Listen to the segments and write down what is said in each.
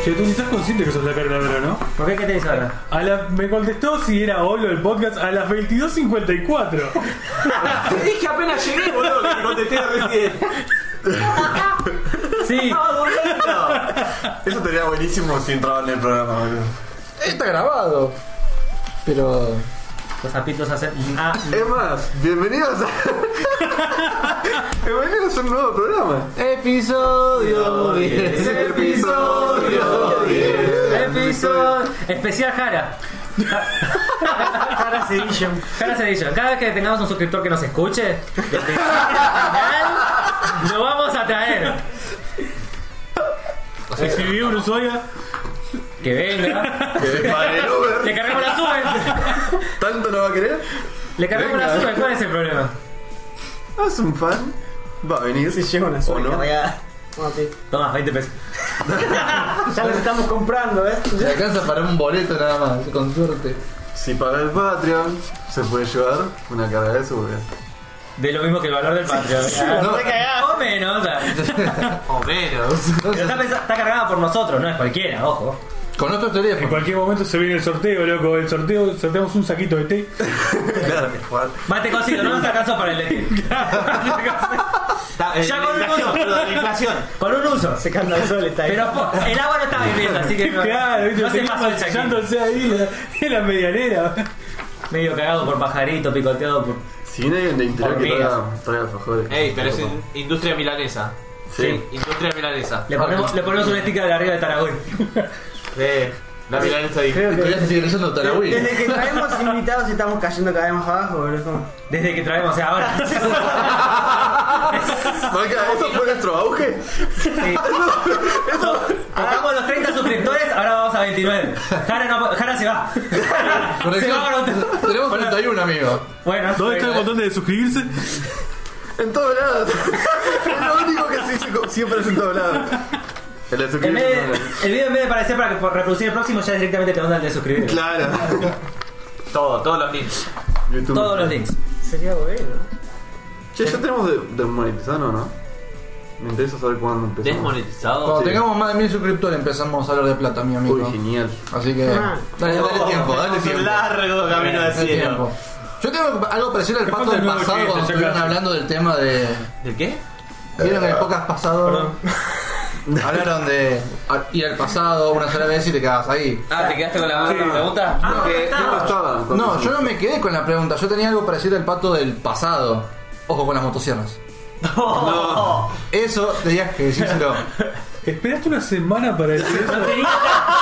Che, tú estás consciente que sos la cargadora, ¿no? ¿Por qué? ¿Qué te dice ahora? Me contestó si era hoy lo del podcast a las 22:54. Te dije apenas llegué, boludo, que te contesté recién. Sí. Eso estaría buenísimo si entraban en el programa, boludo. Está grabado. Pero... Los zapitos hacen... Es más, bienvenidos a... bienvenidos a un nuevo programa. Episodio 10. Episodio 10. Episodio... Especial Jara. Jara Edition. Jara Edition. Cada vez que tengamos un suscriptor que nos escuche, desde el final, lo vamos a traer. Si vive en Ushuaia, Que venga. Que pague el Uber. Le cargamos la sube. ¿Tanto no va a querer? Le cargamos Venga. la sube. ¿Cuál es el problema? ¿Es un fan? Va a venir. Si llega una ¿O sola no? cargada. Toma, 20 pesos. Ya los estamos comprando, ¿ves? Se alcanza para un boleto nada más, con suerte. Si paga el Patreon, se puede llevar una carga de Uber. De lo mismo que el valor del Patreon. No. O menos. O sea. O menos. Pero está cargada por nosotros, no es cualquiera, ojo. Con otro en teléfono. cualquier momento se viene el sorteo, loco. El sorteo, sorteamos un saquito de té. Claro, que jugar. Mate cocido, no nos alcanzó para el de Ya con un uso. La inflación. Con un uso. Secando el sol está ahí. Pero el agua no está hirviendo, así que Claro, no se pasó el chaquito. manchándose ahí en la medianera. Medio cagado por pajarito, picoteado por... Si viene alguien de interés que Hormigas. traiga alfajores. Ey, pero es industria milanesa. Sí. Industria milanesa. Le ponemos un sticker de arriba de Taragüey. La milanesa dijo. Todavía se sigue leyendo Tarahui. Desde que traemos invitados estamos cayendo cada vez más abajo, boludo. Desde que traemos, o sea, ahora. Marca, ¿eso fue nuestro auge? Sí. Tocamos los 30 suscriptores, ahora vamos a 29. Jara se va. Se va para otro. Tenemos 31 amigos. Bueno, ¿Dónde está el botón de suscribirse? En todos lados. Es lo único que siempre es en todos lados. El de suscribirse. el video en vez de aparecer para reproducir el próximo, ya directamente te mandan el de suscribir. Claro. Todos los links. YouTube. Todos los links. Sería bueno. Che, ya tenemos desmonetizado, ¿no? Me interesa saber cuándo empezamos. Desmonetizado. Cuando Sí. tengamos más de 1000 suscriptores empezamos a hablar de plata, mi amigo. Uy, genial. Así que... Dale tiempo, dale Un tiempo. largo camino de Dale cielo. tiempo. Yo tengo algo parecido al Te pato falta del el nuevo pasado chiste, cuando ya estuvieron casi. hablando del tema de... ¿De qué? Vieron que en el podcast pasado hablaron de ir al pasado una sola vez y te quedabas ahí. Ah, ¿te quedaste con la pregunta? Porque yo no estaba. No, yo no me quedé con la pregunta. Yo tenía algo parecido al pato del pasado. Ojo con las motosierras. No. Eso tenías que decírselo. ¿Esperaste una semana para decir eso? Lo tenía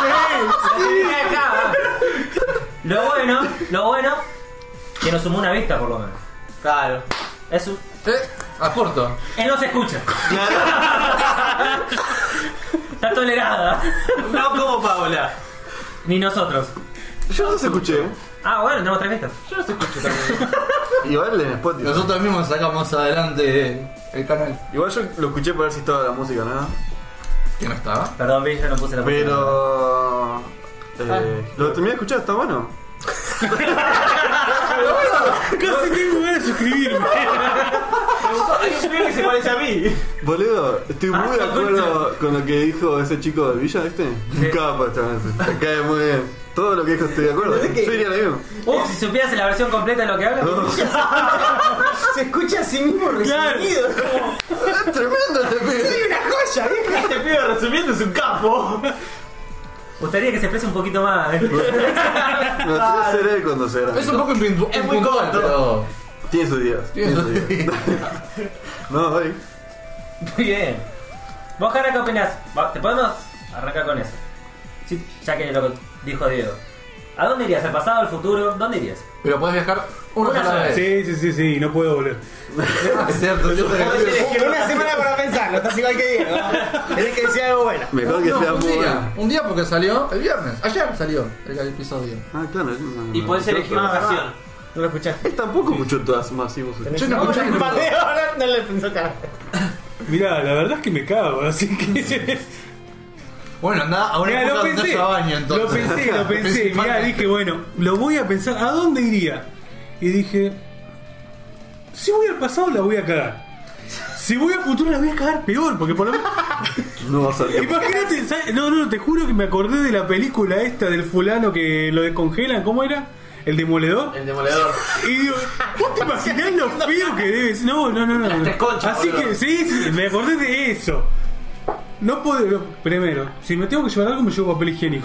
acá. Lo bueno, que nos sumó una vista por lo menos. Claro. Eso. Aporto. Él no se escucha. Está tolerada. No como Paola. Ni nosotros. Yo no se escuché. Ah, bueno, tenemos 3 vistas. Yo no se escucho también. Igual en Spotify. Nosotros mismos sacamos adelante el canal. Igual yo lo escuché para ver si estaba la música, ¿no? Que no estaba. Perdón, Vi, yo no puse la música. Pero. Lo terminé de escuchar, está bueno. Casi tengo ganas de suscribirme. Hay un pibe que se parece a mí. Boludo, estoy muy de acuerdo con lo que dijo ese chico de Villa, ¿viste? Un capo, chaval. Me cae muy bien. Todo lo que dijo estoy de acuerdo. Yo diría lo mismo. Si supieras la versión completa de lo que habla. Se escucha a sí mismo resumido. Es tremendo este pibe. Soy una joya, vieja. Este pibe resumiendo es un capo. Gustaría que se exprese un poquito más. No sé ser él cuando sea. Es un poco Es muy impuntual, corto. pero... Tiene sus días. Tiene sus días. No, hoy. Muy bien. ¿Vos, Jara, qué opinás? ¿Te podemos arrancar con eso? Sí, ya que lo dijo Diego. ¿A dónde irías? ¿Al pasado, al futuro? ¿Dónde irías? Pero podés viajar una Una sola sola vez. Sí, no puedo volver. Es cierto, yo Una semana para pensarlo, estás igual que Diego. Tenés que decir algo bueno. Mejor que sea un muy día. bueno. Un día porque salió el viernes. Ayer salió el episodio. Ah, claro. Y podés elegir una canción. No lo escuchaste. Él tampoco escuchó todas masivos. Yo no escuché Un par de horas no le pensó cara. Mirá, la verdad es que me cago, así que. Bueno, anda a una Mirá, época lo donde pensé. haya baño entonces. Lo pensé. Mirá, dije, bueno, lo voy a pensar. ¿A dónde iría? Y dije, si voy al pasado la voy a cagar. Si voy al futuro la voy a cagar peor, porque por lo menos. No vas a ver qué pasa. Imagínate, ¿sabes? No, te juro que me acordé de la película esta del fulano que lo descongelan, ¿cómo era? ¿El demoledor? El demoledor. Y digo, ¿vos te imaginás lo feo que debe ser? No. Las tres conchas, Así boludo. que, sí, me acordé de eso. No puedo. Primero, si me tengo que llevar algo, me llevo papel higiénico.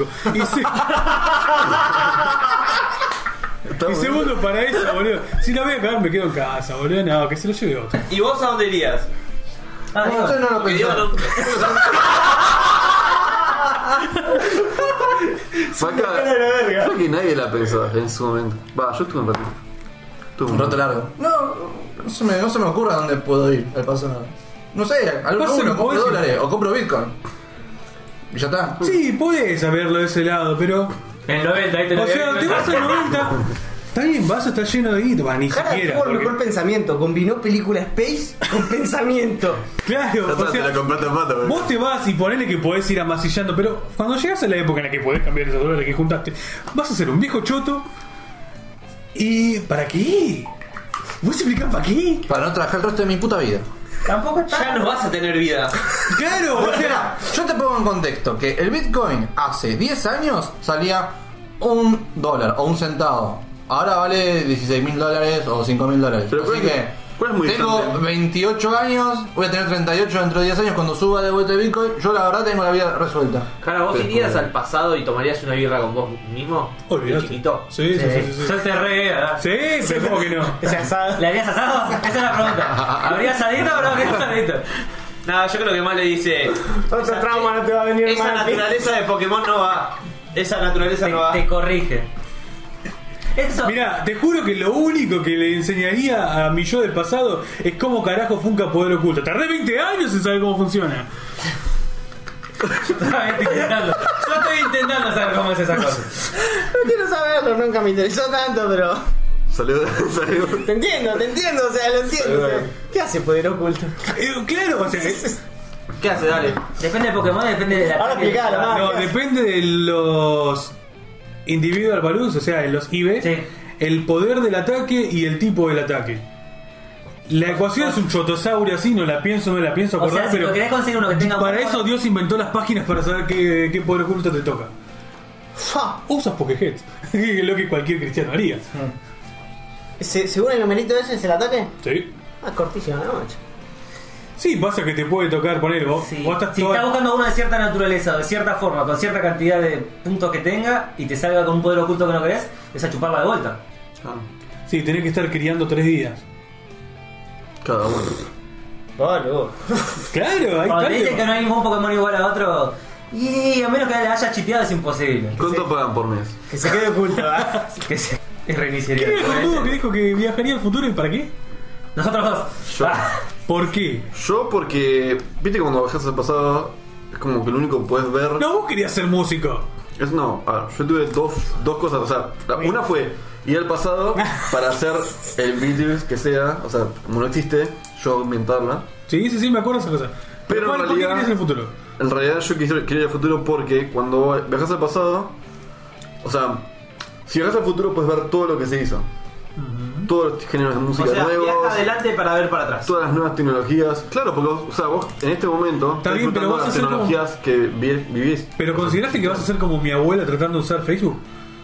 Y segundo, para eso, boludo. Si la voy a cagar, me quedo en casa, boludo. No, que se lo lleve otro. ¿Y vos a dónde irías? Ah, No, digo, ustedes no lo Porque yo pensaron. Creo que nadie la pensó en su momento. Va, yo estuve un ratito. Un rato largo. No se me ocurre a dónde puedo ir al pasado. No sé, algo Pasa que compro podés ir- dólares o compro Bitcoin. Y ya está. Sí, podés saberlo de ese lado, pero. En el 90, ahí te lo O sea, te vas al 90. Está bien, vas a estar lleno de guita, ni Jara siquiera. tuvo el porque- mejor pensamiento. Combinó película Space con pensamiento. Claro, o Te la sea, compraste en pata, boludo. vos te vas y ponele que podés ir amasillando, pero cuando llegas a la época en la que podés cambiar esos dólares que juntaste, vas a ser un viejo choto. ¿Y para qué? ¿Vos explicás para qué? Para no trabajar el resto de mi puta vida. Tampoco está. Ya no vas a tener vida. Claro, o sea, Yo te pongo en contexto que el Bitcoin hace 10 años salía $1 o 1 centavo. Ahora vale $16.000 o $5.000. Pero Así ¿cuál- que cuál es muy tengo distante? 28 años, voy a tener 38 dentro de 10 años cuando suba de vuelta el Bitcoin. Yo la verdad tengo la vida resuelta. Jara, ¿vos Pero irías como- al pasado y tomarías una birra con vos mismo? olvidate. De chiquito. Sí. Yo te re. Sí, pero ¿cómo que no? Ese asado. ¿Le harías asado? Esa es la pregunta. ¿Habría asadito o no habría asadito? Nada, yo creo que más le dice. Otro trauma no te va a venir Esa mal. naturaleza de Pokémon no va. Esa naturaleza no va. Te corrige. Eso. Mirá, te juro que lo único que le enseñaría a mi yo del pasado es cómo carajo funca poder oculto. Tardé 20 años en saber cómo funciona. Todavía estoy intentando. Yo estoy intentando saber cómo es esa cosa. No quiero saberlo, nunca me interesó tanto, pero. Salió. Te entiendo, o sea, lo entiendo. O sea, ¿qué hace poder oculto? Claro, o sea, ¿Qué hace? Dale. Depende de Pokémon, depende de la. Ahora explicalo, ¿no? no, depende de los individual values, o sea, de los IB, Sí. el poder del ataque y el tipo del ataque. La ecuación es un chotosaurio así, no la pienso O acordar, sea, si pero querés conseguir uno que tenga para un- eso Dios inventó las páginas para saber qué poder oculto te toca. Fa. Usas Pokéheads, que es lo que cualquier cristiano haría. ¿Según el numerito ese es el ataque? Sí. Ah, cortísimo, ¿no, macho? Sí, pasa que te puede tocar poner vos. Sí. Vos estás Si toda- estás buscando uno de cierta naturaleza o de cierta forma, con cierta cantidad de puntos que tenga y te salga con un poder oculto que no querés, es a chuparla de vuelta. Sí, tenés que estar criando 3 días. Cada uno. Boludo. Claro, ahí Cuando está. te dicen que no hay ningún Pokémon igual a otro, y a menos que le hayas chiteado es imposible. ¿Cuánto pagan por mes? Que se quede oculto, ¿ah? Que se reiniciaría. ¿Quién es el boludo que dijo que viajaría al futuro y para qué? Nosotros dos. Yo. Ah, ¿Por qué? Yo porque, viste, cuando bajas al pasado, es como que lo único que puedes ver No, vos querías ser músico. es no. A ver, yo tuve dos cosas, o sea, una fue ir al pasado para hacer el Beatles que sea, o sea, como no existe, yo inventarla. Sí, me acuerdo de esa cosa. Pero en ¿Por qué realidad- querías el futuro? En realidad yo quería ir al futuro porque cuando viajas al pasado, o sea, si viajas al futuro puedes ver todo lo que se hizo. Todos los géneros de O música sea, nuevos, viaja adelante para ver para atrás. todas las nuevas tecnologías. Claro, porque vos, o sea, vos en este momento Está estás bien, pero disfrutando vas de a las ser como- tecnologías que vivís. ¿Pero consideraste que vas a ser como mi abuela tratando de usar Facebook?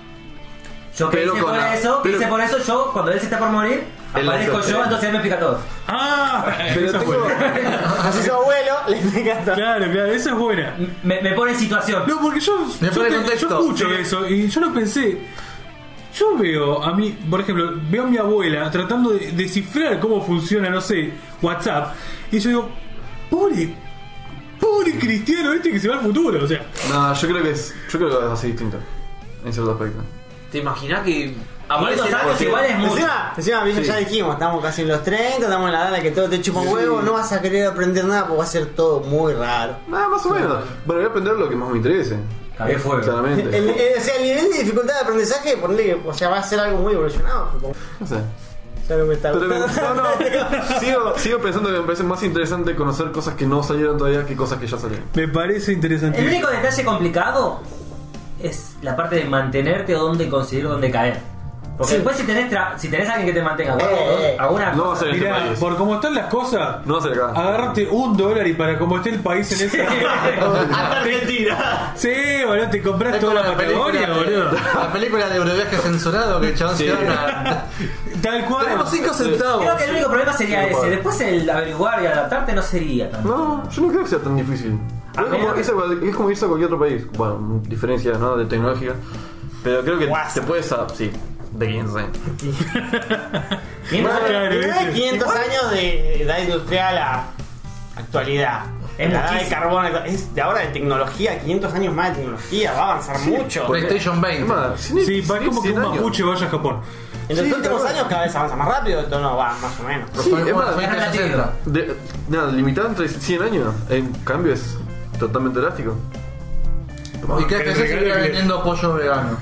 yo que Pero hice con por la- eso, pero- yo, cuando él se está por morir, Él aparezco hace- yo, entonces él me explica todo. ¡Ah! Pero esa es tengo- buena. Así su abuelo, le encanta. Claro, esa es buena. Me pone en situación. No, porque yo pone en contexto. escucho eso y yo lo pensé. Yo veo a mí, por ejemplo, veo a mi abuela tratando de descifrar cómo funciona, no sé, WhatsApp. Y yo digo, pobre cristiano este que se va al futuro. O sea, No, yo creo que es así distinto. En cierto aspecto. ¿Te imaginas que 500 años porque- igual es mucho. Encima, Sí. ya dijimos, estamos casi en los 30, estamos en la edad en la que todo te chupa un huevo, no vas a querer aprender nada porque va a ser todo muy raro. Nada, más o menos. Bueno, voy a aprender lo que más me interese. Cabé fuego. Claramente. O sea, el nivel de dificultad de aprendizaje, ponle que, o sea, va a ser algo muy evolucionado, supongo. No sé. Ya no me está Pero gustando. sigo pensando que me parece más interesante conocer cosas que no salieron todavía que cosas que ya salieron. me parece El interesante. único detalle complicado es la parte de mantenerte o dónde conseguir dónde caer. Porque después si tenés alguien que te mantenga alguna No va a cosa. ser en este Mirá, país. por cómo están las cosas, No va a ser acá. agarrate $1 y para como esté el país en esa. Hasta Argentina. Sí, boludo, te compras Es toda como la Patagonia, boludo. la película de Euroviaje censurado que el chabón se gana. Tal cual. Tenemos 5 centavos. Creo que el único problema sería ese. Después el averiguar y adaptarte no sería tan. No, yo no creo que sea tan difícil. Es como irse a cualquier otro país. Bueno, diferencia, ¿no? De tecnología. Pero creo que Guasa. te puedes sí, de 500 años. 500 años. Claro, ¿viste? 500 años de edad industrial a actualidad. Es La edad de muchísimo. carbón es de ahora de tecnología, 500 años más de tecnología, va a avanzar mucho. PlayStation Es 20. más, Sí, va como que 100 un años. mapuche vaya a Japón. En los Sí, últimos claro. años cada vez avanza más rápido, esto no va más o menos. Sí, es más, 2060. nada, limitado entre 100 años. El cambio es totalmente drástico. ¿Y qué haces si sigue vendiendo pollo vegano?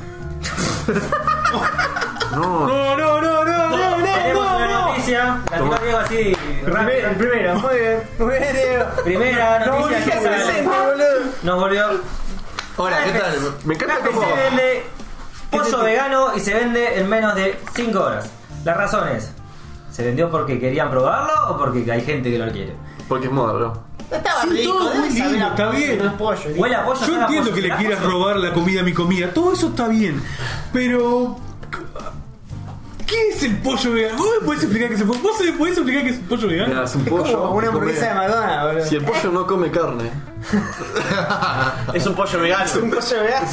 No, No, no, no, no, no, Tenemos no, una no. noticia. La tiro Diego así rápido. El primero, muy bien, Diego. Primera No, noticia dije que sale. presente, boludo. Nos volvió. Hola, ¿qué tal? me encanta KFC cómo. vende pollo vegano y se vende en menos de 5 horas. La razón es: ¿se vendió porque querían probarlo o porque hay gente que lo quiere? Porque es moda, bro. Estaba Sí, rico, todo debe muy saber lindo, a está pollo, bien. no es pollo. Huele a pollo. Yo sabe a entiendo pollo, que le ¿será quieras pollo? robar la comida a mi comida, todo eso está bien, pero ¿qué es el pollo vegano? ¿Vos me podés explicar qué es el pollo? ¿Vos me podés explicar qué es el pollo Mira, vegano? es un Es pollo. como una que hamburguesa de come- McDonald's, boludo. Si el pollo no come carne, Es un pollo vegano. Un pollo vegano.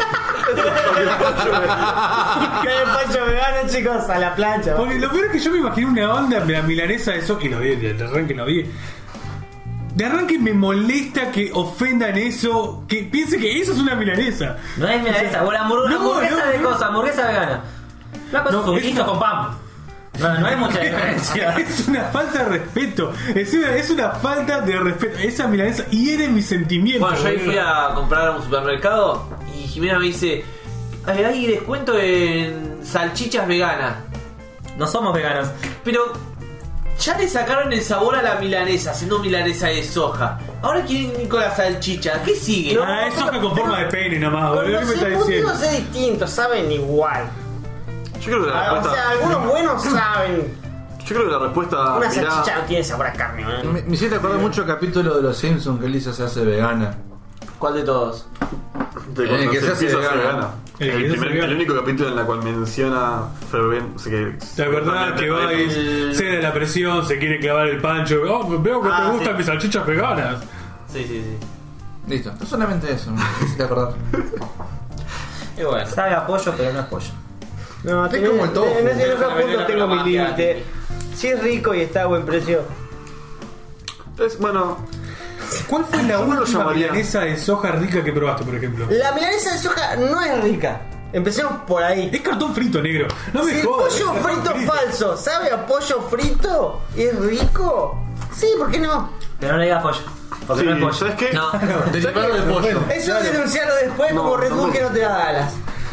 ¿Qué es pollo vegano, chicos? A la plancha. Porque lo peor es que yo me imaginé una onda de la milanesa de eso, y lo vi, de arranque lo vi. De arranque me molesta que ofendan eso, que piense que eso es una milanesa. No es milanesa, o la No, hamburguesa no, de no. cosa, hamburguesa vegana. La cosa No, es un es guiso una- con pan. No hay mucha diferencia. Es una falta de respeto. Es una falta de respeto. Esa milanesa hiere mis sentimientos. Bueno, yo ahí boludo. fui a comprar a un supermercado y Jimena me dice: hay descuento en salchichas veganas. No somos veganos. Pero ya le sacaron el sabor a la milanesa, haciendo milanesa de soja. Ahora quieren ir con la salchicha. ¿Qué sigue? Ah, es soja con forma de pene nomás, boludo. ¿Qué me Los estás diciendo? embutidos es distinto, saben igual. yo creo que la O sea, respuesta. algunos buenos saben. Yo creo que la respuesta. Una irá- salchicha no tiene sabor a carne, boludo. Me hiciste acordar mucho el capítulo de los Simpsons que Lisa se hace vegana. ¿Cuál de todos? de cuando que se hace empieza a ser vegana. vegana. El que se hace El vegana. único capítulo en el cual menciona fervent, o sea que ¿Te acordás que va y cede la presión, se quiere clavar el pancho? Oh, veo que te gustan sí. mis salchichas veganas. Sí. Listo, no solamente eso, me hiciste acordar. Y bueno. Sabe a pollo, pero no es pollo. No, Es como el tofu. En ese Déjame ver punto la tengo mi reclamación. límite. Si es rico y está a buen precio. Es, bueno, ¿Cuál fue la Yo no lo última llamaría. milanesa de soja rica que probaste, por ejemplo? La milanesa de soja no es rica. Empecemos por ahí. Es cartón frito, negro. No me Si el jodas. pollo es cartón frito falso sabe a pollo frito, ¿es rico? Sí, ¿por qué no? Pero no le digas pollo. Porque sí, no es pollo. ¿sabes qué? No. Derivado de pollo. Eso es denunciarlo después No, como Red Bull tampoco. que no te da alas.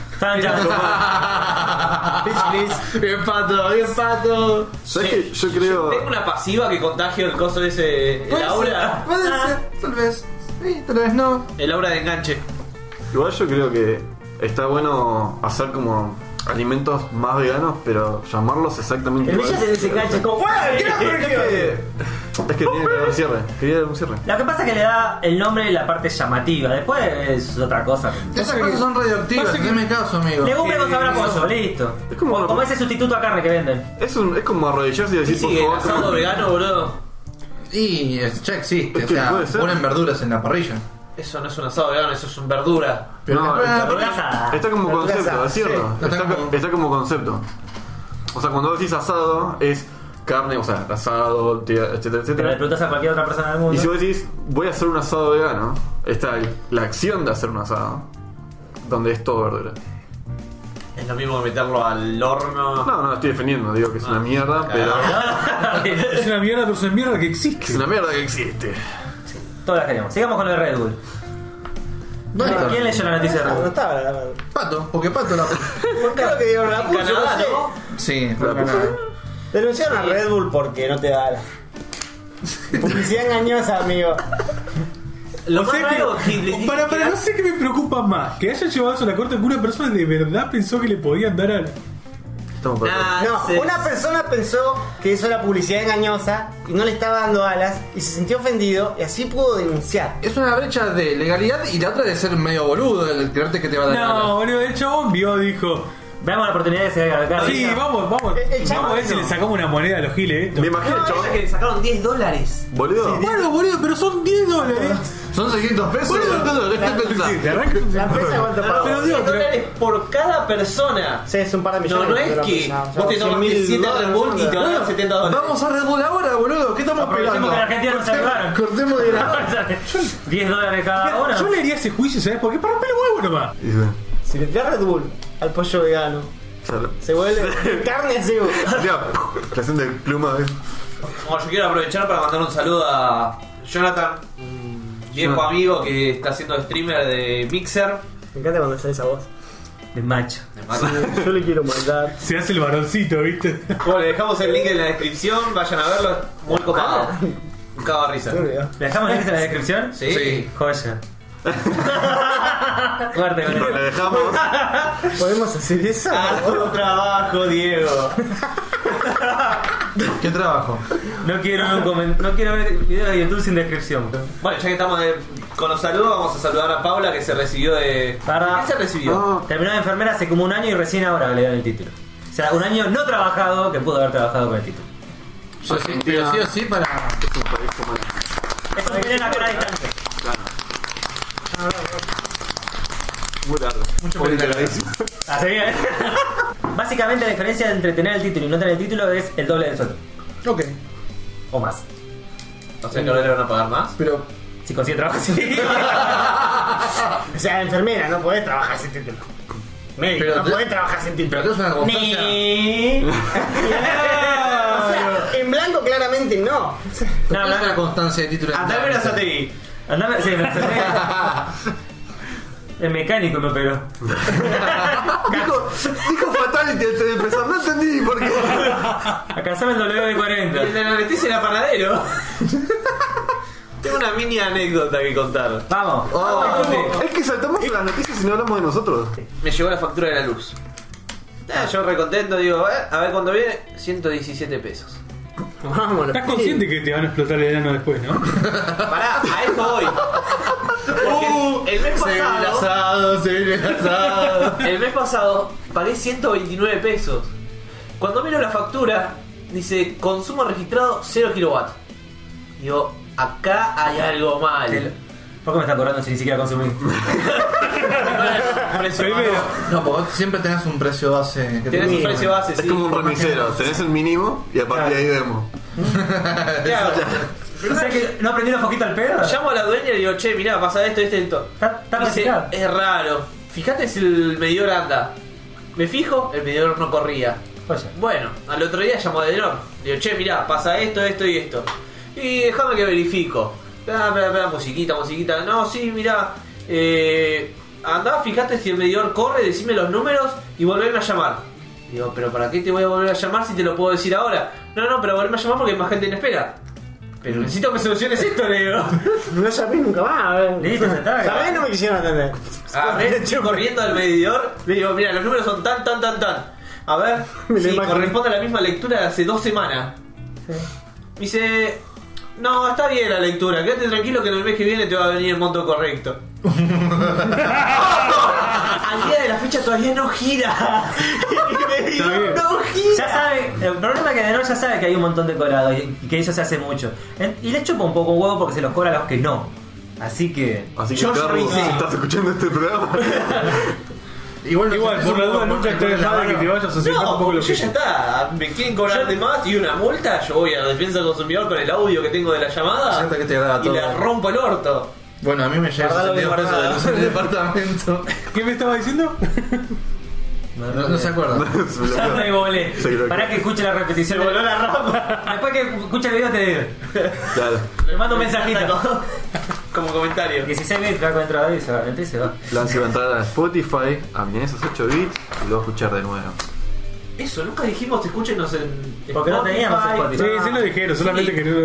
Bitch, please. Bien pato. ¿Sabes qué? Yo creo. Tengo una pasiva que contagio el coso ese. El aura. Puede ser, tal vez. Sí, tal vez no. El aura de enganche. Igual yo creo que está bueno hacer como alimentos más veganos, pero llamarlos exactamente El igual. Villa se desengancha como ¡bueno! ¿Qué no corrigió? Es que tiene que dar cierre. Quería dar un cierre. Lo que pasa es que le da el nombre y la parte llamativa. Después es otra cosa. Esas cosas son radioactivas, pasa que- hazme caso, amigo. Le cumple con saber a pollo, listo. Es como- Como ese sustituto a carne que venden. Es como arrodillarse y ¿Qué decir, por sigue? favor. ¿Asado vegano, boludo? Y ya existe, Es o que sea, puede ser. ponen verduras en la parrilla. Eso no es un asado vegano, eso es un verdura. Pero No, después- está como La concepto, plaza, es cierto. sí. Está como concepto. O sea, cuando decís asado es carne, o sea, asado, etcétera, Pero le etcétera. preguntas a cualquier otra persona del mundo. Y si vos decís, voy a hacer un asado vegano, está la acción de hacer un asado, donde es todo verdura. Es lo mismo que meterlo al horno. No, estoy defendiendo, digo que es una mierda, pero Es una mierda, pero es una mierda que es existe. una mierda que existe. Todas las queremos. Sigamos con el Red Bull. ¿Dónde está? ¿Quién leyó la noticia de Red No Bull? estaba la verdad. Pato, porque Pato la. Creo que dieron la puso, Canadá, no sé. ¿no? Sí, La puso. Denunciaron a Red Bull porque no te da alas. Publicidad engañosa, amigo. Lo O más sea que, raro que les dije para, que no sé qué me preocupa más. Que hayan llevado eso a la corte que una persona de verdad pensó que le podían dar al. Estamos perdidos. No, una persona pensó que eso era publicidad engañosa y no le estaba dando alas y se sintió ofendido y así pudo denunciar. Es una brecha de legalidad y la otra de ser medio boludo, el creerte que te va a dar No, boludo, el chabón vio, dijo. Veamos la oportunidad de ser acá. Sí, vamos. El chabón Vamos a ver si no. le sacamos una moneda a los giles. Me imagino el No, chabón. que le sacaron $10. Boludo. Bueno, boludo, pero son $10. Son 600 pesos. boludo, ¿qué te pensás? Sí, te arranca un- La empresa cuánto pagó. Pero digo, $10 por cada persona. Sí, es un par de millones. No es pero que pues, vos te tomaste 7 Red Bull y te van a dar $70. Vamos a Red Bull ahora, boludo. ¿Qué estamos Aprovechemos pegando? que en Argentina no se arribaron. Cortemos de la... $10 cada uno. Yo le haría ese juicio, ¿sabes? Porque para romper el huevo nomás. Y dice, Si le das Red Bull al pollo vegano, sale. se vuelve carne así. Tía, creación de pluma, ¿ves? Bueno, yo quiero aprovechar para mandar un saludo a Jonathan, un viejo amigo que está haciendo streamer de Mixer. Me encanta cuando sale esa voz. De macho. Yo le quiero mandar. Se hace el varoncito, ¿viste? Bueno, le dejamos el link en la descripción, vayan a verlo, es muy copado. Un cago de risa. ¿Le dejamos el link en la descripción? Sí. Joya. Fuerte con Le él. dejamos. ¿Podemos hacer eso? A tu trabajo, Diego. ¿Qué trabajo? No quiero ver videos de YouTube sin descripción. Bueno, ya que estamos con los saludos, vamos a saludar a Paula que se recibió de... Para- ¿Qué se recibió? Terminó de enfermera hace como un año y recién ahora le dan el título. O sea, un año no trabajado que pudo haber trabajado con el título. Pero sí o sí para... Es un país como Eso viene a cara distancia. muy largo. Muy literadísimo. Así bien. Básicamente la diferencia entre tener el título y no tener el título es el doble del sueldo. Ok. O más. O sea que ahora le van a pagar más. Pero... Si consigue trabajo, sí. O sea, enfermera, no podés trabajar sin título. Médico, Pero no te- podés trabajar sin título. Pero tú es una constancia... Ni. O sea, en blanco claramente no. No, Pero es no, una constancia de título. Andame la Sategui. Andame, sí, me enfermé. El mecánico me pegó. Dijo Fatality antes de empezar, no entendí por qué. Alcanzame el El WD-40. de la anestesia era panadero. Tengo una mini anécdota que contar. Vamos. Es que saltamos las noticias y no hablamos de nosotros. Me llegó la factura de la luz. Yo re contento, digo, a ver cuándo viene, 117 pesos. Vámonos. Estás consciente que te van a explotar el ano después, ¿no? Pará, a eso voy. Porque el mes pasado, el mes pasado pagué 129 pesos. Cuando miro la factura, dice consumo registrado 0 kilowatts. Digo, acá hay algo mal. ¿Por qué me están cobrando si ni siquiera consumí? Primero, No, porque vos siempre tenés un precio base. Que Tenés te- un precio base, Es sí. como un remisero, tenés el mínimo y a partir de ahí vemos. ¿Qué hago? O sea que no aprendí un poquito al pedo. Llamo a la dueña y le digo, che, mirá, pasa esto, esto. Está Dice, reciclado. es raro. Fíjate si el medidor anda. Me fijo, el medidor no corría. Joya. Bueno, al otro día llamo a Delor. Le digo, che, mirá, pasa esto, esto y esto. Y déjame que verifico. Espera, musiquita. No, sí, mirá. Andá, fíjate si el medidor corre, decime los números y volverme a llamar. Digo, pero ¿para qué te voy a volver a llamar si te lo puedo decir ahora? No, pero volverme a llamar porque hay más gente en espera. Pero necesito que me soluciones esto, le digo. No llamé nunca más. A ver. Listo, ya está. Llamé y no me quisieron atender. A ver, estoy corriendo al medidor. Le digo, mira, los números son tan. A ver, Me lo sí, imagino. corresponde a la misma lectura de hace 2 semanas. Me dice, no, está bien la lectura, quédate tranquilo que en el mes que viene te va a venir el monto correcto. Al día de la fecha todavía no gira. Y me digo, Está bien. no gira. Ya sabe, el problema es que Denor ya sabe que hay un montón de cobrados y que eso se hace mucho. Y le chupa un poco un huevo porque se los cobra a los que no. Así que. Así que Yo ya Carlos, hice. si estás escuchando este programa, igual, por la duda nunca te dejas de que te vayas a aceptar un No, poco porque lo yo que ya está. Me quieren cobrar de más y una multa. Yo voy a la defensa del consumidor con el audio que tengo de la llamada Siento que te graba y todo. le rompo el orto. Bueno, a mí me llega Guardalo 62 bien pesos de guardado. luz en el departamento. ¿Qué me estaba diciendo? No se acuerda. Ya me volé. Sí, lo- Para que escuche la repetición. Voló la ropa. Después que escuche el video te digo. claro. Le mando un mensajito. Como comentario. 16 bits va con entrada y se va. Entra y se va. Lance va a entrar a Spotify, a Milanesas 8 bits y lo va a escuchar de nuevo. Eso, nunca dijimos escúchenos en Porque no teníamos Spotify. Spotify. Sí, sí lo dijeron, solamente que no.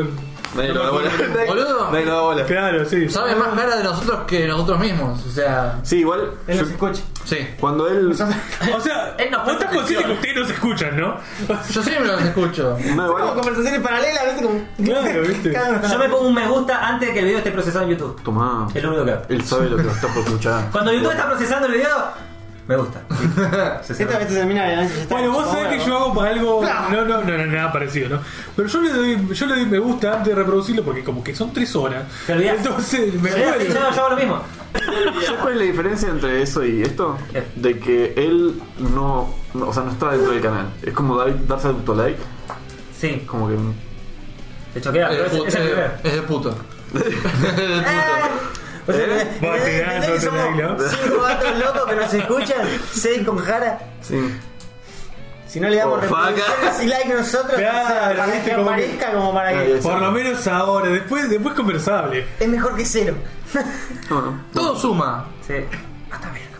Nadie lo da bola. Boludo. Nadie lo da bola. Claro, sí. Sabe más cara de nosotros que nosotros mismos. O sea, Sí, igual. Él nos escucha. sí. Cuando él. O sea, Él nos vos estás presta consciente que atención. ustedes no se escuchan, ¿no? Yo siempre los escucho. No, Como igual. conversaciones paralelas, ¿viste? Como... Claro, ¿viste? Cada uno está- Yo me pongo un me gusta antes de que el video esté procesado en YouTube. Tomá. Es lo único que hago. Él sabe lo que está por escuchar. Cuando YouTube está procesando el video, me gusta. Esta vez se termina el análisis. Está- Bueno, vos sabés que yo hago para algo. No, nada parecido, ¿no? Pero yo le doy me gusta antes de reproducirlo porque como que son 3 horas. Te olvidás. Entonces me Sí, muero. yo hago lo mismo. ¿Sabes cuál es la diferencia entre eso y esto? ¿Qué? De que él o sea, no está dentro del canal. Es como darse autolike. Sí, Como que. te choquea, pero es el primero. Es de puto. Es de puto. O sea, Vos te ¿entendés das que otro somos like, ¿no? 5 gatos locos que nos escuchan? 6 con jara. Sí. Si no le damos Oh, fuck. reproducciones y like nosotros, Claro, o sea, para viste, que como aparezca como para Ah, que... ya. Por lo menos ahora, después conversable. Es mejor que 0. No. Todo suma. Sí. Hasta verga.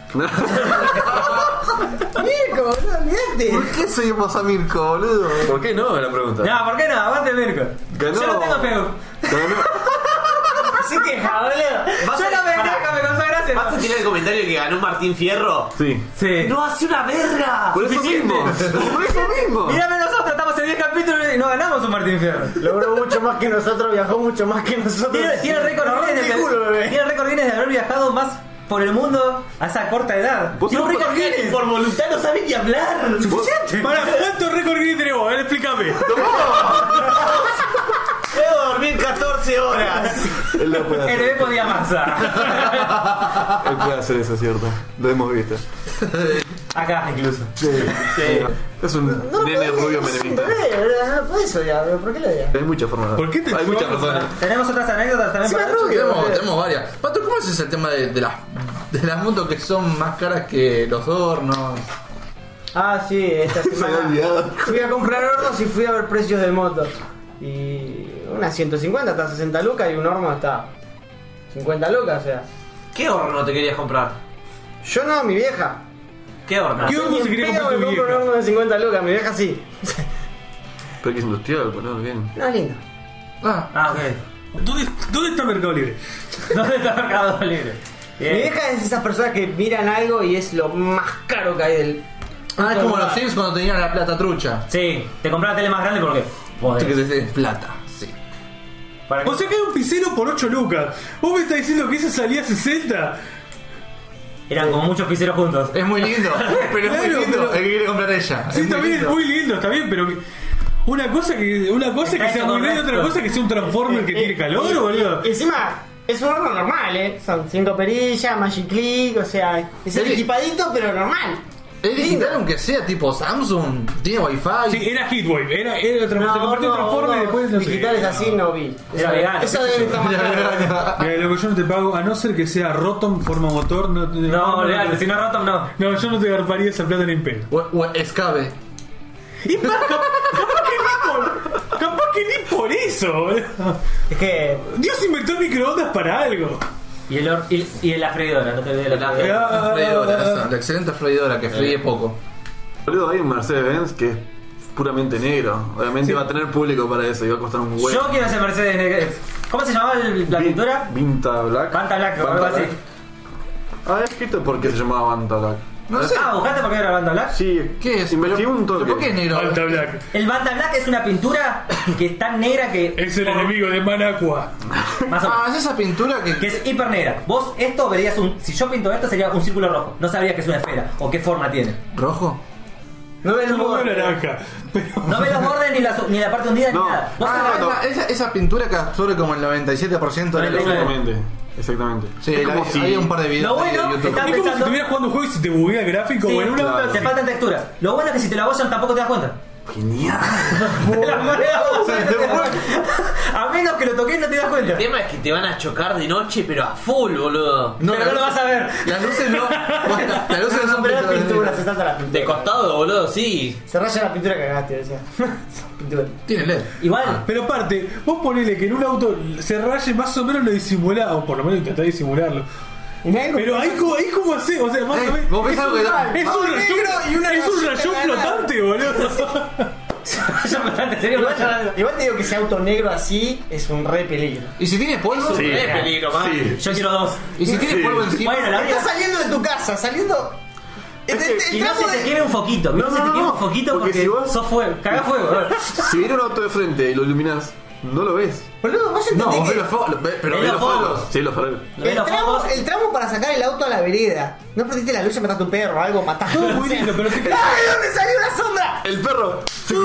Mirko, boludo, olvidate. ¿Por qué seguimos a Mirko, boludo? ¿Por qué no? Es la pregunta. No, ¿por qué no? Aguante Mirko. Ganó. Yo no tengo Facebook. Así que, boludo. Yo no me deja, me causó gracia. ¿Vas a tirar el comentario que ganó Martín Fierro? Sí. Sí. ¡No hace una verga! Por eso mismo. Por eso mismo. Mírame nosotros, estamos en 10 capítulos y no ganamos un Martín Fierro. Logró mucho más que nosotros, viajó mucho más que nosotros. Tiene récord No, Guinness te juro, bebé. tiene récord Guinness de haber viajado más por el mundo a esa corta edad. Vos Tiene un sos récord Guinness. Por voluntad no sabe ni hablar. ¿Para cuánto récord Guinness tenés vos? A ver, explícame. Puedo dormir 14 horas. Él lo puede El hacer. bebé podía más. Él puede hacer eso, ¿cierto? Lo hemos visto. Acá incluso. Sí. Es un nene rubio menemista. No lo podés odiar, bro. ¿Por qué lo odias? Hay muchas formas. ¿Por qué te Hay muchas llevamos a- razones. Tenemos otras anécdotas también Sí, para es rubio. Tenemos varias. Pato, ¿cómo es el tema de las motos que son más caras que los hornos? Ah, sí, esta Se me había semana olvidado. fui a comprar hornos y fui a ver precios de motos. Y una 150 está a 60 lucas y un horno está 50 lucas, o sea. ¿Qué horno te querías comprar? Yo no, mi vieja. ¿Qué horno? ¿Qué horno Ni se en quería pedo comprar tu me compro un vieja? horno de 50 lucas, mi vieja sí. Pero que es industrial, boludo, bien. No, es lindo. Ah, ok. ¿Dónde está Mercado Libre? ¿Dónde está Mercado Libre? Mi Bien. vieja es esas personas que miran algo y es lo más caro que hay del. Ah, es como los Sims cuando tenían la plata trucha. Sí, te compré la tele más grande porque. Que Podés. te den plata, sí. Para O sea que era un pisero por 8 lucas. ¿Vos me estás diciendo que esa salía 60? Eran como muchos piseros juntos. Es muy lindo, pero es Claro, muy lindo pero- el que quiere comprar ella. Sí, es muy también es lindo. muy lindo, está bien, pero una cosa que Está sea hecho muy con lindo y otra resto. cosa que sea un transformer que tiene calor, boludo. Encima, es un horno normal, Son 5 perillas, Magic Click, o sea, es el Sí. equipadito, pero normal. Es digital aunque sea tipo Samsung, tiene wifi. Sí, era Heatwave, era se convirtió en transformer y hornos después no sé. digitales así no vi. Era vegano, Eso debe estar más caro. Mira, lo que yo no te pago, a no ser que sea Rotom forma motor, No, legal, si no Rotom no. No, yo no te garparía esa plata ni en pedo. O escabe. Y más, capaz que ni por eso, boludo. Es que Dios inventó microondas para algo. Y y la freidora, no te olvides de la freidora. La freidora, esa, la excelente freidora que fríe poco. Boludo, hay un Mercedes-Benz que es puramente negro. Obviamente va a tener público para eso y va a costar un huevo. Yo quiero ese Mercedes. ¿Cómo se llamaba la pintura? Vinta Black. Vanta Black, o Vanta algo así. Black. Ah, he escrito por qué se llamaba Vanta Black. No sé. Ah, ¿buscaste por qué era Vanta Black? Sí, ¿Qué es? Investigué un ¿Pero toque. ¿Por qué es negro? Alta Black. El Vanta Black es una pintura que es tan negra que. Es el enemigo de Manacua. Más o menos. Ah, es esa pintura Que que. es hiper negra. Vos esto verías un. Si yo pinto esto sería un círculo rojo. No sabrías que es una esfera o qué forma tiene. ¿Rojo? no ves Es como el una naranja. Pero No ves los bordes ni la parte hundida No. ni nada. Vos Ah, agarrás- esa pintura que absorbe como el 97% de la luz. Exactamente. Exactamente. Sí, es como si. había un par de videos Lo de bueno, YouTube. está- es como si pensando- estuvieras jugando un juego y se te buguea el gráfico. Sí, Bueno, una claro. te faltan texturas. Lo bueno es que si te la bollan tampoco te das cuenta. Genial. La moneda a menos que lo toques no te das cuenta. El tema es que te van a chocar de noche, pero a full, boludo. No, Pero no lo vas a ver. Las luces no. Las luces no son pero es pinturas. pintura, se salta la De pintura. costado, boludo, sí. Se raya la pintura que cagaste, decía. Pintura. Tiene LED. Igual, Pero aparte, vos ponele que en un auto se raye más o menos lo disimulado, o por lo menos intentá disimularlo. Y no hay Pero ahí cómo hace, o sea, más o menos. ¿vos ves es algo un- que da- es un rayón, y una es un rayita rayón de flotante, boludo. Yo bastante serio. Igual te digo que ese auto negro así es un re peligro. ¿Y si tiene polvo? Sí. Es peligro, man. Sí. Yo quiero dos. ¿Y si tiene Sí. polvo encima? Bueno, la Estás vida. saliendo de tu casa, saliendo. Y no se te quiere un foquito. No se te quiere un foquito porque porque si vos- sos fuego. Cagá fuego. Si viene un auto de frente y lo iluminás, no lo ves. Boludo, vos No, entendés ve que los focos. Pero Ve ve los los focos. focos. Sí, los faroles. Ve los focos. el tramo para sacar el auto a la vereda. No prendiste la luz y mataste un perro o algo, mataste. Todo muy lindo, pero te ¡Ay, de dónde salió la sombra! El perro.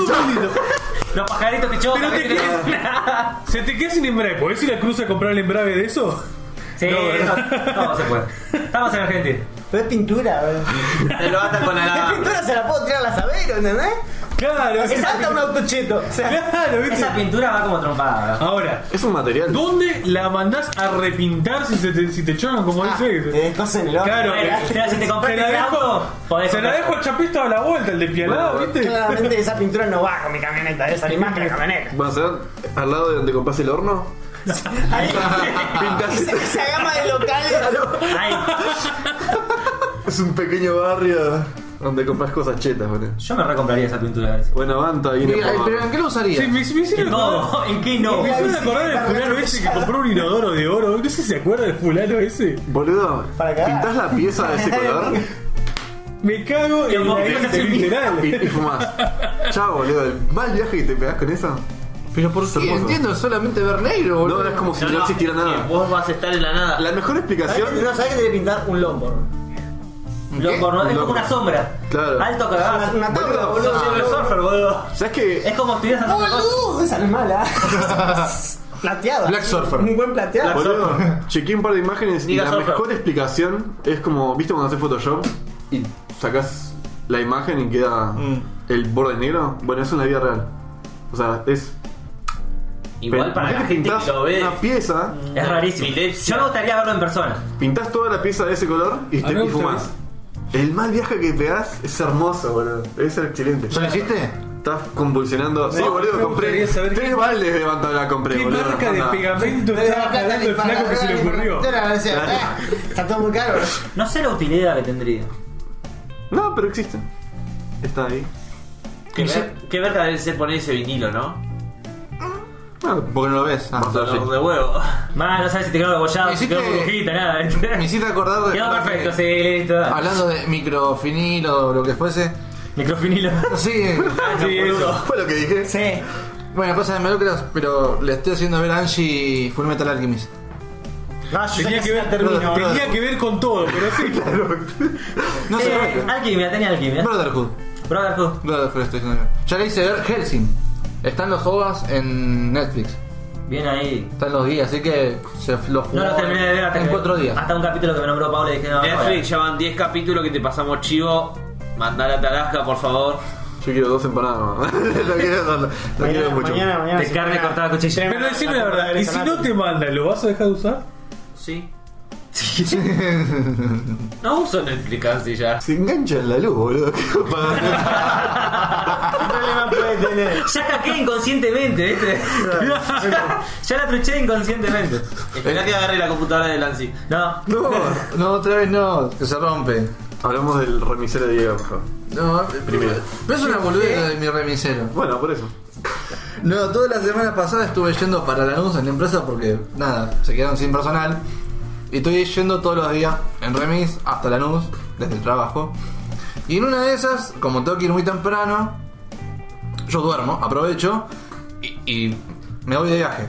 Los pajaritos te chocan. Pero te quedas. Se te queda sin embrague. ¿Podés ir a Cruz a comprar el embrague de eso? Sí, No, ¿verdad? no se puede. Estamos en Argentina. Pero es pintura, boludo. Te lo atan con La alambre. pintura se la puedo tirar a la sabero, ¿entendés? Claro, Es alta un auto cheto. O sea, Claro, ¿viste? Esa pintura va como trompada. Ahora, Es un material. ¿dónde la mandás a repintar si te chocan como dice? te descosen en el horno. Claro, Bueno, pero si te compraste ese auto, podés se la comprar. dejo al chapista a la vuelta, el despialado, Bueno, ¿viste? Claramente esa pintura no va con mi camioneta, debe salir más que la camioneta. Bueno, ¿será al lado de donde compras el horno? Ahí, Pintas. esa gama de locales. Ay, Es un pequeño barrio donde compras cosas chetas, boludo. yo me recompraría esa pintura. Bueno, Banta viene Mira, por... ¿pero en qué lo usaría? Sí, me hicieron ¿En todo? ¿En qué no? Me hicieron acordar del fulano ese que compró un inodoro de oro. No sé si se acuerda del fulano ese. Boludo, Para cagar. ¿pintás la pieza de ese color? Me cago en la Y literal. y fumás. Chao, boludo. El mal viaje que te pegás con eso. Pero ¿por Es qué? hermoso. Entiendo solamente ver negro, boludo. No, es como si no existiera nada. Vos vas a estar en la nada. La mejor explicación... No, ¿sabés que te debe pintar un longboard? Loco, no, es Loco. como una sombra. Claro. Alto cagazo. Una tabla, Boludo, boludo. Sos el surfer, boludo. ¿Sabes qué? Es como estuvieras haciendo cosas. ¡Boludo! Esa no es mala. Plateado. Black Surfer. Un buen plateado. Boludo, chequeé un par de imágenes y Diga la surfer. mejor explicación es como, ¿viste cuando haces Photoshop y sacás la imagen y queda el borde negro? Bueno, eso en la vida real. O sea, es... Igual para la imagínate que gente pintás que lo ve. una pieza, Es rarísimo. Epilepsia. Yo me gustaría verlo en persona. pintás toda la pieza de ese color y, A mí me gusta fumás. El mal viaje que pegás es hermoso, boludo. Debe ser excelente. ¿Ya lo hiciste? Estás convulsionando. Sí, No, boludo, me compré gustaría saber 3 qué- baldes de Bantabla compré, ¿Qué boludo. marca de Anda. pegamento estaba hablando el flaco que se le ocurrió? Está todo muy caro. No sé la utilidad que tendría. No, pero existe. Está ahí. Qué verga debe ser poner ese vinilo, ¿no? Ah, Porque no lo ves. Ah. Dolor de huevo. Más, no sabes si te quedó abollado, Me si quedó hiciste- burbujita, nada. Me hiciste acordar de. Quedó perfecto, sí, listo. Hablando de microfinilo o lo que fuese. Microfinilo. Sí, Sí, eso. Fue lo que dije. Sí. bueno, cosas de Melucras, pero le estoy haciendo ver a Angie Full Metal Alchemist. No, yo Tenía ya que, casi la termino. tenía que ver con todo, pero sí. No sé. Alquimia, tenía alquimia. Brotherhood. Brotherhood. Estoy haciendo ver. Ya le hice ver Helsing. Están los OVAs en Netflix. Bien ahí. Están los días, así que se los No lo terminé de ver hasta en que- 4 días. Hasta un capítulo que me nombró Pablo y dije, no, Netflix, ya van 10 capítulos que te pasamos chivo. Mandá la tarasca, por favor. Yo quiero 2 empanadas más. Lo quiero mucho. Mañana. De si carne mañana- cortada a cuchillo. Pero decime la verdad, y si no te mandan, ¿lo vas a dejar de usar? Sí. No uso Netflix casi ya. Se engancha en la luz, boludo. ¿Qué ¿Qué problema puede tener? Ya hackeé inconscientemente, ¿viste? Ya la truché inconscientemente. Esperá que agarre la computadora de Lancy. No. No, otra vez no, que se rompe. Hablamos del remisero de Diego, por favor. No, Primero. pero es una boludez de mi remisero. Bueno, por eso. No, toda la semana pasada estuve yendo para Lanús en la empresa porque, nada, se quedaron sin personal. Y estoy yendo todos los días en remis hasta Lanús, desde el trabajo. Y en una de esas, como tengo que ir muy temprano, yo duermo, aprovecho y me voy de viaje.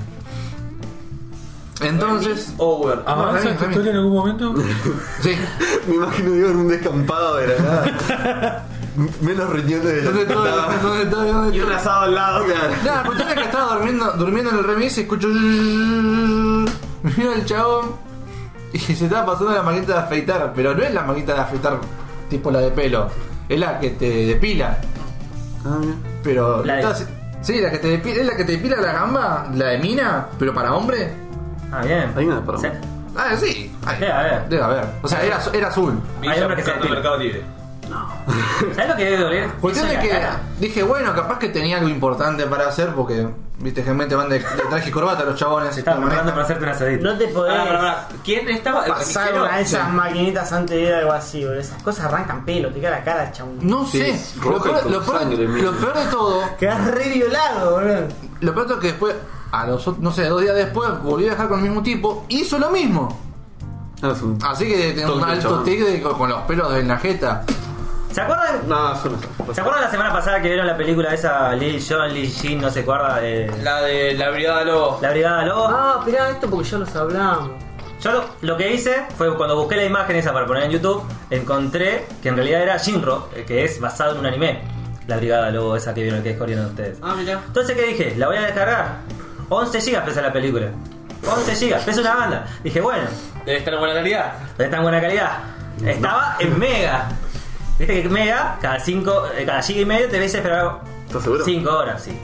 Entonces, Over. ¿Avanza remis, esta remis. historia en algún momento? sí, Me imagino Diego en un descampado de la nada. Menos riñones de la ¿dónde estoy? ¿Dónde estoy? ¿Dónde Y estoy? un asado al lado. Nada, la cuestión es que estaba durmiendo en el remis y escucho. Miro el chabón y se estaba pasando la maquinita de afeitar, pero no es la maquinita de afeitar tipo la de pelo, es la que te depila. Ah, bien. Pero. La de- Sí, la que te depila, es la que te depila la gamba, la de mina, pero para hombre. Ah, bien. Hay una para Sí. mí. Ah, sí. Ay, Debe haber. debe haber. O sea, era azul. Hay hombres que se buscando depilan. Mercado Libre. ¿Sabes lo que debe doler? Cuestión Eso de en la que cara. dije, bueno, capaz que tenía algo importante para hacer porque, viste, generalmente van de traje y corbata los chabones. Se estaba que preparando para manejan. hacerte un asadito. No te podés ¿Quién estaba? pasar una de esas maquinitas antes de ir a algo así, boludo. Esas cosas arrancan pelo, te queda la cara, chabón. No Sí, sé, lo roja y peor, con lo peor- sangre, mira. lo peor de todo, Quedás re violado, boludo. lo peor es que después, a los, no sé, 2 días después, volví a viajar con el mismo tipo, hizo lo mismo. Es un... Así que tengo un Tonto, alto chabón. tic con los pelos en la jeta. ¿Se acuerdan? No, eso no sé. ¿Se acuerdan la semana pasada que vieron la película esa Lil Jon, Lil Jin, no se acuerda? La de la Brigada Lobo. La Brigada Lobo. Ah, esperá esto porque ya los hablamos. Yo lo que hice fue cuando busqué la imagen esa para poner en YouTube, encontré que en realidad era Shinro, que es basado en un anime. La Brigada Lobo, esa que vieron que es coreana ustedes. Ah, mirá. Entonces, ¿qué dije? La voy a descargar. 11 GB pesa la película. 11 GB, pesa una banda. Dije, bueno, Debe estar en buena calidad. está en buena calidad. Estaba en Mega. Viste que Mega, cada giga y medio te ves esperar ¿Estás seguro? 5 horas, sí.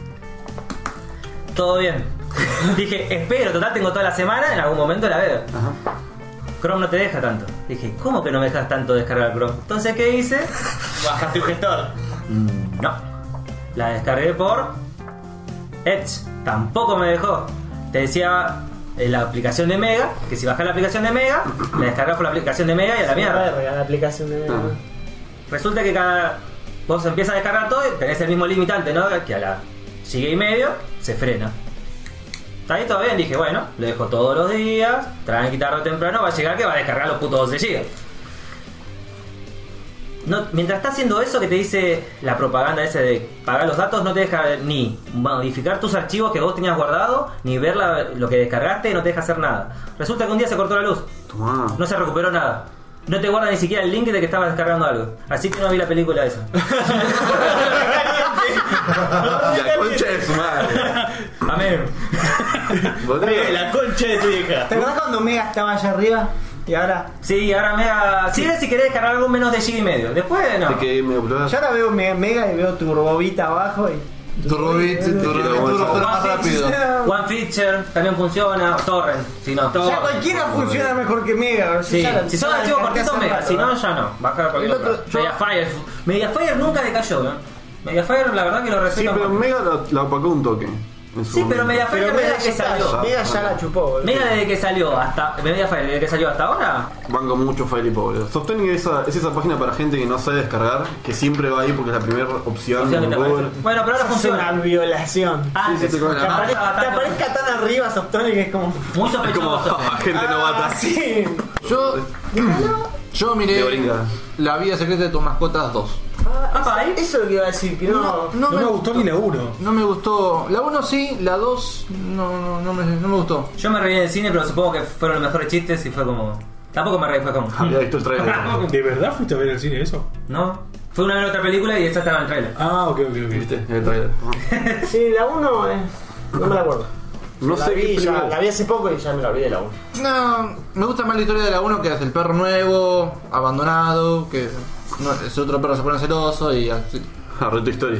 Todo bien. Dije, espero, total tengo toda la semana, en algún momento la veo. Ajá. Chrome no te deja tanto. Dije, ¿cómo que no me dejas tanto descargar Chrome? Entonces, ¿qué hice? Bajaste un gestor. No. La descargué por Edge. Tampoco me dejó. Te decía la aplicación de Mega, que si bajás la aplicación de Mega, la descargas por la aplicación de Mega y a la mierda. La aplicación de... Resulta que cada vos empiezas a descargar todo y tenés el mismo limitante, ¿no? Que a la giga y medio se frena. Está ahí todo bien, dije, bueno, lo dejo todos los días, tranqui, tarde o temprano va a llegar que va a descargar los putos 12 gigas. No, mientras está haciendo eso que te dice la propaganda ese de pagar los datos, no te deja ni modificar tus archivos que vos tenías guardado, ni ver lo que descargaste, no te deja hacer nada. Resulta que un día se cortó la luz, Tomá. no se recuperó nada. No te guarda ni siquiera el link de que estabas descargando algo. Así que no vi la película esa. La concha de su madre. Amén. ¿Vos tenés- La concha de tu hija. ¿Te acordás cuando Mega estaba allá arriba? Y ahora... Sí, ahora Mega. Sí, si querés descargar algo menos de giga y medio. Después no. Te quedé medio plugado. Yo ahora veo Mega y veo Turbovita abajo y... Turbobit, pero más rápido. One Feature también funciona. Torrent, si no. Ya cualquiera funciona mejor que Mega. Sí. Ya la- Si son ya la archivos descargué cortitos, hace Mega. rato, Si no, ¿no? ya no. Baja cualquier El otro- otro. Mediafire nunca decayó, ¿no? Mediafire, la verdad que lo Sí, respeto. pero Mega la opacó un toque. en su Sí, pero momento. Mediafire Pero Mega desde que ya, salió. Mega ya la chupó, boludo. Mega desde que salió hasta. Mediafire desde que salió hasta ahora. Van con mucho file y pobre. Softonic es esa página para gente que no sabe descargar, que siempre va ahí porque es la primera opción Opción que en te Google. aparece. Bueno, pero ahora Es una funciona. violación. Antes, Sí, sí, te Que cobran. aparezca tan arriba Softonic es como... muy Es como sospechoso. gente novata. Sí. Yo De miré brinca. La vida secreta de tus mascotas 2. Apa, ahí. Eso es lo que iba a decir, que no... No me gustó ni la 1. No me gustó. La 1 sí, la 2 no me gustó. Yo me reí en el cine, pero supongo que fueron los mejores chistes y fue como. Tampoco me reí, fue como. Había visto el trailer. ¿De verdad fuiste a ver el cine eso? ¿No? Fue una vez otra película y esa estaba en el trailer. Ah, ok. ¿Viste? El trailer. Sí, la 1 es... No me la acuerdo. No la sé qué vi, película ya, es. la vi hace poco y ya me la olvidé de la 1. No, me gusta más la historia de la 1 que es el perro nuevo, abandonado, que ese otro perro se pone celoso y así. Ah, reto historia.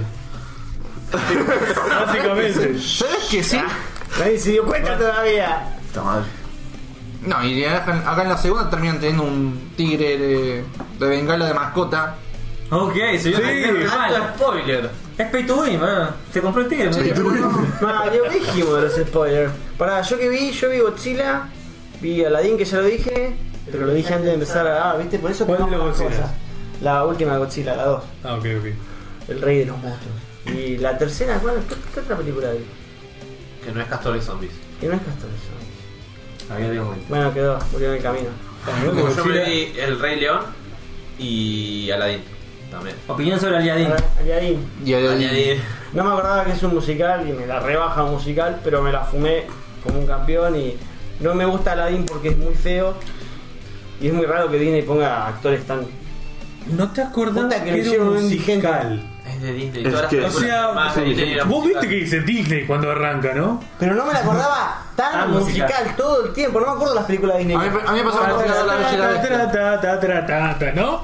Básicamente. ¿Sabes que sí? Nadie se dio cuenta todavía. Está mal. No, y acá en la segunda terminan teniendo un tigre de bengala de mascota. Ok, se vio Alto mal. spoiler. Es pay to win, ¿verdad? Se compró el tigre. No, yo dijimos de los spoilers. Pará, yo vi Godzilla, vi Aladdin, que ya lo dije, pero lo dije antes de empezar a... Ah, ¿viste? Por eso ¿Cuál de tengo los más Godzillas? cosas. La última Godzilla, la 2. Ah, ok. El rey de los monstruos. Y la tercera, ¿cuál? ¿Qué otra película vi? Que no es Castores Zombies. Que no es Castor eso. Había digo, güey. Bueno, quedó, murió en el camino. Yo me vi El Rey León y Aladdin también. Opinión sobre Aliadín. Aladdin. Y Aladdin. No me acordaba que es un musical y me la rebaja un musical, pero me la fumé como un campeón y no me gusta Aladdin porque es muy feo y es muy raro que Disney ponga actores tan... ¿No te acordás Puta que que lo era hicieron un indigente. musical? Es de Disney. Es Todas que- las o sea, películas más de Disney eran Vos viste musicales. que dice Disney cuando arranca, ¿no? Pero no me la acordaba tan Tan musical. musical. Todo el tiempo, no me acuerdo las películas de Disney. A mí me pasó cuando fui a ver La Bella y la Bestia. ¿No?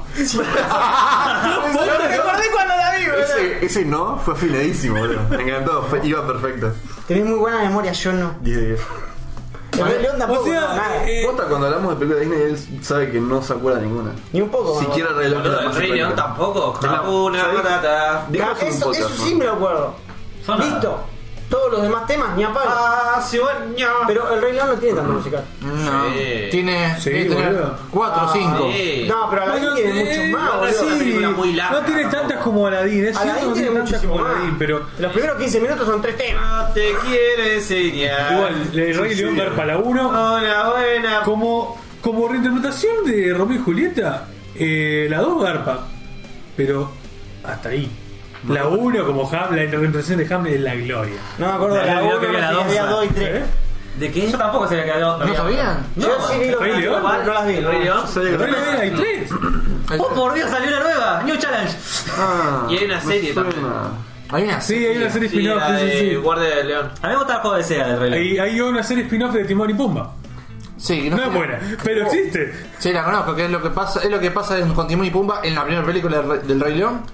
Me acordé cuando la vi, boludo. Ese no fue afiladísimo, boludo. Me encantó, iba perfecto. Tenés muy buena memoria, yo no. 10 de 10. El Rey León tampoco, O sea, no, nada. Posta, cuando hablamos de películas de Disney, él sabe que no se acuerda ninguna. Ni un poco. Siquiera el Rey León. Boludo, es la el más Rey León icónica. tampoco. Es la- Hakuna ¿sabés? Matata. Dijo eso en un Eso podcast, sí ¿no? me lo acuerdo. Son nada. Listo. Todos los demás temas, ni a palo. Sueño. Pero el Rey León no tiene tanto musical. No. Sí. Tiene, Sí, debe tener boludo. 4 o 5. Sí. No, pero Aladdin Bueno, tiene muchos más, boludo. sí. película muy larga, no tiene tantas tampoco. como Aladdin, es cierto, Aladdin no tiene tiene tantas muchísimo como más. Aladdin, pero Los primeros 15 minutos son 3 temas. No te quiero enseñar. igual, el Rey León garpa la 1. Una buena. Como reinterpretación de Romeo y Julieta, la 2 garpa, pero hasta ahí. La 1 como Hamlet, la interpretación de Hamlet es la gloria. No me acuerdo de la Yo 1, que vi la pero había dos, 2 y 3. ¿Eh? ¿De qué? Yo tampoco sabía que había dos. ¿No sabían? Yo sí vi los Rey León. no las vi. El Rey León. El Rey León hay 3. ¡Oh, por Dios! Salió una nueva. New Challenge. Ah, Y hay una serie me suena. también. Hay una Sí, hay una serie Sí, spin-off. la Sí, sí, de sí. Guardia del León. A mí me gusta el juego de Sega del Rey León. Hay una serie spin-off de Timón y Pumba. Sí, No sé. es buena, pero existe. Sí, la conozco, que es lo que pasa con Timón y Pumba en la primera película del Rey León.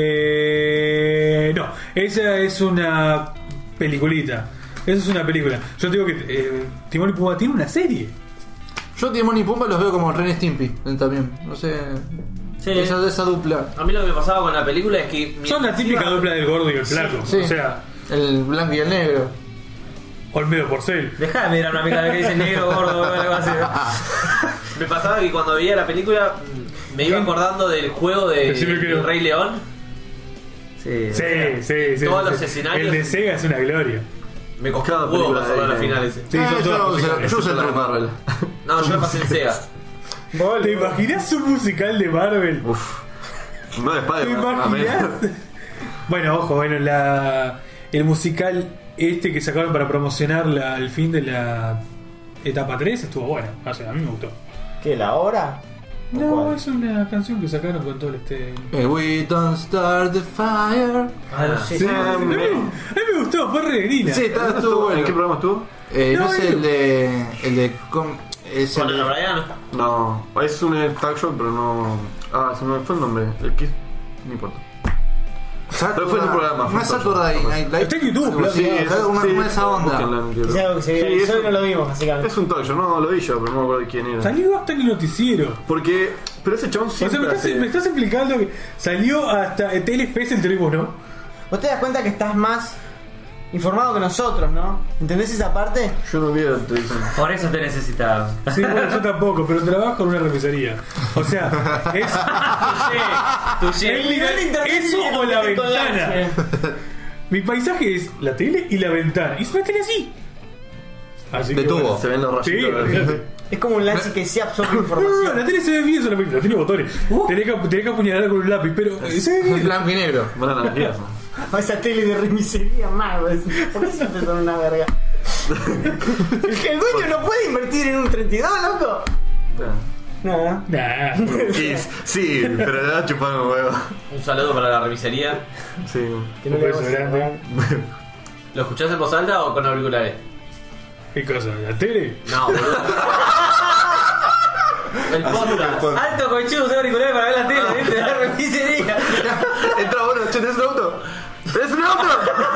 No, esa es una peliculita. Esa es una película. Yo te digo que Timón y Pumba tiene una serie. Yo Timón y Pumba los veo como Ren y Stimpy también. No sé. Sí. Esa dupla. A mí lo que me pasaba con la película es que. Son la típica dupla del gordo y el flaco. Sí. O sea, El blanco y el negro. Olmedo Porcel. Dejá de mirar a una amiga que dice negro, gordo o algo así. Me pasaba que cuando veía la película me iba acordando del juego de Decime que no. El Rey León. Sí. Sí. Todos los sí. escenarios- El de Sega es una gloria. Me costó Cada un huevo película pasar a la de- final ese. Sí, son todas musicales. yo uso el la de truco. Marvel. No, yo la pasé en Sega. ¿Te imaginas un musical de Marvel? Uf. No de ¿Te Spider-Man. imaginas? Bueno, ojo, el musical que sacaron para promocionar el fin de la etapa 3 estuvo bueno. O sea, a mí me gustó. ¿Qué, la hora? No, es una canción que sacaron con todo We don't start the fire. Ah, no sé. Sí, a mí me gustó, fue re grina. Sí, estuvo bueno. ¿En qué programa estuvo? No No, es el de. Es el Con de. la Brian. No, es un talk show, pero no. Ah, se me fue el nombre. El que. No importa. Pero fue en un programa. No es Saturday Night Live. Está en YouTube, Algo Plaza. así, una de esa onda. búsquenla en YouTube. Es algo que se Sí, viralizó es y no lo vimos, básicamente. Es un talk show, no lo vi yo, pero no me acuerdo de quién era. Salió hasta en el noticiero. Porque. Pero ese chabón O sea, siempre hace- me estás explicando que salió hasta Telefe en Televo, ¿no? Vos te das cuenta que estás más informado que nosotros, ¿no? ¿Entendés esa parte? Yo no vi la televisión. Por eso te necesitaba. Sí, bueno, yo tampoco, pero trabajo en una repostería. O sea, es. Eso o la ventana. Mi paisaje es la tele y la ventana. Y es una tele así. Así De que tubo. bueno. Se ven los Sí, rayitos. olvídate. Es como un lance que sí absorbe No, información. la tele se ve bien solamente, tiene botones. Tenés que apuñalar con un lápiz, pero se ve bien. Blanco y negro. Buenas analogías. O esa tele de remisería más, güey. Por eso te son una verga. El dueño no puede invertir en un 32, loco. No. Nah. Sí, pero le da chupar un huevo. Un saludo para la remisería. Sí. Que no Un le beso vamos a grande. pagar. ¿Lo escuchás en voz alta o con auriculares? ¿Qué cosa? ¿La tele? No, boludo. El podcast. Alto conchudo, usa auriculares para ver la tele, ¿viste? La remisería. Entra bueno, che, ¿tenés un auto? ¿Tenés un auto?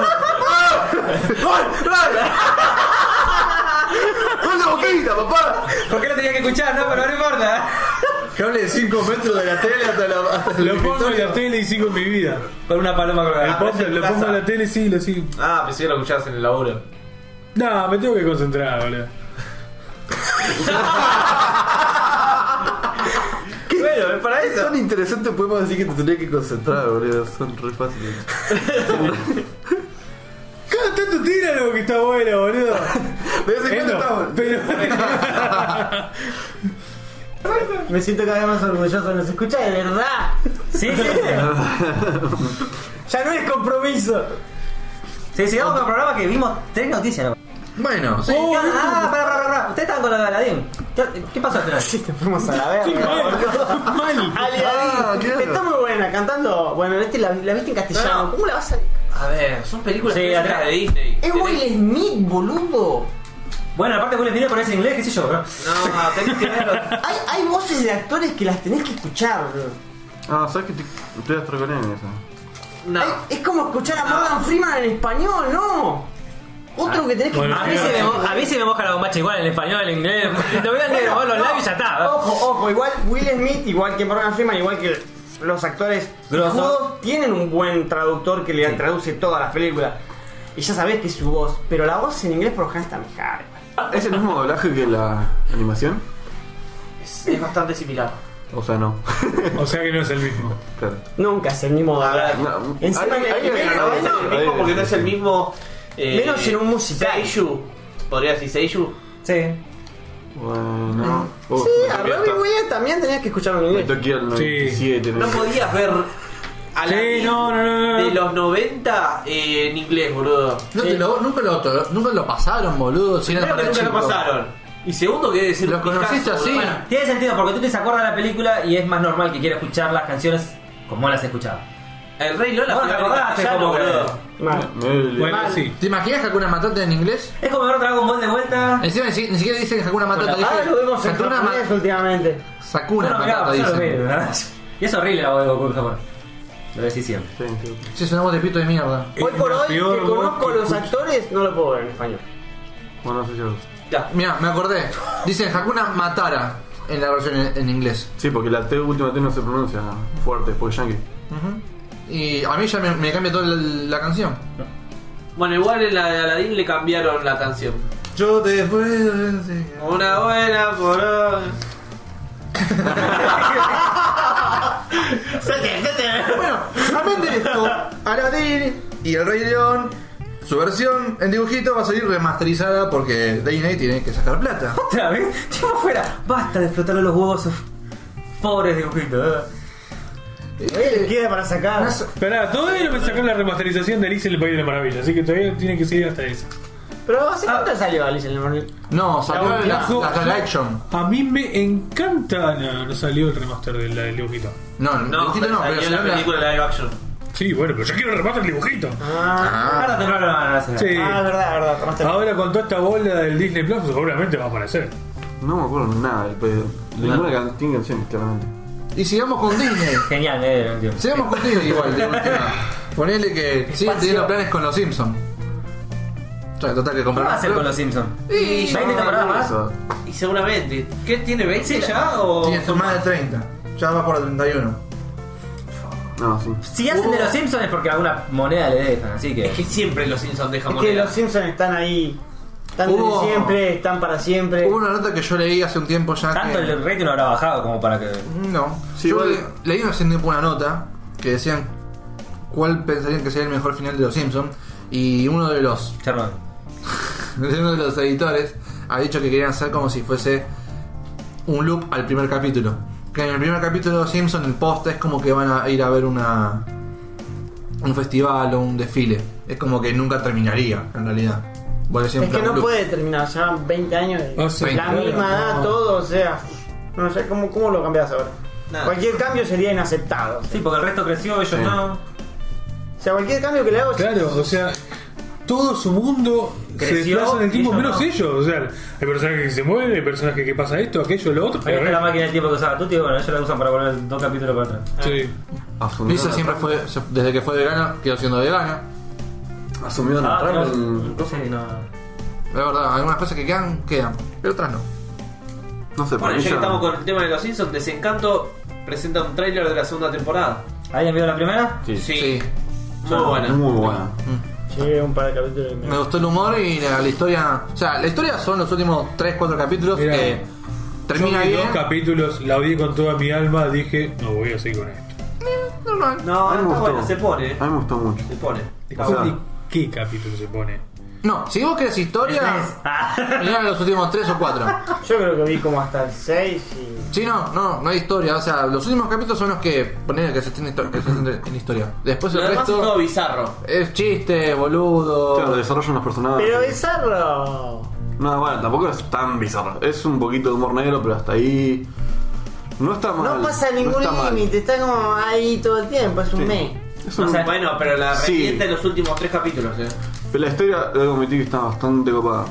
¡Gol de Boquita, papá! ¿Por qué lo tenía que escuchar, no? Pero no importa. Cable de 5 metros de la tele hasta el Lo pongo en la tele y sigo en mi vida. Con una paloma El colgada. podcast lo pongo en la tele y sí, lo sigo. Ah, pensé que lo escuchabas en el laburo. No, me tengo que concentrar, boludo. Bueno, es para Es tan interesante, podemos decir que te tendría que concentrar, boludo. Son re fáciles. Cada tanto tira algo que está bueno, boludo. De vez en cuando No, está bueno. pero. Me siento cada vez más orgulloso. Nos escucha de verdad. Sí, sí, sí. Ya no es compromiso. Sí, sigamos con el programa que vimos 3 noticias. ¿No? Bueno, sí. Pará. Ustedes estaban con la de Aladdin. ¿Qué pasó al final? Sí, te fuimos a la Qué verga. mal, mal. Ali, Ah, Ali. claro. Está muy buena, cantando. Bueno, la viste en castellano. No. ¿Cómo la vas a.? A ver, son películas Sí, clásicas atrás. de Disney. Es Will Smith, boludo. Bueno, aparte Will Smith por ese inglés, qué sé yo, bro. No, tenés que verlo. Hay voces de actores que las tenés que escuchar, bro. Ah, ¿sabes que estoy hasta con él en eso? No. Es como escuchar a Morgan Freeman en español, ¿no? Otro que tenés que... Bueno, A mí se me moja la bombacha igual en español, en inglés. Lo veo en negro, vos los labios y ya está. Ojo, igual Will Smith, igual que Morgan Freeman, igual que los actores Grosos. rudos, tienen un buen traductor que le traduce todas las películas. Y ya sabés que es su voz, pero la voz en inglés por lo general está mejor. ¿Es el mismo doblaje que la animación? Es bastante similar. O sea, no. O sea que no es el mismo. Claro. Nunca es el mismo doblaje. No, Encima hay- en el hay- primero, No es el mismo porque no es el mismo. Menos en un musical. Seiyuu. ¿Podría decir Seiyuu? Sí. Bueno. Sí, a Robbie Williams también tenías que escucharlo en Me inglés. toqué el 97. No podías ver a la Sí, no. de los 90 en inglés, boludo. Nunca lo pasaron, boludo. Si era Primero que para nunca lo chicos. pasaron. Y segundo que debe ser Lo un conociste pijazo, así. boludo. Bueno, tiene sentido porque tú te acuerdas de la película y es más normal que quieras escuchar las canciones como las escuchaba. El Rey Lola No, fue te a ver acordás, castellano, como que- boludo. Mal. Bueno, sí. ¿Te imaginas Hakuna Matata en inglés? Es como ver Dragon Ball de vuelta. Encima ni siquiera dicen Hakuna Matata. Ah, lo vemos en Hakuna japonés últimamente. Sakuna Bueno, mirá, Matata yo lo veo, dicen. ¿verdad? Y es horrible la voz de Goku en Japón. Lo decís siempre. Sí, sí. Sí, es una voz de pito de mierda. Hoy por la hoy, peor que voz conozco que los escucho. actores, no lo puedo ver en español. Bueno, no sé yo. Ya. Mira, me acordé. Dicen Hakuna Matara en la versión en inglés. Sí, porque la última T no se pronuncia fuerte, porque es yankee. Y a mí ya me cambia toda la canción. Bueno, igual en la de Aladdin le cambiaron la canción. Yo te puedo decir. Una buena por hoy. Bueno, amén de esto, Aladdin y el Rey León, su versión en dibujito va a salir remasterizada porque Disney tiene que sacar plata. Otra vez, tipo afuera. Basta de explotarle los huevos a esos pobres dibujitos. Queda para sacar. Esperá, todavía no me sacaron la remasterización de Alice en el País de la Maravilla, así que todavía tiene que seguir hasta esa. Pero ¿hace cuánto salió Alice en el País? No, salió La la última. live action. A mí me encanta. No salió el remaster del dibujito. No, el dibujito no, pero salió salió la película live action. Sí, bueno, pero yo quiero el remaster del dibujito. Ahora te lo van a hacer. Sí. verdad. Ahora con toda esta bola del Disney Plus seguramente va a aparecer. No me acuerdo nada del pedo. Ninguna tiene canciones, claramente. Y sigamos con Disney. Genial, no entiendo. Sigamos con Disney igual, de última. Ponele que siguen teniendo planes con los Simpsons. O sea, total que ¿Qué comprar. va a hacer con los Simpsons? Y ¿20 temporadas más? Eso. Y seguramente. ¿Qué tiene 20 Sí, ya? ¿O tiene son más de 30. Ya va por el 31. No, sí. Si hacen de los Simpsons es porque alguna moneda le dejan, así que. Es que siempre los Simpsons dejan Es que moneda. los Simpsons están ahí. Están desde Hubo- siempre, están para siempre. Hubo una nota que yo leí hace un tiempo ya. Tanto que... el rating no habrá bajado como para que. No. Sí, yo igual- leí hace un tiempo una nota que decían cuál pensarían que sería el mejor final de los Simpsons. Y uno de los Chernobyl. editores ha dicho que querían hacer como si fuese un loop al primer capítulo. Que en el primer capítulo de los Simpsons el post es como que van a ir a ver un festival o un desfile. Es como que nunca terminaría en realidad. Vuelve Es siempre que a un no loop. puede terminar, ya 20 años. Ah, sí, la claro, misma edad, no. todo, o sea. No sé cómo lo cambiás ahora. Nada. Cualquier cambio sería inaceptado. Sí, porque el resto creció, ellos Sí. no. O sea, cualquier cambio que le hago. Claro, o sea, todo su mundo se Creció desplaza en el y tiempo ellos menos no. ellos. O sea, hay personajes que se mueven, hay personajes que pasa esto, aquello, lo otro. Ahí está la Pero máquina del tiempo que usaba Tuti, bueno, ellos la usan para volver 2 capítulos para atrás. sí. Asumió Lisa la siempre trama. fue, desde que fue vegana, quedó siendo vegana. Asumió la trama. sí, no. Es verdad, algunas cosas que quedan, pero otras no. No sé, por Bueno, mí ya que ya- estamos con el tema de los Simpsons, Desencanto presenta un tráiler de la segunda temporada. ¿Alguien vio la primera? Sí. Sí. Muy buena. Muy buena. Sí, un par de capítulos. Me gustó el humor y la historia. O sea, la historia son los últimos 3-4 capítulos Mirá, que termina Yo vi bien. 2 capítulos, la odié con toda mi alma, dije, no voy a seguir con esto. Normal. No, A mí me está gustó. bueno, se pone. A mí me gustó mucho. Se pone. O sea, ¿De qué capítulo se pone? No, si vos querés historia, mirá los últimos 3 o 4. Yo creo que vi como hasta el 6 y. Sí, no hay historia. O sea, los últimos capítulos son los que ponen que se estén en historia. Después Lo el demás es todo resto bizarro. es chiste, boludo. claro, desarrollan los personajes. Pero bizarro. No, bueno, tampoco es tan bizarro. Es un poquito de humor negro, pero hasta ahí. No está mal. No pasa ningún está mal. límite, está como ahí todo el tiempo, es un Sí. mes. Es No un- sé. Bueno, pero la Sí. revienta en los últimos 3 capítulos, Pero la historia, debo admitir que está bastante copada.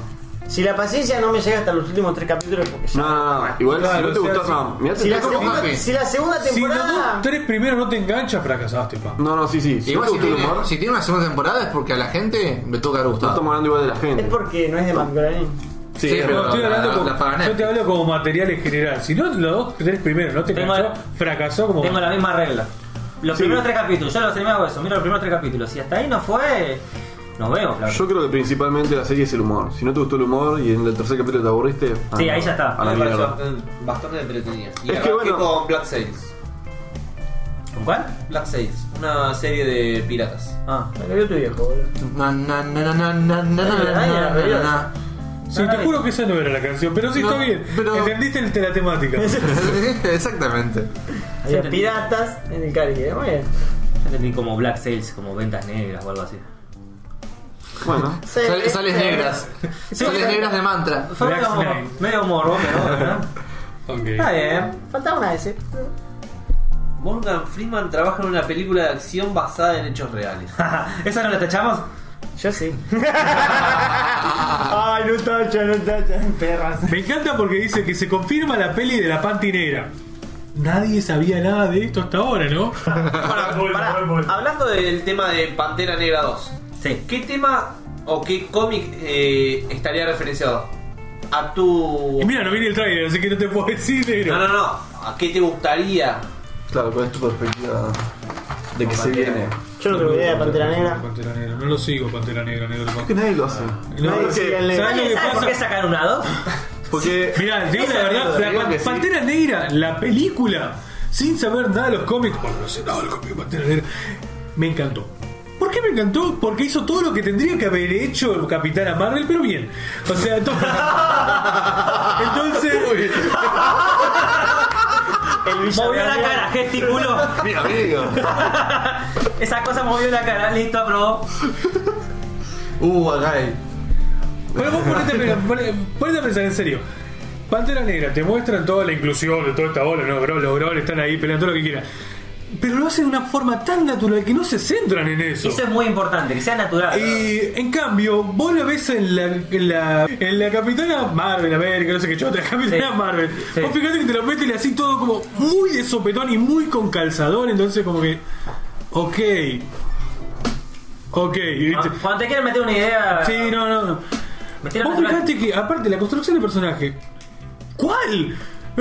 Si la paciencia no me llega hasta los últimos 3 capítulos, porque ya. No, igual Claro, si no te o sea, gustó, no. Mirá, Si la, te- segunda, Happy. si la segunda Si los temporada. 3 primeros no te enganchas, fracasaste, pa. No, sí. Si Igual no si te gustó el tiene, humor, si tiene una segunda temporada es porque a la gente le toca haber no gustado. estamos hablando igual de la gente. Es porque no es de Matt Groening. Sí, Sí, pero. Estoy hablando como, la paga yo te Netflix. hablo como material en general. Si no, los 3 primeros no te Tengo enganchó, fracasó como. Tengo la misma regla. Los Sí. primeros 3 capítulos, yo los terminé hago eso, miro los primeros 3 capítulos. Si hasta ahí no fue, nos vemos, claro. Yo creo que principalmente la serie es el humor. Si no te gustó el humor y en el tercer capítulo te aburriste. Sí, ahí ya está. A la Me pareció mierda. bastante entretenida. Y Es que arranqué bueno. con Black Sails. ¿Con cuál? Black Sails, una serie de piratas. Ah. La que vio tu viejo, boludo. Na, na, na, na, na, na, na, na, na, na. Sí, te juro que esa no era la canción, pero sí No, está bien. pero- Entendiste la temática. Exactamente. Había entendí. piratas en el Caribe. Muy bien. Yo entendí como Black Sales, como ventas negras o algo así. Bueno. Sí, Sales negras. Sales negras de mantra. Fue Black medio, Snake. medio morbo, pero bueno. Ok. Está bien. Faltaba una S. Morgan Freeman trabaja en una película de acción basada en hechos reales. ¿Esa no la tachamos? Yo sí. Ay, no tacha, perras. Me encanta porque dice que se confirma la peli de la Panty Negra. Nadie sabía nada de esto hasta ahora, ¿no? Pará, hablando del tema de Pantera Negra 2, Sí. ¿qué tema o qué cómic estaría referenciado? A tu... Y mira, no viene el trailer, así que no te puedo decir, negro. No. ¿A qué te gustaría? Claro, ¿cuál es tu perspectiva de que se Pantera. viene? Yo no tengo idea de Pantera Negra. Pantera Negra. No lo sigo, Pantera Negra, negro. Es que nadie lo hace. No, Nadie es sigue que, al negro. ¿sabes lo que ¿Sabes por qué pasa? sacan una 2? Porque. Mirá, digo la verdad, digo que sí. Pantera Negra, la película, sin saber nada de los cómics, porque no sé nada de los cómics de Pantera Negra, me encantó. ¿Por qué me encantó? Porque hizo todo lo que tendría que haber hecho el Capitana Marvel, pero bien. O sea, entonces... El villano Movió la real. cara, gesticuló. Mi amigo. Esa cosa movió la cara, listo, aprobó. Acá hay. Pero vos ponete a pensar en serio. Pantera Negra, te muestran toda la inclusión de toda esta ola, ¿no? Los Grol están ahí peleando todo lo que quieran. Pero lo hacen de una forma tan natural que no se centran en eso. Eso es muy importante, que sea natural. Y en cambio, vos lo ves en la Capitana Marvel, América, no sé qué chota, la Capitana Sí. Marvel. Sí. Vos fíjate que te lo meten así todo como muy de sopetón y muy con calzador, entonces como que. Ok. Cuando te quieren meter una idea. Sí, no. Me tiran Vos natural. fijate que, aparte, la construcción del personaje. ¿Cuál?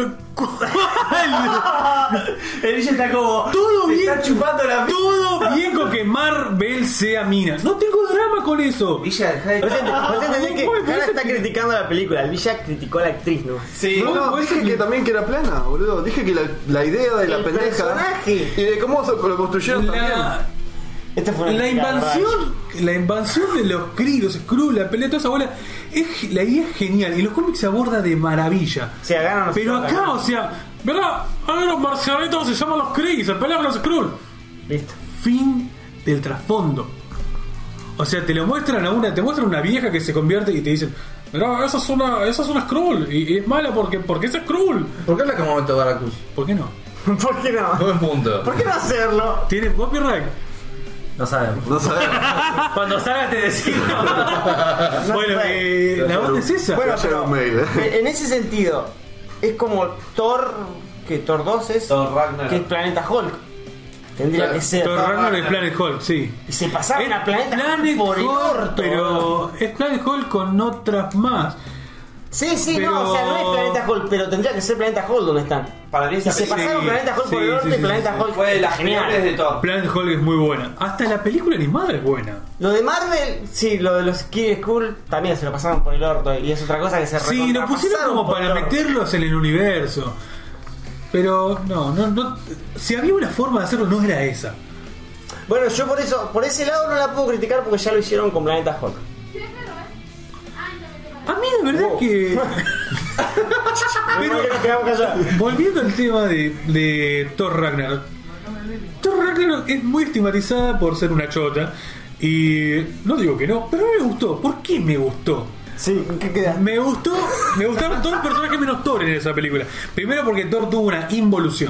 ¿Cuál? El villano está como... Todo se bien. está chupando la... Todo bien con que Marvel sea mina. No tengo drama con eso. Villa del Hyde. Vos entendés que ¿Cómo me Jara parece está que- criticando a la película. El Villa criticó a la actriz, ¿no? Sí. No, dije que también que era plana, boludo. Dije que la idea de la El pendeja. personaje. Y de cómo lo construyeron también. Esta fue una La crítica invasión de los Kree, los Skrull, la pelea, toda esa bola, la idea es genial y los cómics se aborda de maravilla. Se agarran los Pero otros, acá, ganan. o sea, ¿verdad? Ahora los marcianitos se llaman los Kree, se pelean con los Skrull. Listo. Fin del trasfondo. O sea, te muestran una vieja que se convierte y te dicen, mirá, esa es una Skrull y es mala porque es Skrull. ¿Por qué habla como momento de Baracus? ¿Por qué no? ¿Por qué no? Buen punto. ¿Por qué no hacerlo? ¿Tiene copyright? No sabemos. No sabemos. Cuando salga te decimos. Bueno, la onda es esa. Bueno, Va a llegar pero un mail, en ese sentido, es como Thor, que Thor 2 es, Thor Ragnarok. que es Planeta Hulk. Tendría Claro. que ser. Thor Ragnarok es Planet Hulk, sí. Y se pasaron a Planeta Planet Hulk por el Hulk, orto. pero es Planet Hulk con otras más. Sí, pero- no, o sea, no es Planeta Hulk, pero tendría que ser Planeta Hulk donde están. Para mí Y esa se película pasaron Planeta Hulk por sí, el orto sí, y sí, Planeta sí. Hulk fue de las genial. mejores de Thor. Planet Hulk es muy buena. Hasta la película animada es buena. Lo de Marvel, sí, lo de los Kid Skull también se lo pasaron por el orto y es otra cosa que se Sí, lo pusieron recontrapasaron como por para el orto. meterlos en el universo. Pero no. Si había una forma de hacerlo, no era esa. Bueno, yo por ese lado no la puedo criticar porque ya lo hicieron con Planeta Hulk. A mí la verdad que. Pero que nos quedamos callados. Volviendo al tema de Thor Ragnarok. Thor Ragnarok es muy estigmatizada por ser una chota. Y no digo que no, pero a mí me gustó. ¿Por qué me gustó? Sí, ¿qué queda? Me gustaron todos los personajes menos Thor en esa película. Primero porque Thor tuvo una involución.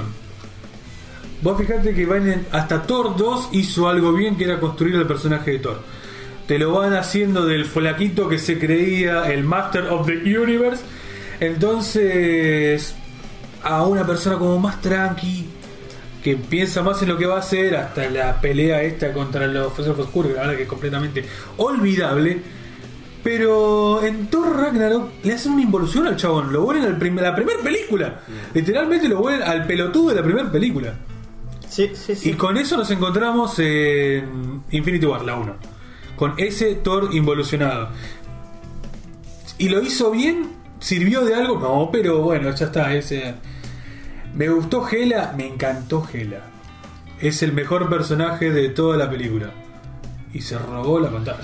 Vos fijate que hasta Thor 2 hizo algo bien, que era construir al personaje de Thor. te lo van haciendo del flaquito que se creía el Master of the Universe. Entonces, a una persona como más tranqui, que piensa más en lo que va a hacer, hasta la pelea esta contra los Profesores Oscuros, que la verdad que es completamente olvidable. Pero en Thor Ragnarok le hacen una involución al chabón, lo vuelven la primera película. Literalmente lo vuelven al pelotudo de la primera película. Sí. Y con eso nos encontramos en Infinity War, la 1. Con ese Thor involucionado. ¿Y lo hizo bien? ¿Sirvió de algo? No, pero bueno, ya está. Me gustó Hela, me encantó Hela. Es el mejor personaje de toda la película. Y se robó la pantalla.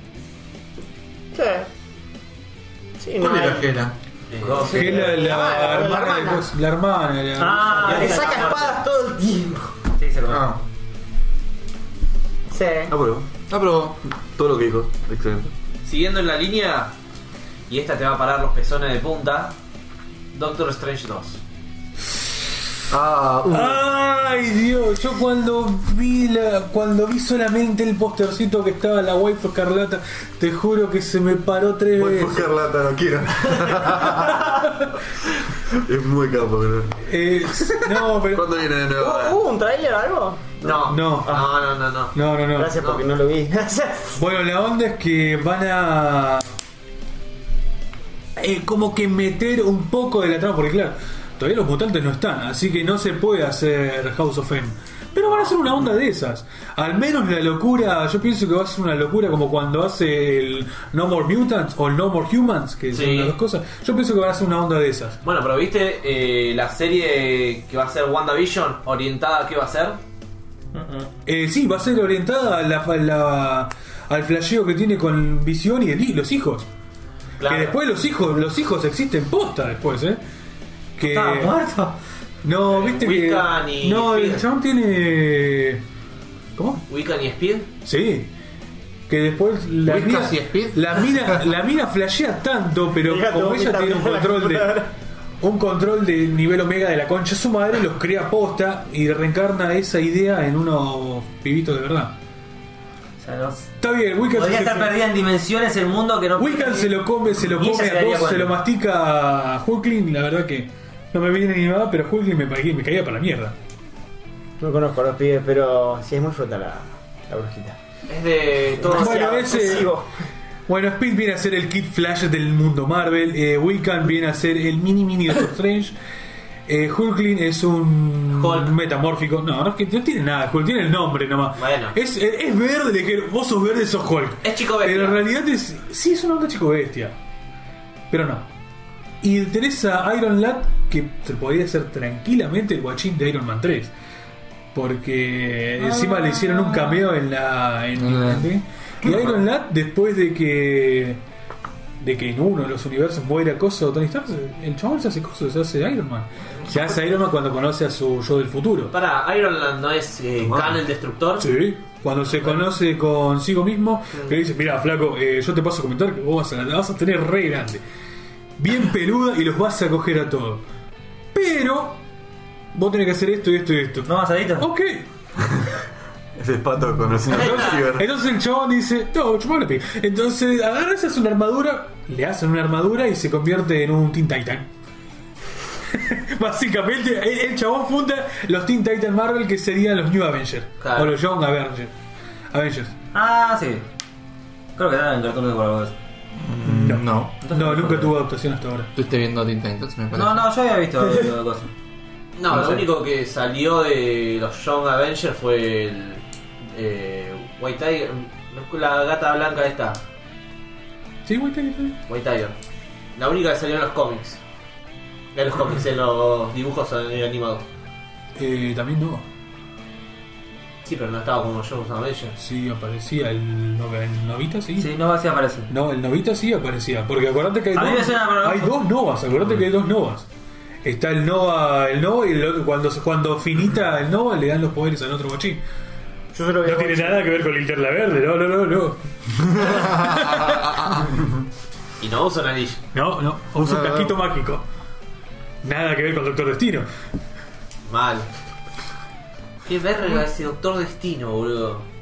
Sí, ¿Cuál no, era Hela? Hela, la hermana. le saca espadas todo el tiempo. Sí, se lo Ah, Sí. Pero todo lo que dijo, excelente. Siguiendo en la línea, y esta te va a parar los pezones de punta, Doctor Strange 2. Ay Dios, yo cuando vi solamente el postercito que estaba la waifu escarlata, te juro que se me paró 3 Voy veces. a Escarlata, no quiero. Es muy capo, creo. No, pero ¿Cuándo viene de nuevo? ¿Hubo un trailer o algo? No. No. No. no. Gracias porque no lo vi. Bueno, la onda es que van a como que meter un poco de la trama, porque claro, todavía los mutantes no están, así que no se puede hacer House of M. Pero van a hacer una onda de esas. Al menos la locura, yo pienso que va a ser una locura como cuando hace el No More Mutants o el No More Humans, que son Sí. las dos cosas. Yo pienso que van a hacer una onda de esas. Bueno, pero ¿viste la serie que va a ser WandaVision? ¿Orientada a qué va a ser? Sí, va a ser orientada al flasheo que tiene con Visión y los hijos. Claro. Que después los hijos existen posta después, que estaba muerto. no, viste Wiccan que y no, el Speed. chabón tiene ¿cómo? ¿Wiccan y Speed? Sí. Que después la Wiccan mina, y Speed. la mina flashea tanto, pero Fíjate, como vos ella que tiene un control de nivel omega de la concha de su madre, los crea posta y reencarna esa idea en unos pibitos de verdad. O sea, no- Está bien, Wiccan podría estar perdida en dimensiones el mundo que no. Wiccan se lo come Ni ella a se daría vos, se cuenta. lo mastica a Hulkling, la verdad que no me viene ni nada, pero Hulkling me caía para la mierda. No conozco a los pibes, pero sí es muy fruta la brujita. Es de todo. Bueno, ese- Sigo. Bueno, Speed viene a ser el Kid Flash del mundo Marvel, Wiccan viene a ser el mini Doctor Strange, Hulkling es un Hulk. metamórfico, no es que no tiene nada, Hulk tiene el nombre nomás. Bueno. Es verde, le dije, vos sos verde, sos Hulk. Es chico bestia. Pero en realidad sí es una onda chico bestia, pero no. Y tenés a Iron Lad, que te podría ser tranquilamente el guachín de Iron Man 3. Porque encima le hicieron un cameo en y Iron Lad, después de que en uno de los universos muera cosa o Tony Stark, el chabón se hace cosas, se hace Iron Man. Se hace Iron Man cuando conoce a su yo del futuro. Para, Iron Man no es Khan el Destructor. Sí, cuando se conoce consigo mismo, que le dice, mira flaco, yo te paso a comentar que vos vas a tener re grande, bien peluda y los vas a coger a todos. Pero vos tenés que hacer esto y esto y esto. ¿No, Asadito? Ok. Ese es pato con el señor Ciber. Entonces el chabón dice, no, chupale. Entonces agarra, se hace una armadura, le hacen una armadura y se convierte en un Teen Titan. Básicamente el chabón funda los Teen Titan Marvel, que serían los New Avengers. Claro. O los Young Avengers. Ah, sí. Creo que era en Cartoon Network algo de eso. No. No, nunca tuvo adaptación hasta ahora. Estuviste viendo Teen Titans, me parece. No, yo había visto algo de cosas. No, No lo sé. único que salió de los Young Avengers fue el White Tiger, la gata blanca esta, Sí, güey, está bien. White Tiger. La única que salió en los cómics. En los cómics, en los dibujos animados. También no. Sí, pero no estaba como los Young Avengers. Sí, aparecía el Novita, sí. Sí, no así aparece. No, el Novita sí aparecía. Porque acordate que A mí me suena, pero- hay dos Novas. Acordate que hay dos Novas. Está el Nova y el otro, cuando finita el Nova le dan los poderes al otro guachín. Yo solo veo. No tiene nada que ver con Linterna Verde, no. Y no usa un anillo. No, usa un casquito mágico. Nada que ver con Doctor Destino. Mal. Qué verga ese Doctor Destino, boludo.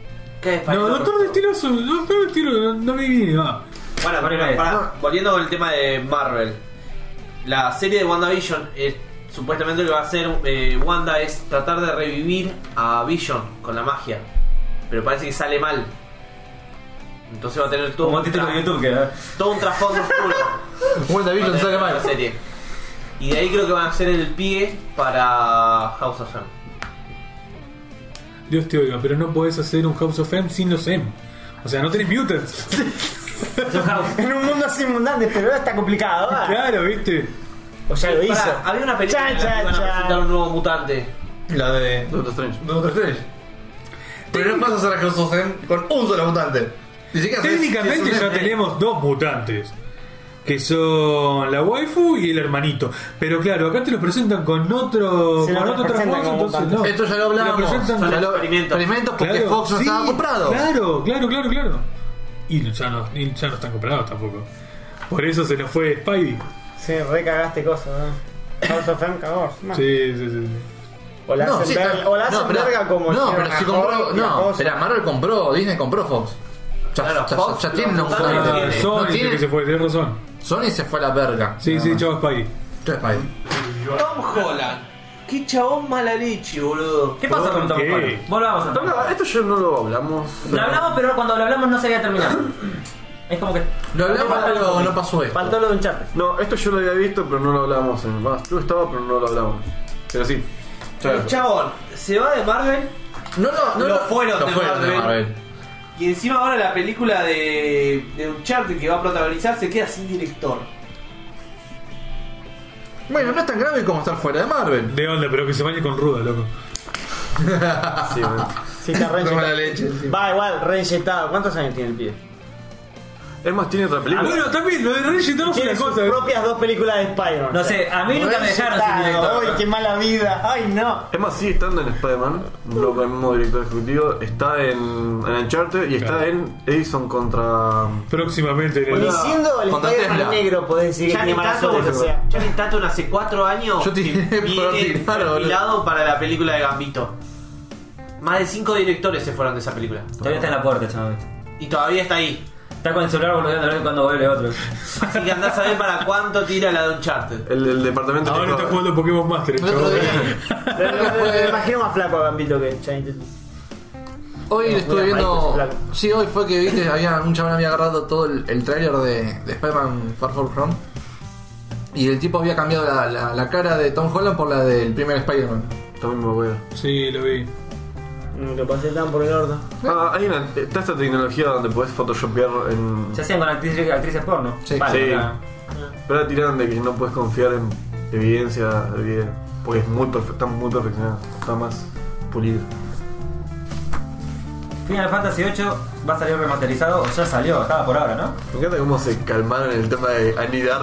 ¿Qué es No, Doctor Destino no vi ni nada. Bueno, Ponele. volviendo con el tema de Marvel. La serie de WandaVision, supuestamente lo que va a hacer Wanda es tratar de revivir a Vision con la magia. Pero parece que sale mal. Entonces va a tener todo Como título de YouTube que todo un trasfondo oscuro. WandaVision Va a tener sale mal. la serie. Y de ahí creo que van a hacer el pie para House of M. Dios te oiga, pero no podés hacer un House of M sin los M. O sea, no tenés mutants. En un mundo sin mutantes, pero ahora está complicado, ¿verdad? Claro, ¿viste? O ya lo hizo. Pará, había una película en la que Chan, iban a chan, presentar chan. un nuevo mutante. La de Doctor Strange. Doctor Strange. Pero no vas a hacer a House of M con un solo mutante. Ni siquiera sabes si Técnicamente es un ya M. tenemos dos mutantes. Que son la waifu y el hermanito. Pero claro, acá te los presentan con otro Se con los otro presentan trasfondo, como entonces mutantes. no. Esto ya lo hablamos. Te lo presentan Son Ya lo- experimentos. porque Claro, Fox no sí, estaba comprado. Claro. Y ya no están comprados tampoco. Por eso se nos fue Spidey. Sí, recagaste cosas, ¿no? House of M cagó. man. Sí. O la hacen, sí, verga, o la hacen pero- verga como no, hicieron pero si a compró. Hulk y a No, Cosa. espera, Marvel compró, Disney compró Fox. Claro, Fox Ya lo tienen un compraron y mutante. tiene. Sony No dice tiene- que se fue, tenés razón. Sony se fue a la verga. Sí, chavo Spidey. Yo Spidey. Tom Holland. Qué chabón mala leche, boludo. ¿Qué pasa con Tom ¿Qué? Holland? Volvamos a Tom No, Holland. esto ya no lo hablamos. Lo hablamos, pero cuando lo hablamos no se había terminado. Es como que. Lo hablamos, pero no pasó esto. Faltó lo de Uncharted. No, esto yo lo había visto, pero no lo hablamos. Tú estaba, pero no lo hablamos. Pero sí. El chabón se va de Marvel No, Lo fueron de Marvel. Marvel. y encima ahora la película de Uncharted que va a protagonizar se queda sin director. Bueno, no es tan grave como estar fuera de Marvel. De onda, pero que se bañe con ruda, loco. Sí, bueno. Sí, está re Toma la inyectado. leche encima. Va igual, re inyectado. ¿Cuántos años tiene el pie? Es más, tiene otra película. Bueno, también, lo de Reggie no es Tiene una sus cosa. propias 2 películas de Spider-Man. No sé, a mí nunca me dejaron sin director. ¡Ay, qué mala vida! ¡Ay, no! Es más, sigue estando en Spider-Man, no con el mismo director ejecutivo. Está en Uncharted y está Claro. en Edison contra. Próximamente en el... Ni siendo el Contra Spider-Man Tesla. negro podés decir que tiene mala suerte. O sea, Channing Tatum hace 4 años Yo tiré que por viene tirar, boludo. perfilado para la película de Gambito. Más de 5 directores se fueron de esa película. Todavía está en la puerta, chaval. Y todavía está ahí. Está con el celular boludeando a ver cuando vuelve otro. Así que andás a ver para cuánto tira la de Uncharted. El departamento Ahora está jugando Pokémon Master, El otro chaval. día. me imagino más flaco a Gambito que Channing Tatum. Hoy No, estuve muy viendo. apagadito, flaco. Sí, hoy fue que viste, un chabón había agarrado todo el tráiler de Spider-Man Far From Home. Y el tipo había cambiado la cara de Tom Holland por la del primer Spider-Man. También me acuerdo. Sí, lo vi. Lo pasé tan por el orto. Está esta tecnología donde podés photoshopear en. Se hacían con actrices porno. Sí. Sí. acá. Pero ahora tiraron de que no puedes confiar en evidencia de video. Porque es muy está muy perfeccionado. Está más pulido. Final Fantasy VIII va a salir remasterizado, o ya salió, estaba por ahora, ¿no? Me encanta cómo se calmaron en el tema de anidar.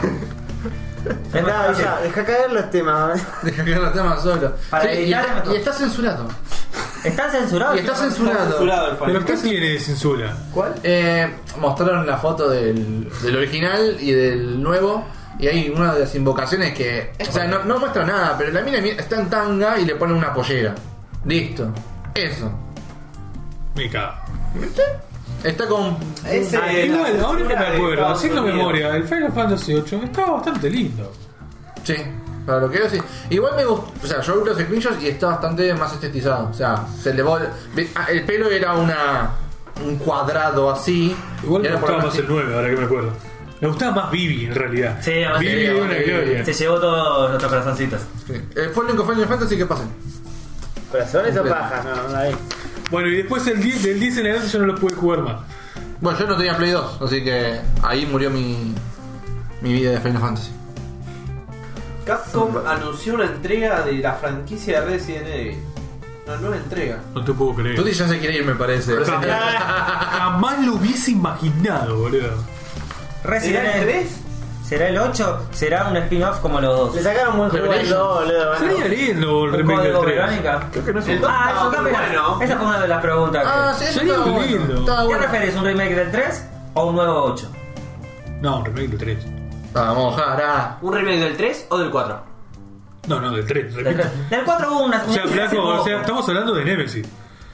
Nada, ya, deja caer los temas. Deja que los temas solo. Para Sí, y, editar está, mejor. y está censurado. ¿Están censurados? Y está censurado. Censurado el ¿Pero fan. qué tiene censura? ¿Cuál? Mostraron la foto del original y del nuevo. Y hay una de las invocaciones que. O sea, no muestra nada, pero la mina está en tanga y le pone una pollera. Listo. Eso. Me cago. Está con. Ese Igual, la ahora que me censura de acuerdo, Estados haciendo Unidos. memoria, el Final Fantasy VIII estaba bastante lindo. Sí, para lo que veo sí. Igual me gusta. O sea, yo vi los screenshots y está bastante más estetizado. O sea, se elevó. El pelo era un cuadrado así. Igual y me ahora por gustaba lo más menos el 9, ahora que me acuerdo. Me gustaba más Vivi, en realidad. Sí, además Vivi se- de una gloria. Se llevó todos nuestros corazoncitos. sí. Fue el único Final Fantasy que pasé. Corazones o pajas, no, ahí. Bueno, y después del 10 en adelante yo no lo pude jugar más. Bueno, yo no tenía Play 2, así que ahí murió mi vida de Final Fantasy. Capcom anunció una entrega de la franquicia de Resident Evil. Una nueva entrega. No te puedo creer. Tuti ya se quiere ir, me parece. Jamás lo hubiese imaginado, boludo. Resident ¿Será el Evil. 3? ¿Será el 8? ¿Será un spin-off como los dos? Le sacaron buen juego al 2, boludo. Sería lindo el ¿Un remake del código 3. Verónica? Creo que no es El un. dos Ah, eso estaba muy también. bueno. Esa fue una de las preguntas. Ah, sí, eso Sería estaba bueno. lindo. Estaba ¿Qué bueno. prefieres, un remake del 3 o un nuevo 8? No, un remake del 3. Vamos, jara. ¿Un remake del 3 o del 4? No, del 3, Del repito. 3. Del 4 hubo una. O sea, una- flaco, hace o sea, poco. estamos hablando de Nemesis.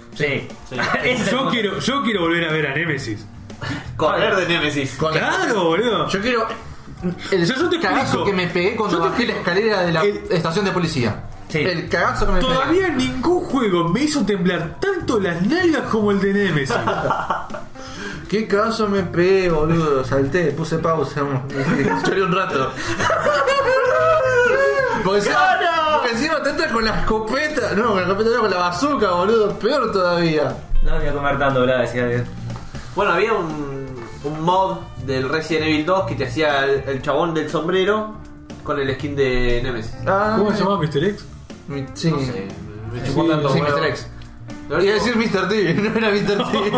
Sí. Sí. Ese es el Yo punto. quiero volver a ver a Nemesis. Correr de Nemesis. Claro, boludo. Yo quiero. El Yo te cagazo explico. que me pegué cuando Yo te bajé la escalera de la estación de policía. Sí. El cagazo que me pegué. Todavía ningún juego me hizo temblar tanto las nalgas como el de Nemesis. Qué cagazo me pegué, boludo. Salté, puse pausa. Lloré un rato. Porque encima te entras con la escopeta. No, con la escopeta no, con la bazooka, boludo. Peor todavía. No voy a comer tanto, bla, decía Dios. Bueno, había un mod del Resident Evil 2 que te hacía el chabón del sombrero con el skin de Nemesis. ¿Cómo se llama Mr. X? Sí, No sé, me chupó Sí, tanto sí, huevo. Mr. X. Iba a decir Mr. T, no era Mr. T.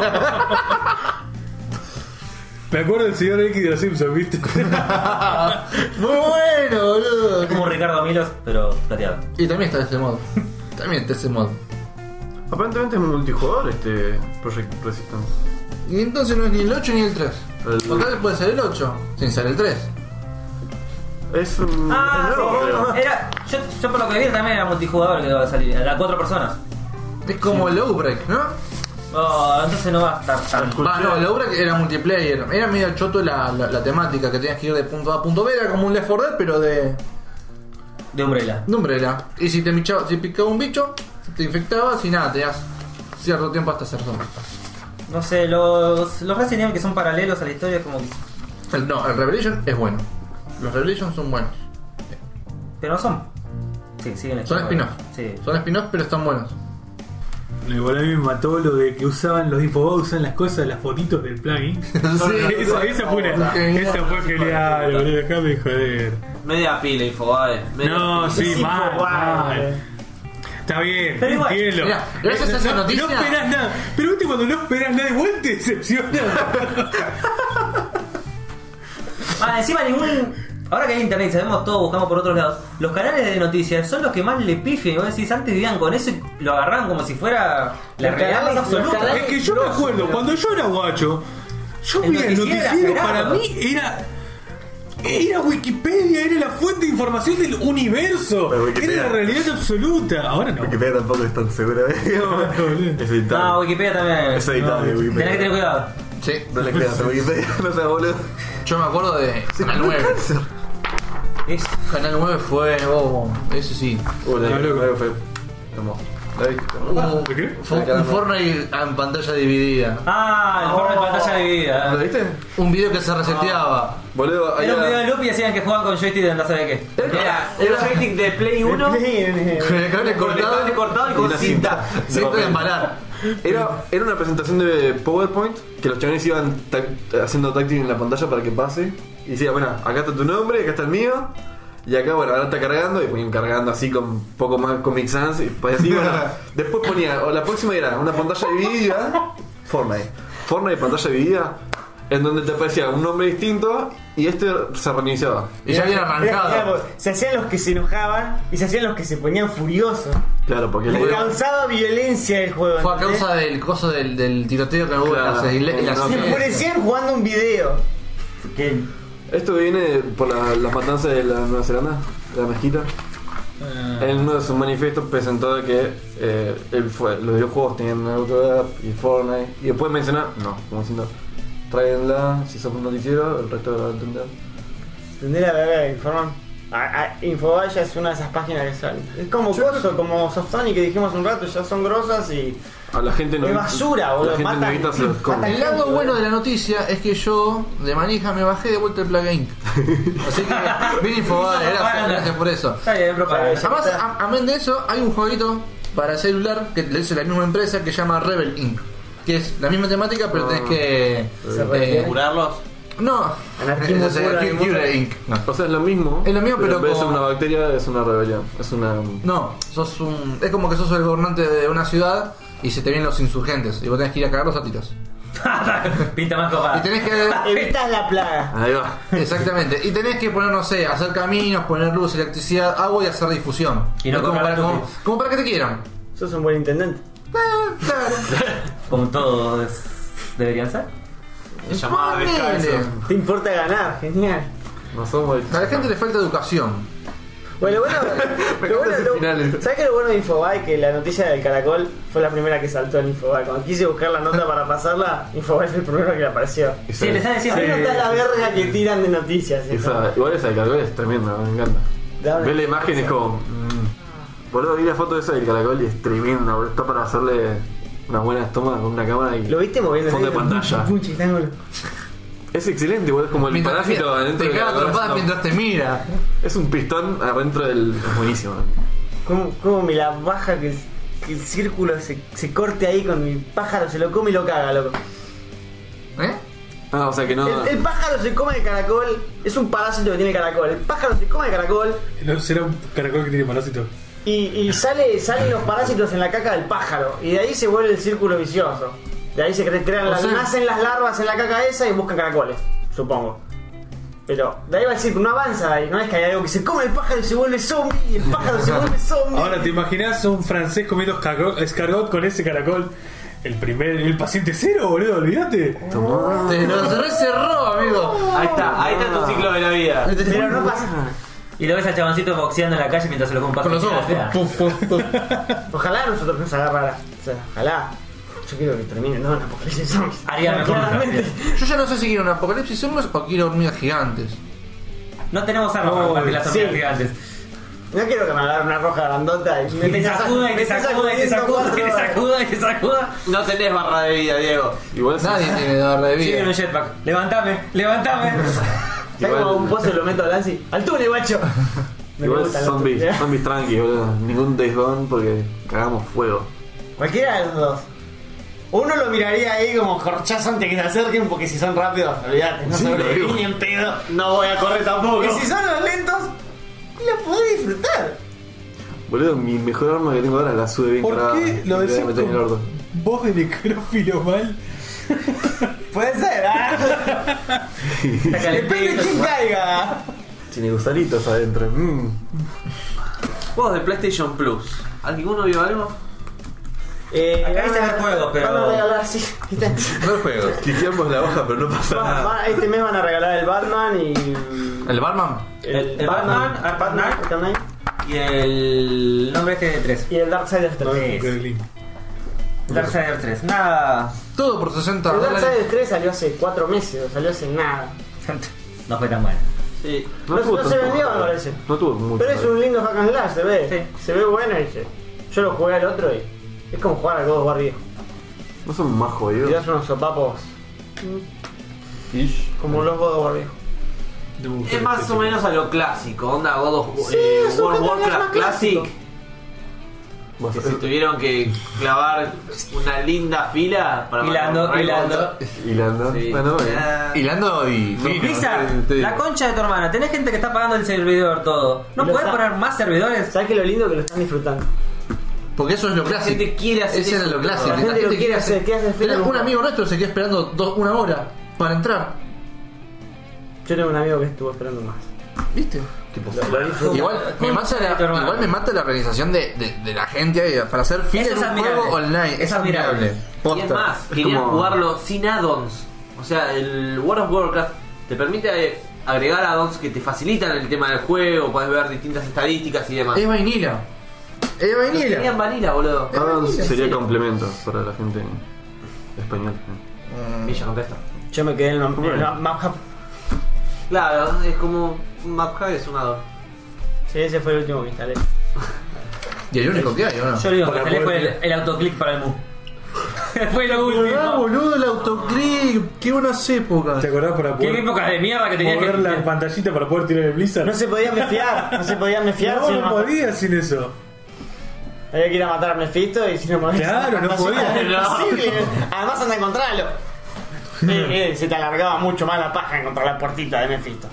Me acuerdo del señor X de los Simpsons, ¿viste? Muy bueno, boludo. Es como Ricardo Milos, pero plateado. Y también está ese mod. También está ese mod. Aparentemente es multijugador este Project Resistance. Y entonces no es ni el 8 ni el 3. El- O tal vez puede ser el 8, sin ser el 3. Es un. Ah, es nuevo, sí. creo. Era, yo por lo que vi también era multijugador que iba a salir. A 4 personas. Es como el Outbreak, ¿no? Oh, entonces no va a estar tan. Ah, no, el Outbreak era multiplayer. Era medio choto la temática, que tenías que ir de punto A a punto B. Era como un Left 4 Dead, pero de De Umbrella. Y si te picaba un bicho, te infectabas y nada, tenías cierto tiempo hasta ser zombie. No sé, los Resident Evil que son paralelos a la historia, como que. No, el Revelation es bueno. Los Revelations son buenos. Pero no son. Sí, siguen la Son historia. spin-off. Sí. Son spin-off, pero están buenos. Igual a mí me mató lo de que usaban los infobox, usan las cosas, las fotitos del plugin. Esa fue una. Esa fue genial, boludo. Déjame joder. Media pila, Infobae. No, sí, Sí, mal, fue mal. Está bien, Pero igual, entiendo. mirá, gracias a esa no, noticia- no esperás nada. Pero viste cuando no esperás nada igual te decepciona. Encima ningún. Ahora que hay internet, sabemos todo, buscamos por otros lados. Los canales de noticias son los que más le pifian. Y vos decís, antes vivían con eso y lo agarraban como si fuera la Los realidad más canales- los absoluta. canales- Es que yo me acuerdo, cuando yo era guacho, yo El veía el noticiero era noticiero, sagrado. para mí era Wikipedia, era la fuente de información del universo, Pero Wikipedia- era la realidad absoluta. Ahora no. Wikipedia tampoco es tan segura. Es editable. No, Wikipedia también. Es editable, No, Wikipedia. tenés que tener cuidado. Sí. No le creas a Wikipedia, no seas boludo. Yo me acuerdo de Canal 9. Es- Canal 9 fue. Oh, ese sí. La No, loco. fue hermoso. ¿La viste? ¿De qué? Fue un Fortnite en pantalla dividida. Ah, el forma de pantalla dividida. ¿Lo viste? Un video que se reseteaba. Boludo, Era un video había. de loop y decían que jugaban con joystick de no sé de qué. Era joystick de Play 1 Con el cable con el cable cortado y con una cinta. Cinta de embalar. Era una presentación de PowerPoint que los chavales iban haciendo táctil en la pantalla para que pase. Y decía, bueno, acá está tu nombre, acá está el mío. Y acá, bueno, ahora está cargando. Y ponían cargando así con un poco más Comic Sans. Y pues así, bueno. Después ponía, o la próxima era una pantalla dividida. Fortnite pantalla dividida. En donde te aparecía un nombre distinto. Y este se reiniciaba. Y ya habían arrancado. Digamos, se hacían los que se enojaban y se hacían los que se ponían furiosos. Claro, porque Le causaba violencia el juego. Fue a ¿entendés? causa del coso del tiroteo que hubo Claro. en las No, Se no, enfurecían jugando un video. Que esto viene por las matanzas de la Nueva Zelanda, de la mezquita. En uno de sus manifiestos presentó que los videojuegos tenían Naruto y Fortnite. Y después mencionar, no, como diciendo, tráiganla, si sos un noticiero, el resto lo va a entender. tendría la verdad que informan. Infobaya es una de esas páginas que salen. Es como Coso, como Softonic que dijimos un rato, ya son grosas y. A la gente no Es basura, boludo, La gente matan- novita se los come. matan- El lado bueno de la noticia es que yo, de manija, me bajé de vuelta el plugin. Así que, bien Infobae, gracias por eso. Está bien, propaganda. Además, amén de eso, hay un jueguito para celular que le hizo la misma empresa que se llama Rebel Inc. Que es la misma temática, pero tenés que. Curarlos. No, Anarquismo es puro, Cure Inc. No. O sea, es lo mismo. Es lo mismo, pero en vez de ser con- una bacteria, es una rebelión. Es una. No, sos un. Es como que sos el gobernante de una ciudad y se te vienen los insurgentes y vos tenés que ir a cagarlos a tiros. Pinta más Y copada. tenés que. Evitas la plaga. Ahí va. Exactamente. Y tenés que poner, no sé, hacer caminos, poner luz, electricidad, agua y hacer difusión. Y no como comprar para, tutis. como para que te quieran. Sos un buen intendente. Claro. Como todos deberían ser. Se llamaba Ponele. descanso. Te importa ganar, genial. No somos. A la gente le falta educación. Bueno, lo bueno, ese final. ¿sabes qué es lo bueno de Infobae? Que la noticia del caracol fue la primera que saltó en Infobae. Cuando quise buscar la nota para pasarla, Infobae fue el primero que le apareció. Sí, les ha decido. Ahí no está la verga que tiran de noticias. Igual esa del caracol es tremenda, me encanta. Dame. Ves la imagen y es como. Boludo, vi la foto esa del caracol y es tremenda, boludo. Está para hacerle unas buenas tomas con una cámara y. ¿Lo viste moviendo? Fondo de pantalla. Es excelente, igual, es como el Mientras parásito adentro te del caga caracol, trompadas es mientras te mira. Es un pistón adentro del. Es buenísimo. ¿Cómo me la baja que el círculo se corte ahí con mi pájaro? Se lo come y lo caga, loco. ¿Eh? Ah, o sea que no. El pájaro se come el caracol. Es un parásito que tiene el caracol. El pájaro se come el caracol No, será un caracol que tiene parásito. y salen los parásitos en la caca del pájaro. Y de ahí se vuelve el círculo vicioso. De ahí se crean O sea- nacen las larvas en la caca esa y buscan caracoles, supongo. Pero de ahí va el círculo, no avanza de ahí. No es que hay algo que se come el pájaro y se vuelve zombie y el pájaro se vuelve zombie. Ahora, ¿te imaginas un francés comiendo escargot con ese caracol? El paciente cero, boludo, olvídate. Te lo cerró, amigo. Ahí está tu ciclo de la vida. Pero no pasa. Y lo ves al chaboncito boxeando en la calle mientras se lo come un Con los ojos. Puf, puf, puf. Ojalá nosotros nos agarrara. O sea, ojalá. Yo quiero que termine, no, en apocalipsis zombies. Haría mejor. Claramente. Yo ya no sé si quiero un apocalipsis zombies o quiero hormigas gigantes. No tenemos armas para combatir las hormigas sí. gigantes. No quiero que me agarre una roja grandota y Y te sacuda, y te sacuda, y te sacuda, y te sacuda, y te sacuda. No tenés barra de vida, Diego. Igual sí. Nadie tiene barra de Sí, en un vida. jetpack. Levantame. ¿Sabes como un pozo lo meto a Lancy? ¡Al túnel, guacho! Me Igual gustan los zombies, túneles. zombies tranqui, boludo. Ningún Days Gone porque cagamos fuego. Cualquiera de los dos. Uno lo miraría ahí como corchazo antes que se acerquen, porque si son rápidos, olvídate, no Sí, sobreviví lo digo. ni en pedo, no voy a correr tampoco. Y si son los lentos, lo podés disfrutar. Boludo, mi mejor arma que tengo ahora la sube bien ¿Por cargada. qué Y lo me decís voy a meter en el orto. con voz de necrófilo mal? Puede ser, ¿ah? Depende de quién caiga. Tiene gusanitos adentro. Juegos de PlayStation Plus. ¿Alguno vio algo? Acá viste ver juegos, pero- Van a regalar, sí. No juegos. Quiqueamos la hoja, pero no pasa nada. Este mes van a regalar el Batman y. ¿El Batman? El Batman, Arkham Knight. Y el nombre este de 3. Y el Darksiders 3. Sí. Darksiders 3. Nada. Todo por 60 El dólares. Darksiders 3 salió hace 4 meses, salió hace nada. No fue tan bueno. Sí. No tuvo se tanto vendió, bajo. me parece. No tuvo mucho. Pero es un lindo hack and slash, se ve. Sí. Se ve bueno y yo lo jugué al otro y es como jugar al God of War viejo. No son más jodidos. Tirás unos sopapos como los God of War viejo. Es más o menos a lo clásico, onda God of Sí, es un World of hack and slash Warcraft más Classic. clásico. Vas a- Que se tuvieron que clavar una linda fila para Hilando, matar a un hilando. Hilando. Sí. Bueno, bueno. Hilando y fino. Blizzard, te digo. la concha de tu hermana. Tenés gente que está pagando el servidor todo. ¿No Y lo podés está- poner más servidores? ¿Sabes qué es lo lindo que lo están disfrutando? Porque eso es lo La clásico. gente quiere hacer Ese era eso. lo clásico. La gente lo quiere hacer, quiere hacer fila Un nunca. amigo nuestro se quedó esperando una hora para entrar. Yo tengo un amigo que estuvo esperando más. ¿Viste? Lo disfruto. Igual me mata la organización de la gente para hacer fila Eso en es un admirable. juego online. Es admirable. Y Posta. es más, Es querían como- jugarlo sin add-ons. O sea, el World of Warcraft te permite agregar add-ons que te facilitan el tema del juego, podés ver distintas estadísticas y demás. Es vainilla. Es Pero Tenían vainilla. vanilla, boludo. Add-ons sería Sí. complemento para la gente española. Villa contesta. Yo me quedé en el map hub. Claro, es como un map hub es un add-on. Sí, ese fue el último que instalé. Y el único que hay, ¿o no? Yo lo digo, Por la que fue puerta. el autoclick para el mu. Fue lo Ah, último. boludo, el autoclick. Qué buenas épocas. ¿Te acordás para Qué poder épocas de mierda que tenía mover que la pantallita para poder tirar el Blizzard? No se podía mefiar, no se podía mefiar. No, si no no podía sin eso. había que ir a matar a Mephisto y si no podía. Claro, no podía. Era imposible. Además anda a encontrarlo. Se te alargaba mucho más la paja encontrar la puertita de Mephisto.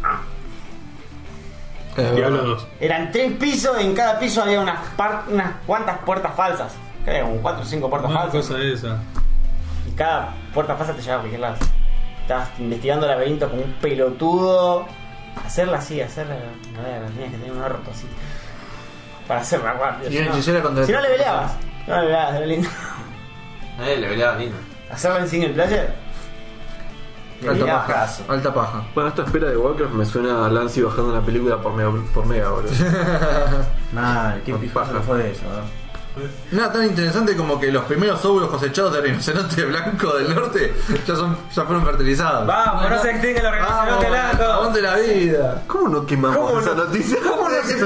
Diablo 2. Eran 3 pisos, en cada piso había unas cuantas puertas falsas. Creo, como 4 o 5 puertas Una falsas. cosa esa. Y cada puerta falsa te llevaba a cualquier lado. Estabas investigando laberintos como un pelotudo. Hacerla así, hacerla. A ver, tenías que tener un orto así. Para hacerla rápido. Y una hechicera contra- Si no le peleabas. No le peleabas, era lindo. Le peleaba lindo. Hacerla en single player. Alta Mirá, paja. caso. Alta paja. Bueno, esta espera de Warcraft me suena a Lancy bajando una película por mega, boludo. Mal, qué Paja. pijoso fue eso, ¿no? Nada tan interesante como que los primeros óvulos cosechados de rinoceronte blanco del norte ya fueron fertilizados. Vamos, no se extingue los rinocerontes blancos. ¿Dónde la vida? ¿Cómo no quemamos esa noticia? ¿Cómo no se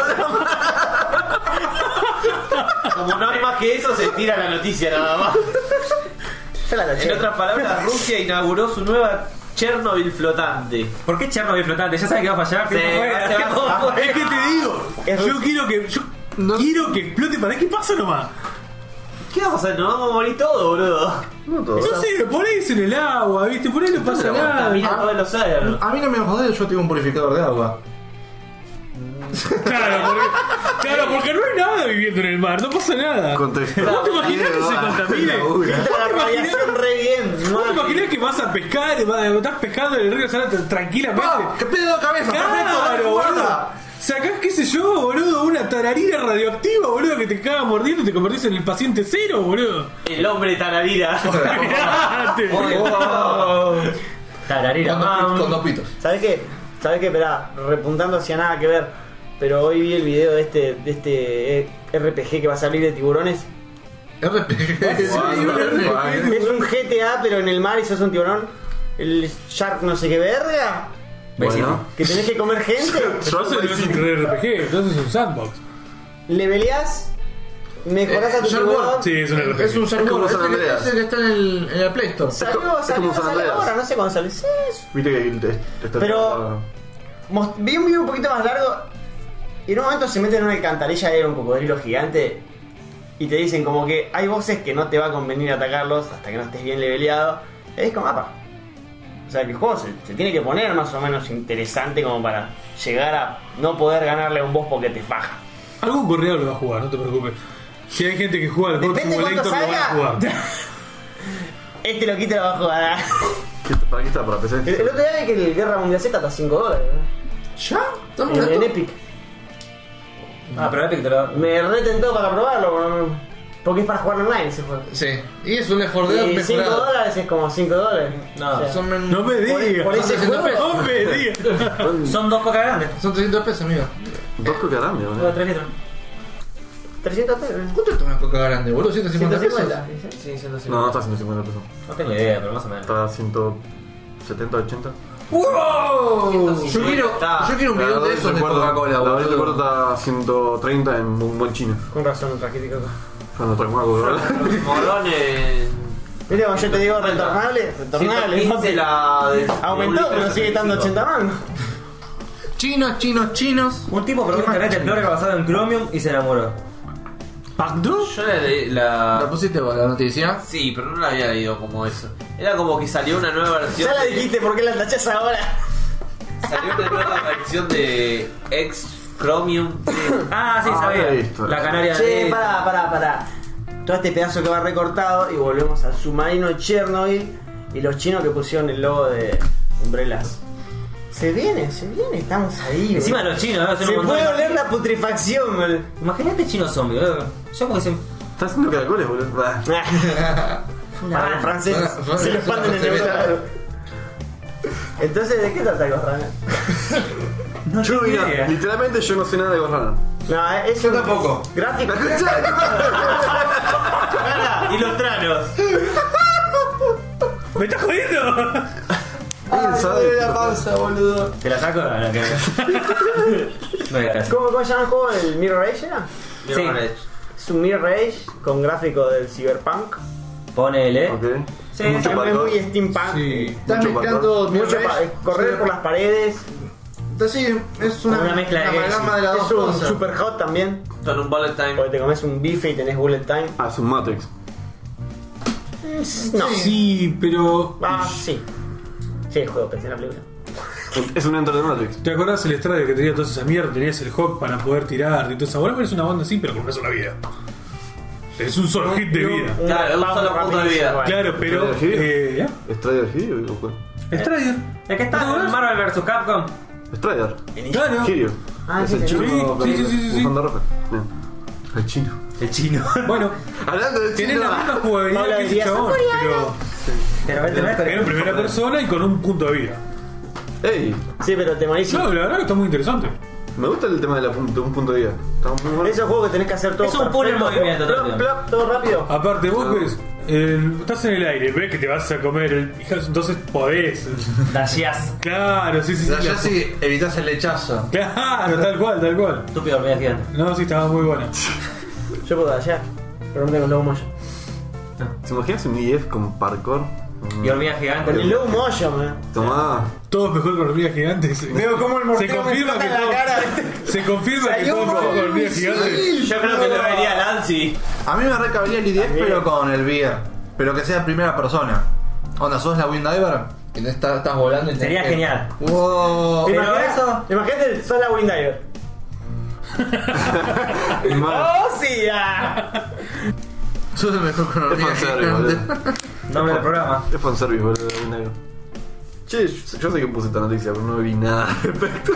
Como no hay más que eso, se tira la noticia nada más. Yo la taché. En otras palabras, Rusia inauguró su nueva Chernobyl flotante. ¿Por qué Chernobyl flotante? Ya sabes que va a fallar. Sí, ¿Cómo fue? Es que te digo, yo quiero que explote. ¿Para qué pasa nomás? ¿Qué vamos a hacer? Nos vamos a morir todos, boludo. No todo. No sé, ponés en el agua, ¿viste? Por ahí no pasa nada. Contamina todo el océano. A mí no me jodé, yo tengo un purificador de agua. Claro, porque no hay nada viviendo en el mar, no pasa nada. ¿Vos te imaginás que se contamine? La radiación re bien. ¿Vos te imaginás que vas a pescar, estás pescando en el río Salado tranquilamente? ¿Qué pedo de cabeza? Claro, Perfecto, boludo. guarda. Sacás, qué sé yo, boludo, una tararira radioactiva, boludo, que te caga mordiendo y te convertís en el paciente cero, boludo. El hombre tararira. Mirate. Tararira. Con dos pitos. ¿Sabes qué? Esperá, repuntando hacia nada que ver. Pero hoy vi el video de este RPG que va a salir de tiburones. RPG. Es un GTA, pero en el mar y sos un tiburón. El Shark no sé qué verga. Bueno, Que tenés que comer gente. Entonces no es un RPG, entonces es un sandbox. Leveleás, mejorás a tu Shark tiburón. World. Sí, es un RPG. Es un Shark como World, San Andreas. ese que está en el Play Store. Salió es como San sale Andreas. ahora, no sé cuándo sale. Sí, viste que está. Pero- vi un video un poquito más largo y en un momento se meten en una alcantarilla y hay un cocodrilo gigante y te dicen como que hay voces que no te va a convenir atacarlos hasta que no estés bien leveleado. Y es como, apa. O sea que el juego se tiene que poner más o menos interesante como para llegar a no poder ganarle a un boss porque te faja. Algún correo lo va a jugar, no te preocupes. Si hay gente que juega al God Depende cuánto Simulator, lo van a jugar. salga. Este loquito lo va a jugar. ¿Para qué está? ¿Para PC? El otro día vi que el Guerra Mundial Z está a $5, ¿no? ¿Ya? ¿Estamos En barato? Epic. Ah, pero Epic te lo. Me retentó para probarlo, porque es para jugar online ese juego. Sí. Y es un Left 4 Dead Y $5 mejorado. es como $5. No, O sea, Son, No me digas. por ese Son juego, 300 No me digas. Son dos cocas grandes. son 300 pesos, amigo. Dos coca grande, Todo boludo. 3 litros. 300 pesos. ¿Cuánto está una coca grande, boludo? 150 pesos. 150. Sí, 150. No, no está a 150 pesos. No tengo idea, pero más o menos. Está a 170, 80. ¡Wow! Yo quiero un video de esos de Coca-Cola, La verdad boludo. está a 130 en un buen chino. Con razón, un trajete coca. Cuando traigo algo, ¿verdad? Morones. ¿Viste cuando yo te digo retornable? Retornable. 115 la de. Aumentó, pero sigue estando 80 mangos. Chinos. Un tipo probó Internet Explorer basado en Chromium y se enamoró. ¿Pacto? Yo la. ¿La pusiste vos la noticia? Sí, pero no la había leído como eso. Era como que salió una nueva versión. Ya la de- dijiste, ¿por qué la tachás ahora? Salió una nueva versión de X Chromium. Ah, sí, Ah, sabía. listo. La canaria Che, de. pará. Todo este pedazo que va recortado y volvemos al submarino Chernobyl y los chinos que pusieron el logo de Umbrellas. Se viene, estamos ahí. Encima boludo. los chinos, ¿no? Se puede oler la putrefacción, boludo. Imagínate chinos zombies, boludo. Yo como que se. Está haciendo caracoles, boludo. Bah. Para los franceses Bueno, se lo expanden en Europa. Entonces, ¿de qué trata Ghostrunner? No Yo, tengo mira, idea. literalmente yo no sé nada de Ghostrunner. No, es Yo un tampoco. gráfico. Y los tranos. ¿Me estás jodiendo? ¿Alguien sabe? la panza, boludo. ¿Te la saco? No, que. No hay gracia. ¿Cómo se llama el juego? ¿El Mirror Age era? Sí. Es un Mirror Age con gráfico del Cyberpunk. Ponele. Ok. Sí, Mucho Es parkour. muy steampunk. Sí. Estás Mucho mezclando Mucho correr por las paredes. Sí, es una mezcla de amalgama de las Es dos un cosas. super hot también. Con un bullet time. Porque te comes un bife y tenés bullet time. Ah, es un Matrix. No. Sí, pero. Ah, sí. Sí, el juego, pensé en la película. Es un enter de Matrix. ¿Te acordás el Strider que tenía todas esas mierdas? Tenías el Hawk para poder tirar y todo eso. Ahora es una banda así, pero con una sola vida. Es un solo hit de vida. Claro, un Vamos solo punto de rapidísimo, vida. igual. Claro, pero. ¿Strider? ¿Ya? ¿Strider Hero o cuál? Strider. El que está en Marvel vs Capcom. Strider. Claro. Hero. Ah, Es sí, el sí, chino. sí, sí, sí, sí. Bufanda roja. Bien. El chino. El chino. Bueno, Hablando de tenés chino. la misma jugabilidad Hola, que ese dirías, chabón, pero. Pero vete con Era en primera persona y con un punto de vida. Ey, Sí, pero te morís. No, la verdad que está muy interesante. me gusta el tema de un punto de vida. Está muy bueno. Esos juegos que tenés que hacer todo Es un puro perfecto. movimiento, todo el Plop, tiempo. plop, todo rápido. Aparte, vos ves, estás en el aire, ves que te vas a comer el pijazo, entonces podés. Dashias. Claro, sí, sí, sí. Ya si evitas el lechazo. Claro, tal cual, tal cual. Estúpido hormiga gigante. No, sí, estaba muy buena. Yo puedo allá, pero no tengo low motion. ¿Se imaginas un IF con parkour? Y hormiga gigante. Con el low motion, man. Tomá. Todo mejor con hormigas gigantes. Veo cómo el Se mortero me confirma que explota en todo. la cara. Se confirma que Salió todo mejor con hormigas gigantes. Yo creo que lo vería Lancy. A mí me recabaría el IDF, pero con el VR. Pero que sea primera persona. Onda, sos la Windiver y te estás volando y Sería tenés que- genial. Wow. Pero Imaginate- eso- Imagínate, sos la Windiver. Mal. ¡Oh, sí! ah. Sos el mejor con Es hormigas fanservice, gigantes. boludo. Nombre del programa. Es fanservice, boludo. negro. Che, yo sé que puse esta noticia, pero no vi nada al respecto.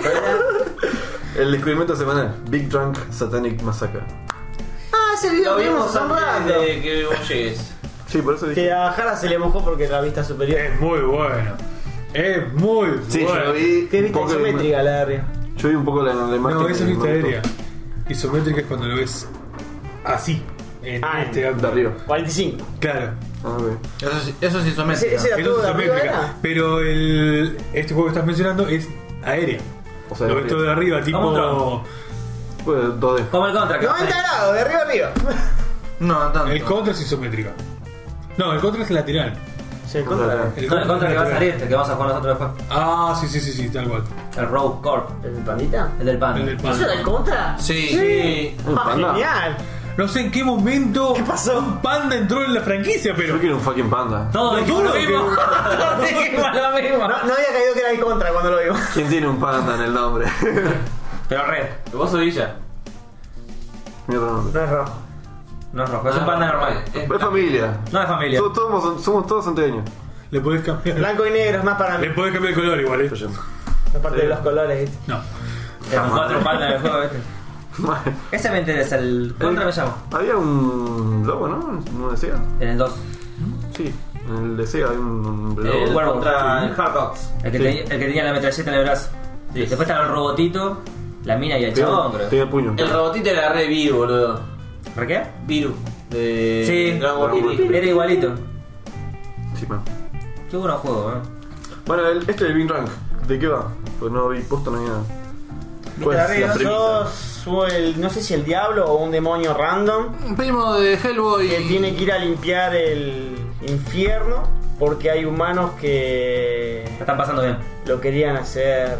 El descubrimiento semanal: Big Drunk Satanic Massacre. Ah, ese video Lo que vimos vimos hace un antes rato. de que vos llegues. Sí, por eso Que dije. a Jara se le mojó porque la vista superior. Es muy bueno. Es muy Sí, bueno. yo vi. Qué un vista poco isométrica la de arriba. Yo vi un poco la imagen. No, esa es y me vista gustó. aérea. Isométrica es cuando lo ves así. En Ah, este De ángulo. arriba. 45. Claro. Ah, ok. Eso es isométrico. Ese era Eso todo es de arriba, isométrica. ¿era? Pero este juego que estás mencionando es aérea. O sea, Lo ves todo de arriba, Como un tipo. Pues 2D. Como el contra. Que 90 grados, de arriba arriba. No, tanto. El contra es isométrica. No, el contra es lateral. Sí, contra. No, el contra que va a salir, el que vamos a jugar nosotros después. Ah, sí, sí, sí, sí, tal cual. El Rogue Corp. ¿El pandita? El del pan. El del pan. ¿Eso era el contra? Sí. Sí. Un Ah, panda. genial. No sé en qué momento. ¿Qué pasó? Un panda entró en la franquicia, pero. Yo quiero un fucking panda. Todos dijimos lo Todo mismo. Todos dijimos lo mismo. No había caído que era el contra cuando lo vimos. ¿Quién tiene un panda en el nombre? Pero red. Vos sos Villa. Mierda, nombre. No es rojo. No es rojo, es un panda normal. Es familia. No es familia. Somos todos santiagueños. Le podés cambiar. Blanco y negro es más para mí. Le podés cambiar el color igual, Yo. Aparte de los colores, ¿viste? No. Eran 4 pandas del juego, ¿viste? Ese me interesa, el contra me llamo. Había un lobo, ¿no? ¿No decía? En el 2. Sí, en el de Sega había un lobo. El Werewolf. contra el Hard Rocks. El que, Sí. el que tenía la metralleta en el brazo. Sí. Después estaba el robotito, la mina y el chabón, creo. Tenía el puño. El robotito era re Viru, boludo. ¿Por qué? Viru. De Sí. Dragon Ball GT. Era igualito. Sí, man. Qué bueno juego, Bueno, este del Big Rank, ¿de qué va? Pues no vi posta, no vi nada. ¿Viste ¿Cuál la es la regla? premisa? Sos no sé si el diablo o un demonio random Un primo de Hellboy. que tiene que ir a limpiar el infierno porque hay humanos que La están pasando bien. lo querían hacer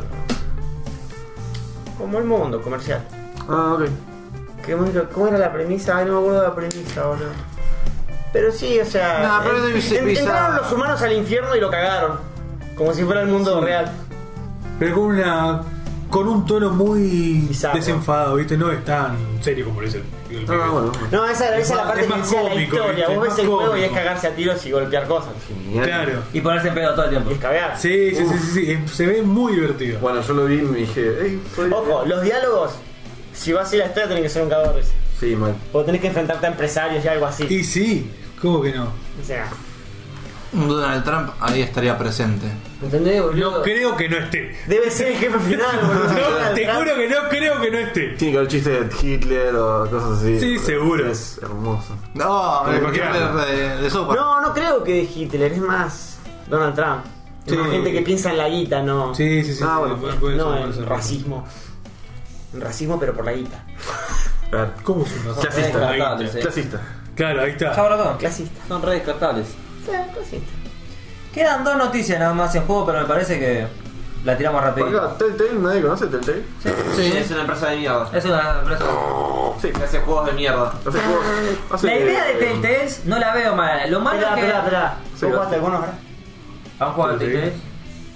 como el mundo comercial. Ah, ok. ¿Cómo era la premisa? Ay, no me acuerdo de la premisa, boludo. Pero sí, o sea, No, pero es bizarro. entraron los humanos al infierno y lo cagaron. Como si fuera el mundo Sí. real. Pero con un tono muy Bizarro. desenfadado, ¿viste? No es tan serio como lo dice el Ah, bueno. No, esa Es es la más- parte es que más decía la cómico, historia. ¿viste? Vos Es ves el más juego y es cómico. cagarse a tiros y golpear cosas. Genial. Claro. Y ponerse en pedo todo el tiempo. Y es cagar. Sí, sí, sí, sí, sí, se ve muy divertido. Bueno, yo lo vi y me dije, hey, soy. Ojo, los diálogos, si vas a ir a la historia, tenés que ser un cagador de risa. Sí, mal. O tenés que enfrentarte a empresarios y algo así. Y sí, ¿cómo que no? O sea, Un Donald Trump ahí estaría presente. ¿entendés, boludo? No creo que no esté. Debe ser el jefe final, boludo. No, te juro que no creo que no esté. Tiene que haber chistes de Hitler o cosas así. Sí, seguro. Es hermoso. No, el ¿Por qué? Hitler de sopa. No creo que Hitler, es más Donald Trump. Es más Sí. gente que piensa en la guita, no, Sí, sí, sí. Ah, sí, bueno. puede no ser, en puede ser. racismo. En racismo, pero por la guita. Claro. ¿Cómo es un racista? Clasista. Ahí está. Clasista. Claro, ahí está. ¿Ya habló todo? Clasista. Son re descartables. Sí, clasista. Quedan 2 noticias nada más en juego, pero me parece que la tiramos Por rapidito. acá, Telltale, ¿nadie conoce Telltale? Sí. Es una empresa de mierda. Es una empresa. Sí. Que hace juegos de mierda. Hace juegos. Hace, La idea de Telltale no la veo mal. Lo malo Espera, es que. espera. Sí, ¿Vos jugaste sí. algunos ahora? ¿Han jugado al Telltale? Telltale?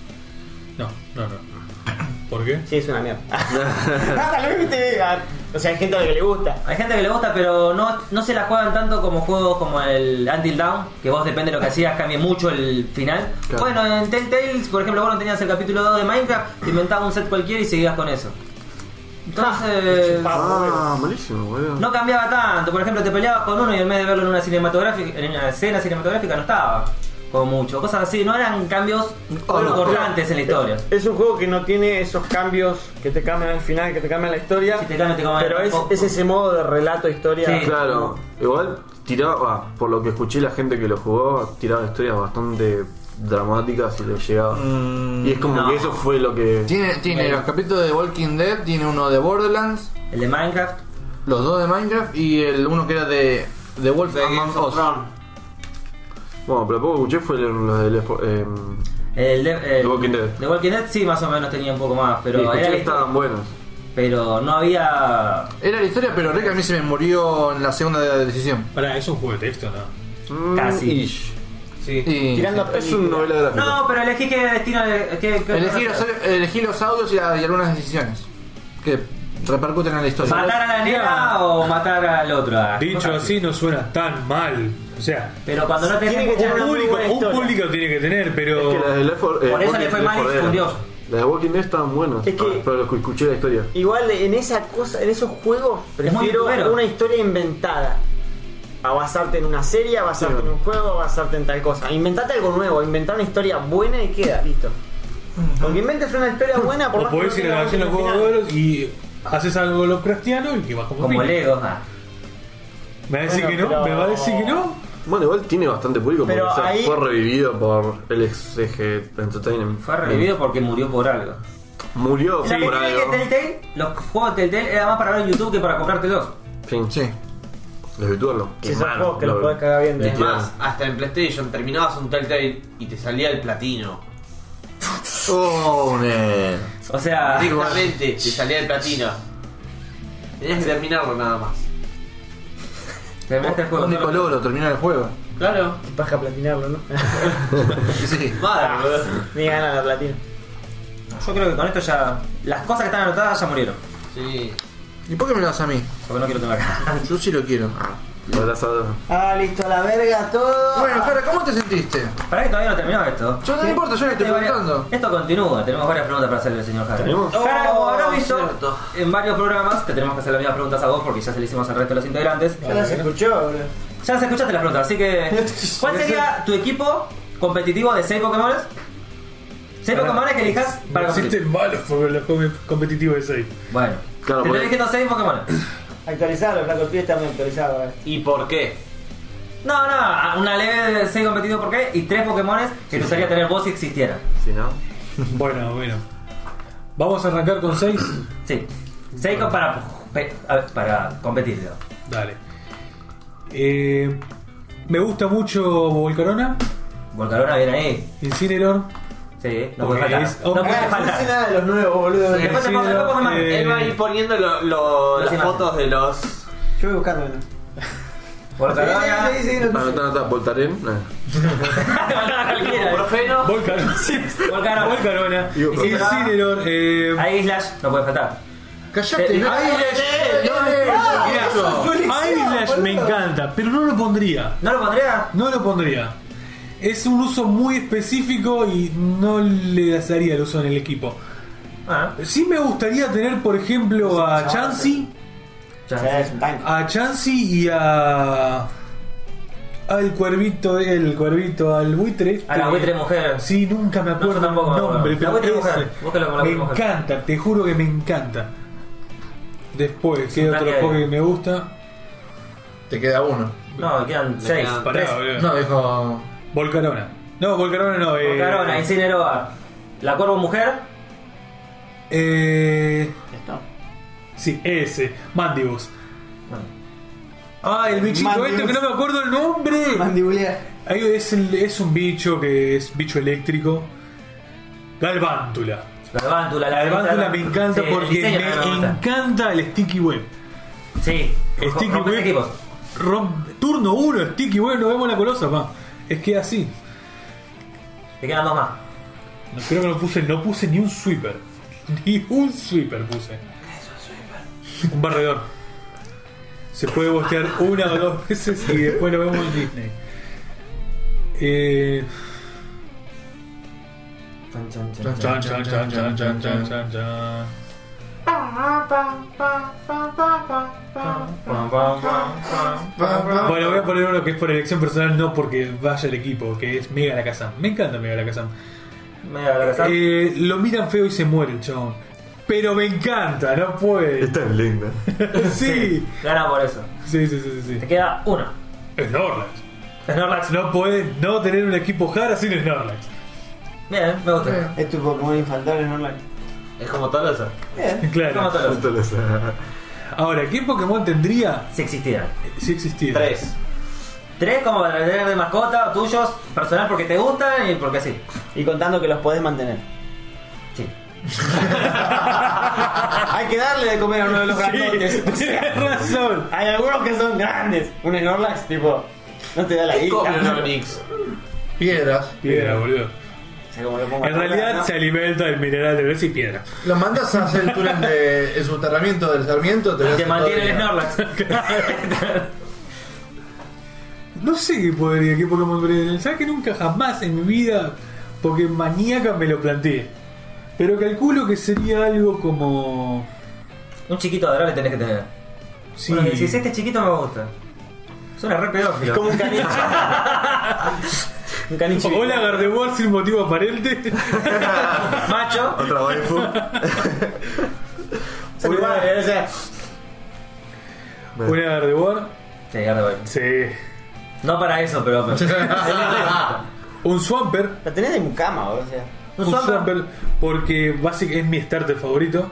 No. ¿Por qué? Sí, es una mierda. Tal vez viste. O sea, hay gente a la que le gusta. Hay gente que le gusta, pero no se la juegan tanto como juegos como el Until Dawn, que vos depende de lo que hacías, cambia mucho el final. Claro. Bueno, en Telltale, por ejemplo, vos no tenías el capítulo 2 de Minecraft, te inventabas un set cualquiera y seguías con eso. Entonces, Ah, malísimo, boludo. no cambiaba tanto. Por ejemplo, te peleabas con uno y en vez de verlo en una cinematográfica, en una escena cinematográfica no estaba. como mucho, cosas así, no eran cambios importantes en la historia. Es un juego que no tiene esos cambios que te cambian al final, que te cambian la historia. Si te cambian, te cambian pero un poco. es ese modo de relato historia. Sí. Claro, igual tiraba, por lo que escuché la gente que lo jugó, tiraba historias bastante dramáticas y le llegaba. Y es como no. que eso fue lo que. Tiene los capítulos de Walking Dead, tiene uno de Borderlands, El de Minecraft, los dos de Minecraft y el uno que era de The Wolf De Among Games of Us. Thrones. Bueno, pero poco que escuché fue los de el Walking Dead. The Walking Dead sí, más o menos tenía un poco más, pero y escuché era que la historia, estaban buenos. pero no había. Era la historia, pero Rick a mí se me murió en la segunda decisión. Pará, es un juego de texto, ¿no? Casi. Ish. Sí. Y Tirando Es una novela gráfica. No, pero elegí qué destino. elegí los audios y algunas decisiones que repercuten en la historia. ¿Matar a la nena o matar al otro? Dicho Cosas así, no suena tan mal. O sea, Pero cuando no Tiene tenés que tener una muy buena un historia. público tiene que tener, pero. Es que las de Left 4 Por eso le fue mal y se hundió. Las de Walking Dead estaban buenas. Es que- pero lo que escuché la historia. Igual en esa cosa, en esos juegos muy prefiero youtubero. una historia inventada. A basarte en una serie, a basarte Sí. en un juego, a basarte en tal cosa. Inventate algo nuevo, inventar una historia buena y queda, listo. Porque inventes una historia buena por O más que podés no ir a la tenga versión de los un final. jugadores y haces algo Lovecraftiano y que vas como como piña. Lego. ¿Me va a decir Bueno, que no? pero- ¿Me va a decir que no? Bueno, igual tiene bastante público porque Pero o sea, ahí- fue revivido por el XG Entertainment. Fue revivido porque murió por algo. Murió La por cuestión es algo. que Telltale, los juegos de Telltale era más para ver en YouTube que para comprártelos. Fin. Sí. Los youtubers lo Si son quemaron, juegos que los lo- podés cagar viendo. Es Literal. más, hasta en PlayStation terminabas un Telltale y te salía el platino. Oh, man. O sea, Directamente te salía el platino. Tenías que terminarlo nada más. terminaste el juego. Un único logro, terminar el juego. Claro. Paja platinarlo, ¿no? Sí. Madre, boludo. Ni gana la platina. Yo creo que con esto ya. Las cosas que están anotadas ya murieron. Sí. ¿Y por qué me lo das a mí? Porque no quiero tener acá. Yo sí lo quiero. Abrazado. Ah, listo, a la verga todo. Bueno, Jara, ¿cómo te sentiste? Para que todavía no terminó esto. Yo no me importa, yo le estoy preguntando. Esto continúa, tenemos varias preguntas para hacerle al señor Jara. ¿Tenemos? Jara, como habrás Oh, visto cierto. en varios programas, te tenemos que hacer las mismas preguntas a vos porque ya se le hicimos al resto de los integrantes. Ya las escuchó, boludo. Ya las escuchaste las preguntas, así que. ¿Cuál sería tu equipo competitivo de 6 Pokémones? 6 Pokémones que elijas para No competir. existen malos por los competitivos de 6. Bueno, Claro, te porque- estoy diciendo 6 Pokémones. Actualizarlo, Flaco, el pie está muy actualizado. ¿Vale? ¿Y por qué? No, una leve de 6 competitivos por qué y 3 Pokémones que te gustaría tener vos si existiera. Si no. Bueno. Vamos a arrancar con 6. Sí, 6 para competir. Digo. Dale. Me gusta mucho Volcarona, Volcarona viene ahí. Incineroar. Sí, no Porque puede faltar. es- No puede No sé faltar. nada de los nuevos, boludo. Sí. Después te paso el poco, mamá. Eh, Él va a ir poniendo Las las imágenes. fotos de los. Yo voy buscando. ¿no? Volcarona. Anotá, Voltaren. Cualquiera. Profeno. Volcarona. Volcarona. Volcarona. Digo, Incineroar. Ahí Slash no puede faltar. Callate, no. Eyelash me encanta, pero no lo pondría. ¿No lo pondría? No lo pondría. Es un uso muy específico y no le daría el uso en el equipo. Ah, Sí me gustaría tener, por ejemplo, a Chansey. ya. Es un tanque. A Chansey y a. Al cuervito, al buitre. A la buitre mujer. Sí, nunca me acuerdo No, yo tampoco me el acuerdo. nombre, La pero buitre ese mujer. Búscalo con la me buitre mujer. encanta, te juro que me encanta. Después, ¿qué un otro tanque Poké de- que me gusta? Te queda uno. No, quedan 6. quedan Pará, boludo. No, dijo. Volcarona. No, Volcarona no. Volcarona, Incineroar. La Cuervo Mujer. Esto. Sí, ese. Mandibus. Ah, el bichito Mandibus. este que no me acuerdo el nombre. Mandibulear. Ahí es un bicho que es bicho eléctrico. Galvántula. La Galvántula me encanta Sí, el porque diseño me también gusta. encanta el Sticky Web. Sí, Sticky rompes Web. equipos. Turno 1, Sticky Web, nos vemos la colosa, pa. Es que así. Te quedan 2 más. No, creo que no puse ni un sweeper. Ni un sweeper puse. Un barredor. Se puede bostear una o 2 veces y después lo vemos en Disney. Chan, chan, chan, chan, chan, chan, chan, chan. Bueno, voy a poner uno que es por elección personal, no porque vaya el equipo, que es Mega la Kazam. Me encanta Mega la Kazam. Lo miran feo y se muere el chabón. Pero me encanta, no puede. Es tan linda. Sí. Gana por eso. Sí. Te queda uno. Snorlax. Snorlax. No puede no tener un equipo Jara sin Snorlax. Bien, me gusta. Es tu Pokémon infaltable, Snorlax. Es como Tolosa. Bien. Claro. ¿Cómo te lo- Entonces, Ahora, ¿qué Pokémon tendría Si existiera. si existiera? 3. 3 como para tener de mascota, tuyos, personal porque te gustan y porque sí. Y contando que los podés mantener. Sí. Hay que darle de comer a uno de los grandotes. O sea, Tienes razón. hay algunos que son grandes. Un Snorlax, tipo, no te da la ¿Qué come un guita. Onix? Piedras. Piedra, boludo. O sea, como lo pongo En acá, realidad ¿no? se alimenta del mineral de bronce y piedra. Los mandas a hacer el túnel de el soterramiento del Sarmiento. Te lo Te hacen mantiene el todo día. Snorlax. No sé qué Pokémon podría. ¿Sabes que nunca jamás en mi vida Pokémon maníaca me lo planteé? Pero calculo que sería algo como. Un chiquito adorable tenés que tener. Sí. Bueno, si este chiquito me gusta. Suena re pedófilo. Como un caniche. Un caniche. Hola Gardevoir sin motivo aparente. Macho. otra waifu. Saludable, o sea, Una Gardevoir. Sí, Gardevoir. Sí. No para eso, pero. Un Swampert. la tenés de Mukama, o sea. Un Swampert porque básicamente es mi starter favorito.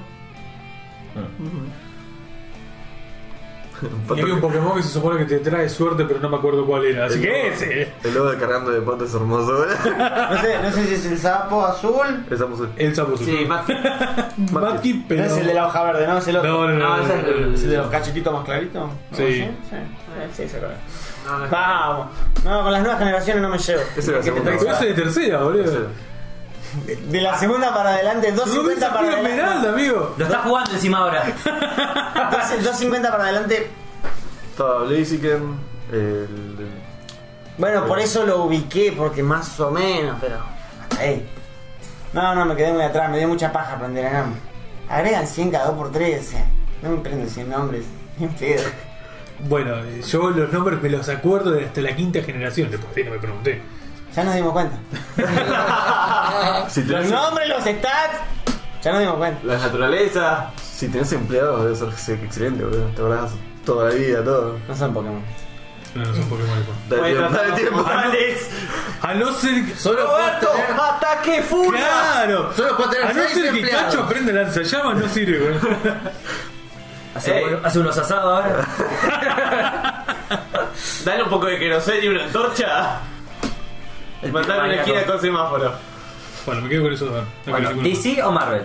Y hay un Pokémon que se supone que te trae suerte, pero no me acuerdo cuál era. Así que ese. El lobo cargando de patas es hermoso. No sé si es el sapo azul. Estamos El sapo Sí, más. Matki, No pero. es el de la hoja verde, ¿no? Es el otro. No, ese es el- ¿Es el de los cachetitos más claritos? Sí. Sí, se acuerda. No, no. Vamos. No, con las nuevas generaciones no me llevo. Ese era el Que te segundo. Pero ese de tercera, boludo. De la segunda para adelante, No 250 para Esmeralda, adelante. amigo. Lo estás jugando encima ahora. 250 para adelante. Estaba Blaziken. El. Bueno, por eso lo ubiqué, porque más o menos, pero. Hasta ahí. No, me quedé muy atrás, me dio mucha paja aprender a nombre. Agregan 100 cada 2x3, o sea, no me prendo 100 nombres, ni en pedo. Bueno, yo los nombres me los acuerdo de hasta la quinta generación. Después de ahí no me pregunté. Ya nos dimos cuenta. Si Los tenés, nombres, los stats, ya nos dimos cuenta. La naturaleza. si tenés empleados, debe ser excelente, boludo. Te acordás toda la vida, todo. No son Pokémon. No son Pokémon. Dale tiempo. A no ser que. Solo puedes tener. ¡Ataque furia! ¡Claro! Solo puedes tener A no 6 ser que empleados. Cacho prende lanzallamas, no sirve, güey. Hace unos asados ahora. Dale un poco de queroseno y una antorcha. El Mandame una maníaco. esquina con semáforo. Bueno, me quedo con eso. No Bueno, quiero decir ¿DC o Marvel?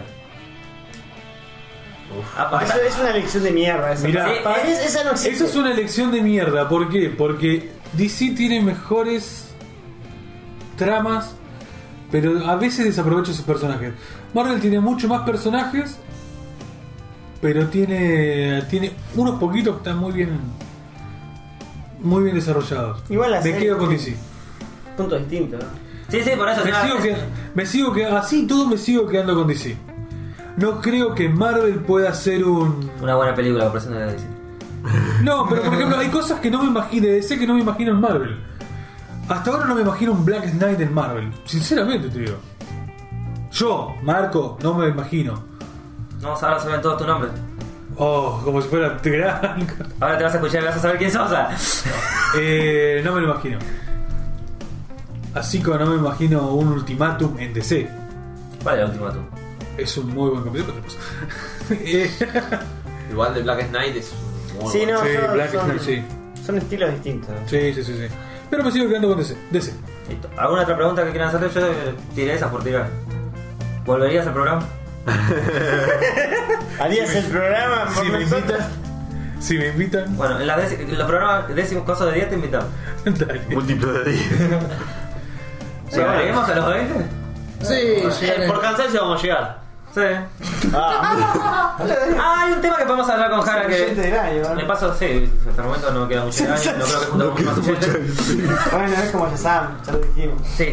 Apa, Eso es una elección de mierda. Esa. Mirá, Para mí esa no existe. Esa es una elección de mierda. ¿Por qué? Porque DC tiene mejores tramas, pero a veces desaprovecha sus personajes. Marvel tiene mucho más personajes, pero tiene unos poquitos que están muy bien desarrollados. Igual la me serie quedo con tiene- DC. Punto distinto, ¿no? Sí, por eso. Me sigo quedando así todo, me sigo quedando con DC. No creo que Marvel pueda hacer un. Una buena película, por eso no la DC. No, pero por ejemplo, hay cosas que no me imagino, de DC que no me imagino en Marvel. Hasta ahora no me imagino un Black Knight en Marvel. Sinceramente te digo. Yo, Marco, no me imagino. No, ahora saben todos tus nombres. Oh, como si fuera gran. Ahora te vas a escuchar y vas a saber quién sos. No me lo imagino. Así como no me imagino un ultimátum en DC. Vale, el último tú. Es un muy buen capítulo. Igual de Black Knight es muy Sí, bueno. no, Sí, son, Black son- Knight, sí. son estilos distintos. Sí. Pero me sigo quedando con DC. Listo. ¿Alguna otra pregunta que quieran hacer? Yo tiré esas por tirar. ¿Volverías al programa? ¿Harías el programa por Si me nosotros? invitan. Si me invitan. Bueno, en los programas décimos cosas de 10 te invitamos. Dale. Múltiplo de 10. ¿Llegaremos a los 20? Sí, Por cansancio vamos a llegar. Sí. Ah, Hay un tema que podemos hablar con Jara oyente que. del año, ¿no? Me paso, sí, hasta el momento no me queda mucho de año, no creo que juntemos más oyentes. Bueno, es como Shazam, ya lo dijimos. Sí.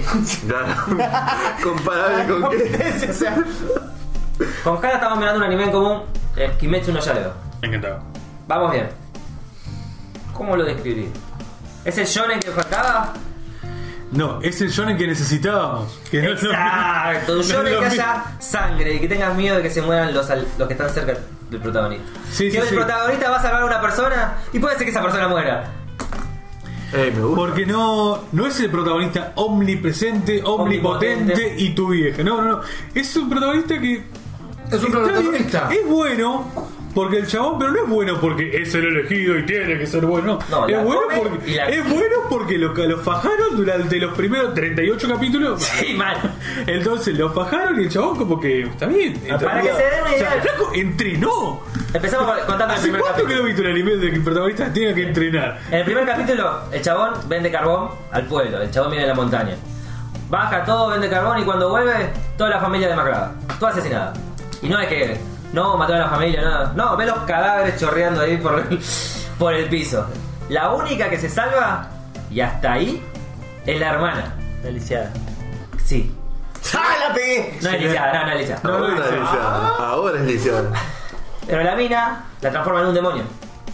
Claro. Comparable con qué. O sea, Con Jara estamos mirando un anime en común Kimetsu no Yaiba. Me encantaba. Vamos bien. ¿Cómo lo describiría? ¿Es el shonen que faltaba? No, es el shonen que necesitábamos. Que no- Exacto, un no- shonen no- que no- haya sangre y que tengas miedo de que se mueran los que están cerca del protagonista. Sí, que sí, el sí. protagonista va a salvar a una persona y puede ser que esa persona muera. Me gusta. Porque no es el protagonista omnipresente, omnipotente Omnipotente. y tu vieja. No. Es un protagonista que. Es un está protagonista. bien, es bueno porque el chabón, pero no es bueno porque es el elegido y tiene que ser bueno. No, Es la bueno come porque, y la- es bueno porque lo fajaron durante los primeros 38 capítulos. Sí, mal. Entonces lo fajaron y el chabón como que está bien. Para que se den una O sea, idea. el flaco entrenó. Empezamos contando el ¿Hace primer cuánto que capítulo. no viste un anime de que el protagonista tenga que entrenar? En el primer capítulo, el chabón vende carbón al pueblo. El chabón viene de la montaña. Baja todo, vende carbón y cuando vuelve, toda la familia demacrada. Toda asesinada. Y no es que no mató a la familia, nada. No, ve los cadáveres chorreando ahí por el piso. La única que se salva, y hasta ahí, es la hermana. La lisiada. Sí. ¡Ah, la pegué! No es lisiada, no es lisiada. No, Ahora no es dice. lisiada. Ahora es lisiada. Pero la mina la transforma en un demonio.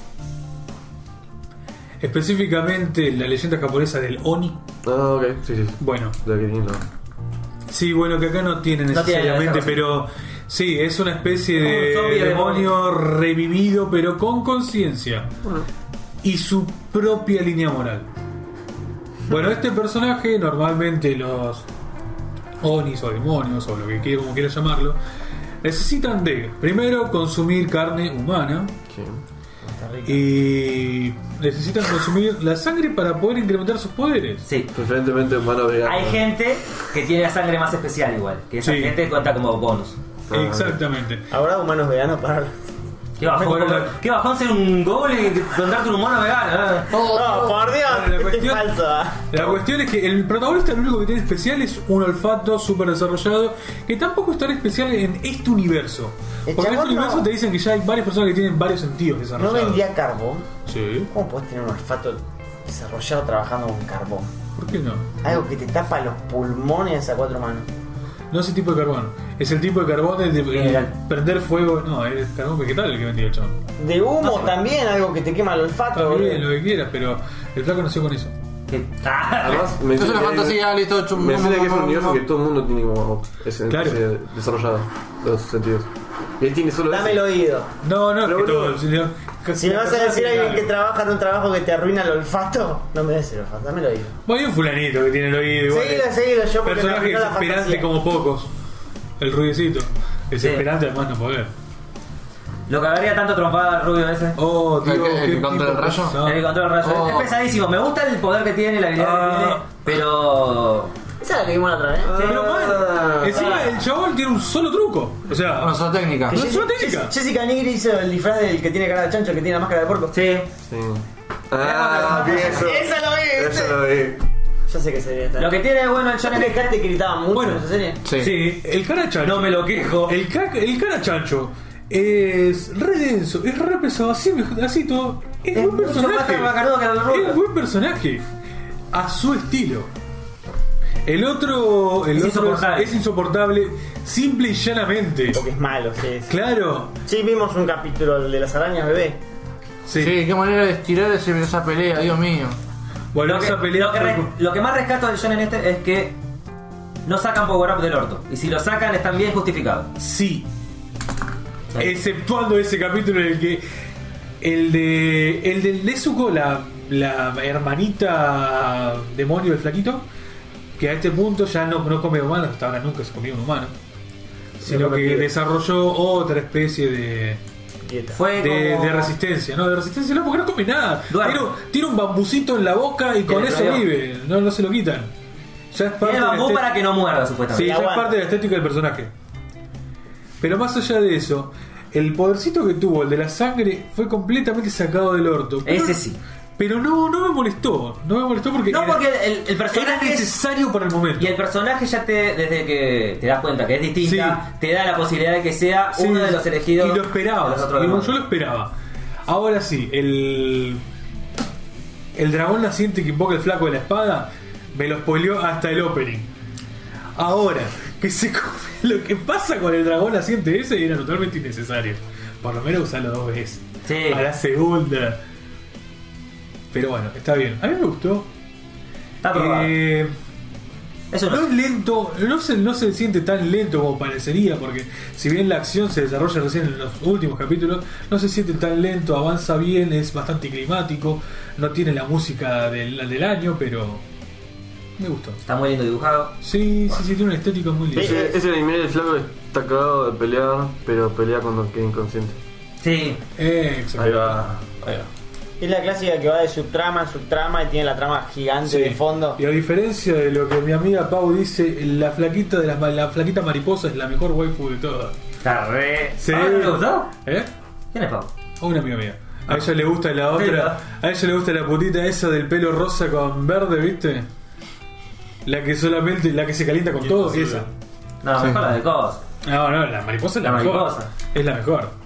Específicamente la leyenda japonesa del Oni. Ah, ok, sí. Bueno, Lo que lindo. sí, bueno, que acá no tiene No tiene necesariamente, esa cosa. pero sí, es una especie Como un de zombie demonio revivido, pero con conciencia. Y su propia línea moral. Bueno, este personaje, normalmente los Onis o demonios, o lo que quiera, como quiera llamarlo, necesitan de, primero, consumir carne humana. Sí. Y necesitan consumir la sangre para poder incrementar sus poderes. Sí. Preferentemente humano vegano. Hay gente que tiene la sangre más especial igual. Que esa Sí. gente cuenta como bonus. Exactamente. Ahora humanos veganos para. ¿Qué bajón, Bueno, ¿qué bajón ser un goble y encontrarte un humano vegano? No, por Dios, La este es cuestión- falso. La cuestión es que el protagonista lo único que tiene especial es un olfato súper desarrollado, que tampoco es tan especial en este universo. El Porque en este chabón universo no- te dicen que ya hay varias personas que tienen varios sentidos ¿No desarrollados. vendía carbón? Sí, ¿Cómo podés tener un olfato desarrollado trabajando con carbón? ¿por qué no? Algo que te tapa los pulmones a cuatro manos. No es el tipo de carbón. Es el tipo de carbón de Mineral. prender fuego. No, es carbón vegetal el que vendía el chabón. De humo también, algo que te quema el olfato. Está bien, boludo. lo que quieras, pero el flaco nació con eso. ¿Qué? Ah, Además, Es una fantasía, listo. Me enseña que es un universo que todo el mundo tiene como Claro. ese desarrollado los sentidos. Y él tiene solo Dame ese. el oído. No, no, es Pero que boludo, todo. Si me vas a decir a alguien que trabaja en un trabajo que te arruina el olfato, no me des el olfato, dame el oído. Bueno, hay un fulanito que tiene el oído igual. Seguilo, yo porque me Personaje arruinó la desesperante fantasía. como pocos. El ruidecito. Desesperante además no poder. Lo cagaría tanto trompada al rubio ese. Oh, ¿El tío, que- el qué que contra tipo el rayo? pesado. El que controla el rayo. Oh. Es pesadísimo. Me gusta el poder que tiene, la habilidad Ah. que tiene, pero. Esa es la que vimos la otra vez. Pero man, encima el chabón tiene un solo truco. O sea, Una sola técnica. no es una técnica. Jessica Nigri hizo el disfraz del que tiene cara de chancho, el que tiene la máscara de puerco. Sí. Sí. Ah, vi eso. Esa lo vi, Eso lo vi. Ya sé que sería esta. Lo que tiene bueno el ¿Ya shonen te es que dejaste que gritaban mucho Bueno. en esa serie? Sí. Sí, el cara chancho. no me lo quejo. El cara chancho es re denso, es re pesado, así todo. Es Es buen mucho más personaje. macanudo que el rubio. Es buen personaje. A su estilo. El otro insoportable. es insoportable, simple y llanamente. Porque es malo, sí. Claro. Sí, vimos un capítulo de las arañas bebé. Sí. Sí, qué manera de estirar esa pelea, Dios mío. Bueno, Lo que, esa pelea lo, que fue- lo que más rescato del shonen este es que no sacan power up del orto. Y si lo sacan están bien justificados. Sí. Sí. Exceptuando ese capítulo en el que el del Nezuko, la hermanita demonio del flaquito, que a este punto ya no come humanos, hasta ahora nunca se comió un humano, sino que desarrolló otra especie de Dieta. Fue como... de resistencia, no, de resistencia no, porque no come nada. Duerme. Tiene un bambucito en la boca y con le eso traigo. vive, no se lo quitan. Ya es parte Tiene de la bambú estética. para que no muerda, Sí, supuestamente. ya es aguanta. parte de la estética del personaje. Pero más allá de eso, el podercito que tuvo, el de la sangre, fue completamente sacado del orto. Pero- Ese sí. Pero no me molestó. No me molestó porque, No, era- porque el era personaje es... necesario para el momento. Y el personaje ya desde que te das cuenta que es distinta, te da la posibilidad de que sea Sí, uno de los elegidos. Y lo esperaba. de los otros Digo, demás. yo lo esperaba. Ahora sí, el dragón naciente que invoca el flaco de la espada me lo spoileó hasta el opening. Ahora, que se come lo que pasa con el dragón naciente ese era totalmente innecesario. por lo menos usarlo 2 veces. Sí. A la segunda. Pero bueno, está bien. A mí me gustó. Está probado. Eso No no. es lento, no se siente tan lento como parecería, porque si bien la acción se desarrolla recién en los últimos capítulos, no se siente tan lento, avanza bien, es bastante climático, no tiene la música del año, pero me gustó. Está muy lindo dibujado. Sí, tiene una estética muy linda. Ese anime del flaco está cagado de pelear, pero pelea cuando queda inconsciente. Sí. Exacto. Ahí va. Es la clásica que va de subtrama en subtrama y tiene la trama gigante Sí. de fondo. Y a diferencia de lo que mi amiga Pau dice, la flaquita la flaquita mariposa es la mejor waifu de todas. Está re. Sí. ¿Ah, ¿no le gustó? ¿Eh? ¿Quién es Pau? A una amiga mía. A ella le gusta la otra. A ella le gusta la putita esa del pelo rosa con verde, ¿viste? La que se calienta con todo, esa. No, Sí. mejor la de cosas. No, la mariposa es la La mejor. mariposa. Es la mejor.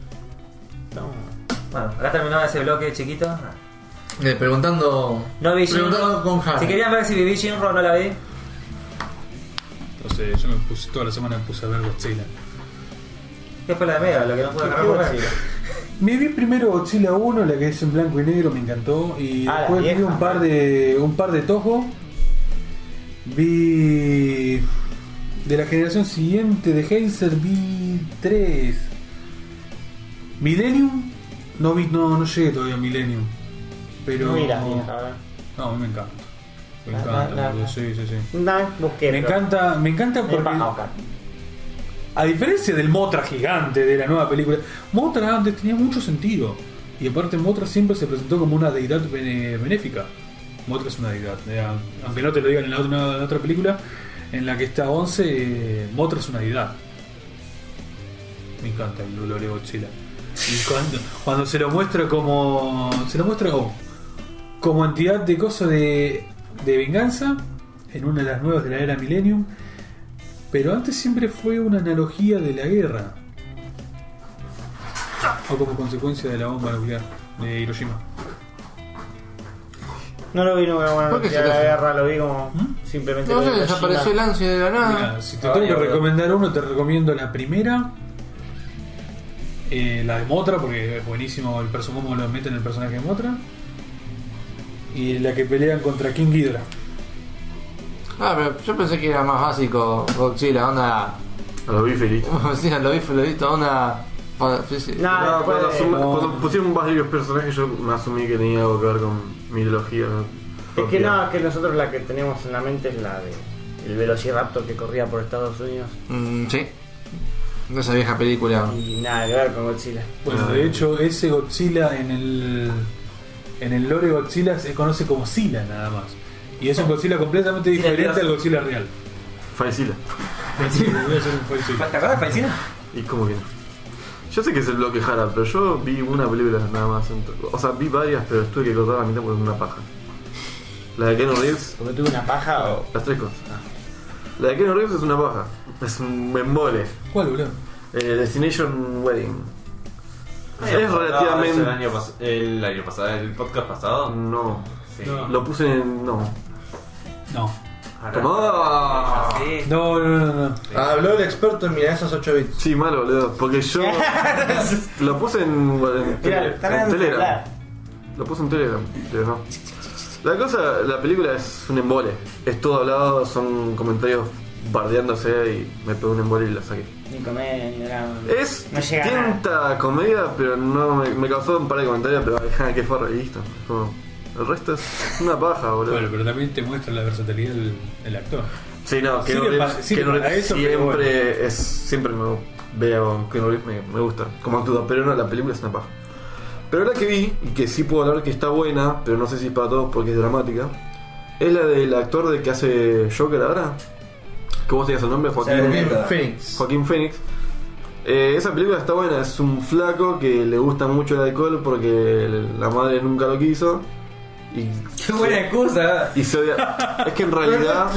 Bueno, acá terminó ese bloque chiquito. Preguntando. No vi Preguntando Shinro. con Hannah. Si querían ver si viví Shinro, no la vi. Entonces yo me puse toda la semana me puse a ver Godzilla. ¿Qué fue la de Mega? Lo que no pude agarrar por ver. Me vi primero Godzilla 1, la que es en blanco y negro, me encantó. Y Ah, la después vi vieja. un par de Toho. Vi de la generación siguiente de Heiser, vi 3. Millennium, no llegué todavía a Millennium. Pero. No miras bien, la verdad. No, a mí me encanta. Me La- encanta, la- boludo, sí. Una vez busqué. Me pero- encanta Es porque. paja buscar. A diferencia del Mothra gigante de la nueva película, Mothra antes tenía mucho sentido. Y aparte Mothra siempre se presentó como una deidad benéfica. Mothra es una deidad. Aunque no te lo digan en la otra película, en la que está 11, Mothra es una deidad. Me encanta el lore de Godzilla. Y cuando se lo muestra como... Se lo muestra como entidad de cosa de venganza, en una de las nuevas de la era Millennium. Pero antes siempre fue una analogía de la guerra. O como consecuencia de la bomba nuclear de Hiroshima. No lo vi nunca, bueno, ¿Por qué de se la te- guerra, lo vi como simplemente. No lo sé, vi desapareció el ansia de la nada. Mira, si te tengo que recomendar uno, te recomiendo la primera. La de Mothra, porque es buenísimo cómo lo meten el personaje de Mothra. Y la que pelean contra King Ghidorah. Ah, pero yo pensé que era más básico Godzilla, onda. A los bifelitos. Sí, lo vi visto, onda. Sí, sí. No, No, después de- cuando pusieron varios personajes yo me asumí que tenía algo que ver con mitología. Es que no, que nosotros la que tenemos en la mente es la de el Velociraptor que corría por Estados Unidos Sí. De esa vieja película. y nada que ver con Godzilla. Bueno, de hecho, ese Godzilla en el lore Godzilla se conoce como Sila nada más. Y es un Godzilla completamente diferente al Godzilla real. Faisila. Sí, voy a hacer un Godzilla. ¿Te acuerdas de Paisina? ¿Y cómo que no? Yo sé que es el bloque Jara, pero yo vi una película nada más. O sea, vi varias, pero tuve que cortar la mitad porque es una paja. La de Keanu Reeves, Porque tuve una paja o. las tres cosas. La de Keanu Reeves es una paja. Es un embole. ¿Cuál, boludo? Destination Wedding. Es El relativamente. año pasado, el podcast pasado. No. Sí. No. Lo puse en. No. No. Tomá. Sí. No. Habló el experto en milanesas 8 bits. Sí, malo, boludo. Porque yo. Lo puse en Mira, están en Telegram. celular. Lo puse en Telegram, pero no. La cosa, la película es un embole. Es todo hablado, son comentarios bardeándose y me pegó un embole y la saqué. Ni comedia, ni drama. Es No llega a nada. tinta comedia, pero no me causó un par de comentarios, pero que fue y listo. Como, el resto es una paja, boludo. Bueno, pero también te muestra la versatilidad del actor. Sí, no, que Sirve para eso, pero siempre bueno. siempre me veo que me gusta como actúa, pero no, la película es una paja. Pero la que vi, y que sí puedo hablar que está buena, pero no sé si es para todos porque es dramática, es la del actor de que hace Joker ahora. Que vos tenías el nombre, Phoenix. Joaquín Phoenix. Esa película está buena, es un flaco que le gusta mucho el alcohol porque la madre nunca lo quiso. Y Qué buena excusa. y se odia. Es que en realidad.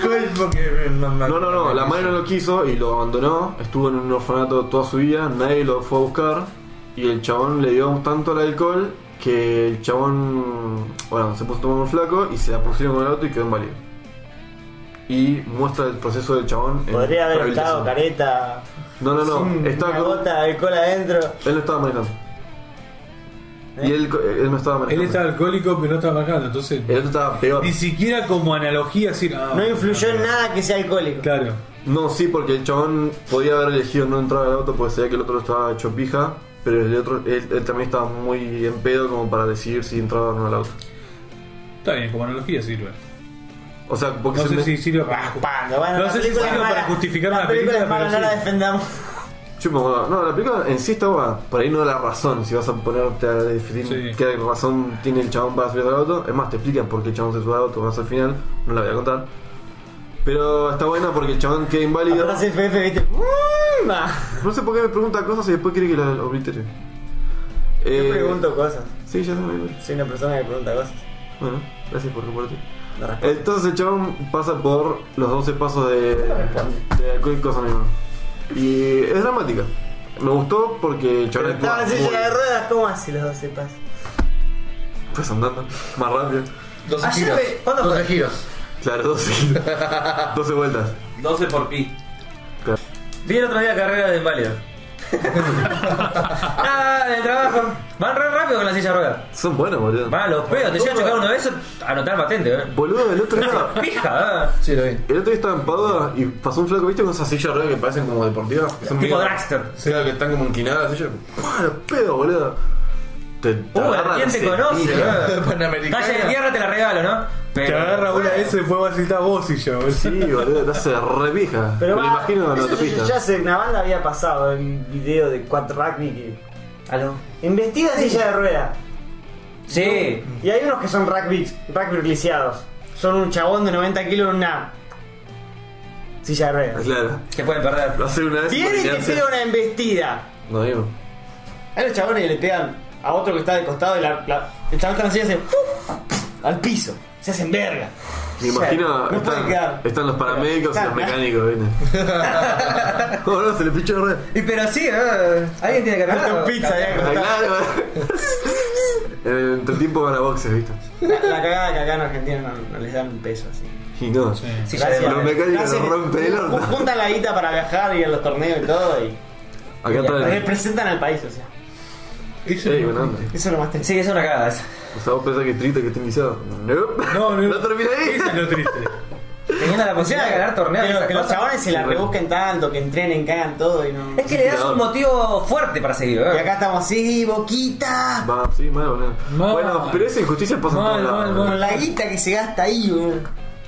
No, la madre no lo quiso y lo abandonó. Estuvo en un orfanato toda su vida, nadie lo fue a buscar. Y el chabón le dio tanto al alcohol que el chabón, bueno, se puso a tomar un flaco y se la pusieron con el auto y quedó inválido. y muestra el proceso del chabón. en Podría haber rehabilitación. estado careta. No, sin estaba una con- gota de alcohol adentro. Él no estaba manejando. Y él no estaba manejando. Él estaba alcohólico, pero no estaba manejando, entonces. El otro estaba peor. Ni siquiera como analogía decir. No influyó en nada que sea alcohólico. Claro. No, sí, porque el chabón podía haber elegido no entrar al auto porque sabía que el otro estaba hecho pija, pero el otro, él también estaba muy en pedo como para decidir si entraba o no al auto. Está bien, como analogía sirve. O sea, porque No se sé me- si sirve para. Cuando, bueno, No la sé si película sirve es mala. para justificar La una película película, es mala, pero no la sí. defendamos. No, la película en sí está buena. Por ahí no da la razón. Si vas a ponerte a definir Sí. qué razón tiene el chabón para subir al auto. Es más, te explican por qué el chabón se sube al auto más al final. No la voy a contar. Pero está buena porque el chabón queda inválido. Apenas FF, viste. Va. No sé por qué me pregunta cosas y después quiere que la oblitere. Yo pregunto cosas. Sí, ya sé. Soy una persona que pregunta cosas. Bueno, gracias por compartir. No respondo. Entonces el chabón pasa por los 12 pasos de alcohol y cosas mismas. Y es dramática. Me gustó porque el chabón Estaba en actúa silla muy- de ruedas, ¿cómo hace los 12 pasos? pues andando más rápido. 12 Ayer giros. ¿cuándo 12 fue? giros. Claro, 12 12 vueltas. 12 por pi. Claro. Vi el otro día carrera de inválido. Del trabajo. Van re rápido con la silla de ruedas. Son buenos, boludo. Van a los pedos, te llega a chocar uno de esos, anotar patente, Boludo, el otro día Pija, Sí, lo vi. el otro día estaba en Padua y pasó un flaco, ¿viste? Con esas sillas de ruedas que parecen como deportivas. Que son Tipo medio- dragster. Claro, que están como inclinadas las sillas. ¡Pah, los pedos, boludo! Te agarra ¿quién la te conoce? cepilla. Panamericana. Calle de tierra te la regalo, ¿no? Te agarra una de esas y después vas a citar vos y yo. Sí, boludo, te hace re pija. Me lo va, imagino en la eso autopista. Ya sé, una banda había pasado el video de Quad Rugby que. ¿Aló? Investiga silla de ruedas. Sí. Y hay unos que son rugby lisiados. Son un chabón de 90 kilos en una silla de ruedas. Claro. Se pueden perder. Lo hace una vez. Viene y te porque pega una embestida. No digo. Hay los chabones que le pegan a otro que está de costado y el chabón está en la silla y hace al piso. Se hacen verga. Me imagino. no puede quedar. Están los paramédicos y los Claro. mecánicos, ¿viste? Oh, no, se le pinchó la rueda. Y pero sí, alguien tiene que Date arreglarlo. un pizza, Ah, claro. En el entretiempo van a boxes, ¿viste? La cagada que acá en Argentina no les dan un peso así. Y no. Sí. Sí, Gracias. ya Los mecánicos los rompen el orto. Juntan la guita para viajar y a los torneos y todo y Acá traen. representan al país, o sea. Eso Ey, no- buena onda. Eso es lo más triste. Sí, es una cagada esa. O sea, vos pensás que es triste que esté iniciado. No, no termina ahí. Eso es lo triste. Teniendo la posibilidad de ganar torneos. y que esas los cosas. chavales se la Sí, rebusquen tanto, que entrenen, que hagan todo y no. Es que le das un motivo fuerte para seguir, Y acá estamos así, boquita. Va, sí, mal, boludo. Mal. Bueno, pero esa injusticia pasa en Mal, todos lados. mal, Con mal. la guita que se gasta ahí, boludo.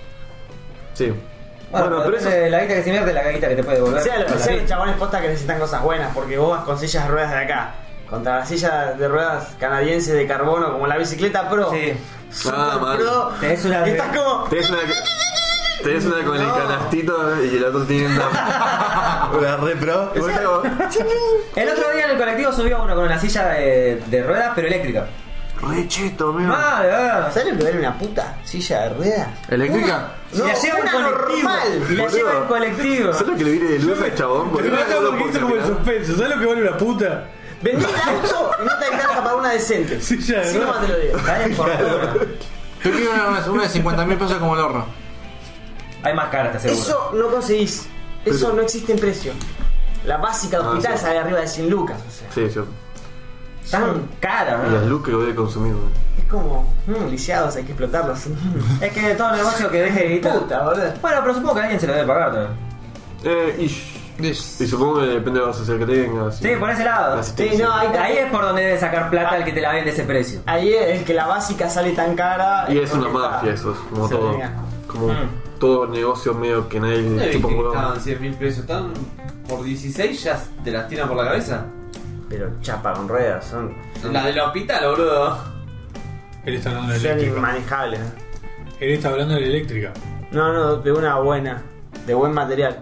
Sí. Bueno, pero eso. la guita que se invierte es la guita que te puede devolver. O sea, Con la los vida. chabones posta que necesitan cosas buenas, porque vos vas con sillas de ruedas de acá, contra las sillas de ruedas canadienses de carbono, como la bicicleta pro. Sí. Super mal. pro. Tenés una que de- estás como. Tenés una con el canastito y el otro tiene una re pro. Y vos estás como, El otro día en el colectivo subió uno con una silla de ruedas, pero eléctrica. re cheto, amigo. Madre, ¿Sabes lo que vale una puta silla de ruedas? ¿Eléctrica? y la lleva en una colectivo. normal. Y la Boludo. lleva en colectivo. ¿Sabes lo que le viene de luz al chabón? Pero no no lo estamos puedo hizo como el terminar. suspenso. ¿Sabes lo que vale una puta? Vendí el auto y no te alcanza para una decente. Silla de Sí, nomás te lo digo. Vale fortuna. Yo quiero una de 50.000 pesos como el horno. Hay más caras, te aseguro. Eso no conseguís. Eso Pero- no existe en precio. La básica de hospital sí. sale arriba de 100 lucas. O sea, Sí, cierto. Tan caras, Y las ¿no? luz que voy a consumir, güey. es como. Lisiados, hay que explotarlos. Es que todo negocio que deje de guita. Puta, boludo. Bueno, pero supongo que alguien se lo debe pagar también. Y Y supongo que depende de la sociedad que tengas. Sí, por ese lado. La Sí, asistencia. no, hay Ahí es por donde debe sacar plata el que te la vende ese precio. Ahí es que la básica sale tan cara. Y es una porque está- mafia eso, es como se todo. venga. Como todo negocio medio que nadie le chupa un huevo. Estaban 100.000 pesos. Están por 16 ya te las tiran por la cabeza. Pero chapa con ruedas, son La del hospital, boludo. Él está hablando de son eléctrica. inmanejables. Él está hablando de la eléctrica. No, de una buena, de buen material.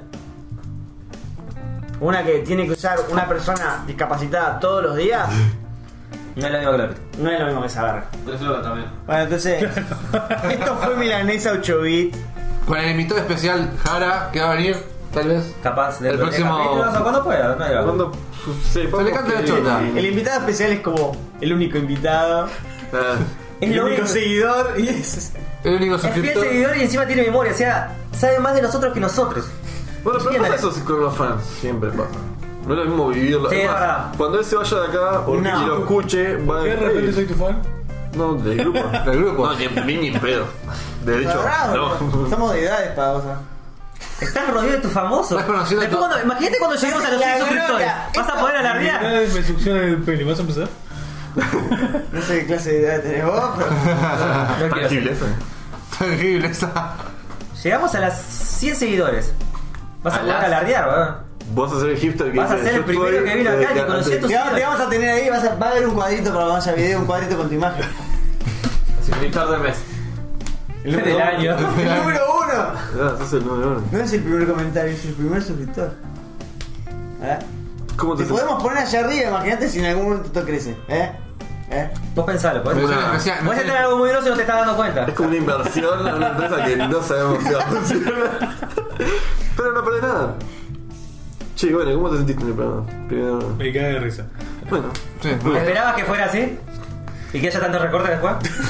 Una que tiene que usar una persona discapacitada todos los días, No es lo mismo que la otra. no es lo mismo que saber. Eso también. Bueno, entonces, esto fue Milanesa 8 bit. Con el invitado especial Jara, que va a venir, tal vez. Capaz de El próximo- o cuando pueda. No hay drama. Cuando se le canta la chota. El invitado especial es como el único invitado. Es el lo único único. seguidor y es. El único Es fiel suscriptor. seguidor y encima tiene memoria, o sea, sabe más de nosotros que nosotros. Bueno, pero ¿Quién pasa es? eso con los fans, siempre pasa. No es lo mismo vivirlo. Sí, Es es más, verdad. cuando él se vaya de acá o No. y lo escuche, va a ¿Qué de repente soy tu fan? No, del grupo. Del grupo. No, ni en pedo. De hecho, Bravo, no. somos de edades para vos. Estás rodeado de tus famosos. Estás conociendo Después a tu- cuando, imagínate cuando lleguemos a los 100 La suscriptores. gloria. ¿Vas a poder alardear? Cada vez me succiona el pelo. ¿Vas a empezar? No sé qué clase de edad tenés vos, pero. No quiero Tangible ser. eso. Tangible esa. Llegamos a las 100 seguidores. Vas a ¿A poder las? alardear, weón. Vos vas a ser el hipster que Vas a dice, ser el "Yo primero estoy que vino acá y desde te conocí a antes". tus- Te vamos a tener ahí, va a haber un cuadrito para cuando haya video, un cuadrito con tu imagen. Suscriptor del mes. El Del año. El número 1. Ah, sos el número uno. No es el primer comentario, es el primer suscriptor. ¿Eh? ¿Cómo te Te podemos poner allá arriba, imagínate si en algún momento esto crece. Vos pensalo, podés Me podés sale- tener algo muy grosso y no te estás dando cuenta. Es como una inversión a una empresa que no sabemos si va a funcionar. Pero no perdés nada. Che, bueno, ¿cómo te sentiste en el programa? Primero. Me cae de risa. Bueno, Sí, ¿Esperabas que fuera así? ¿Y que haya tantos recortes después?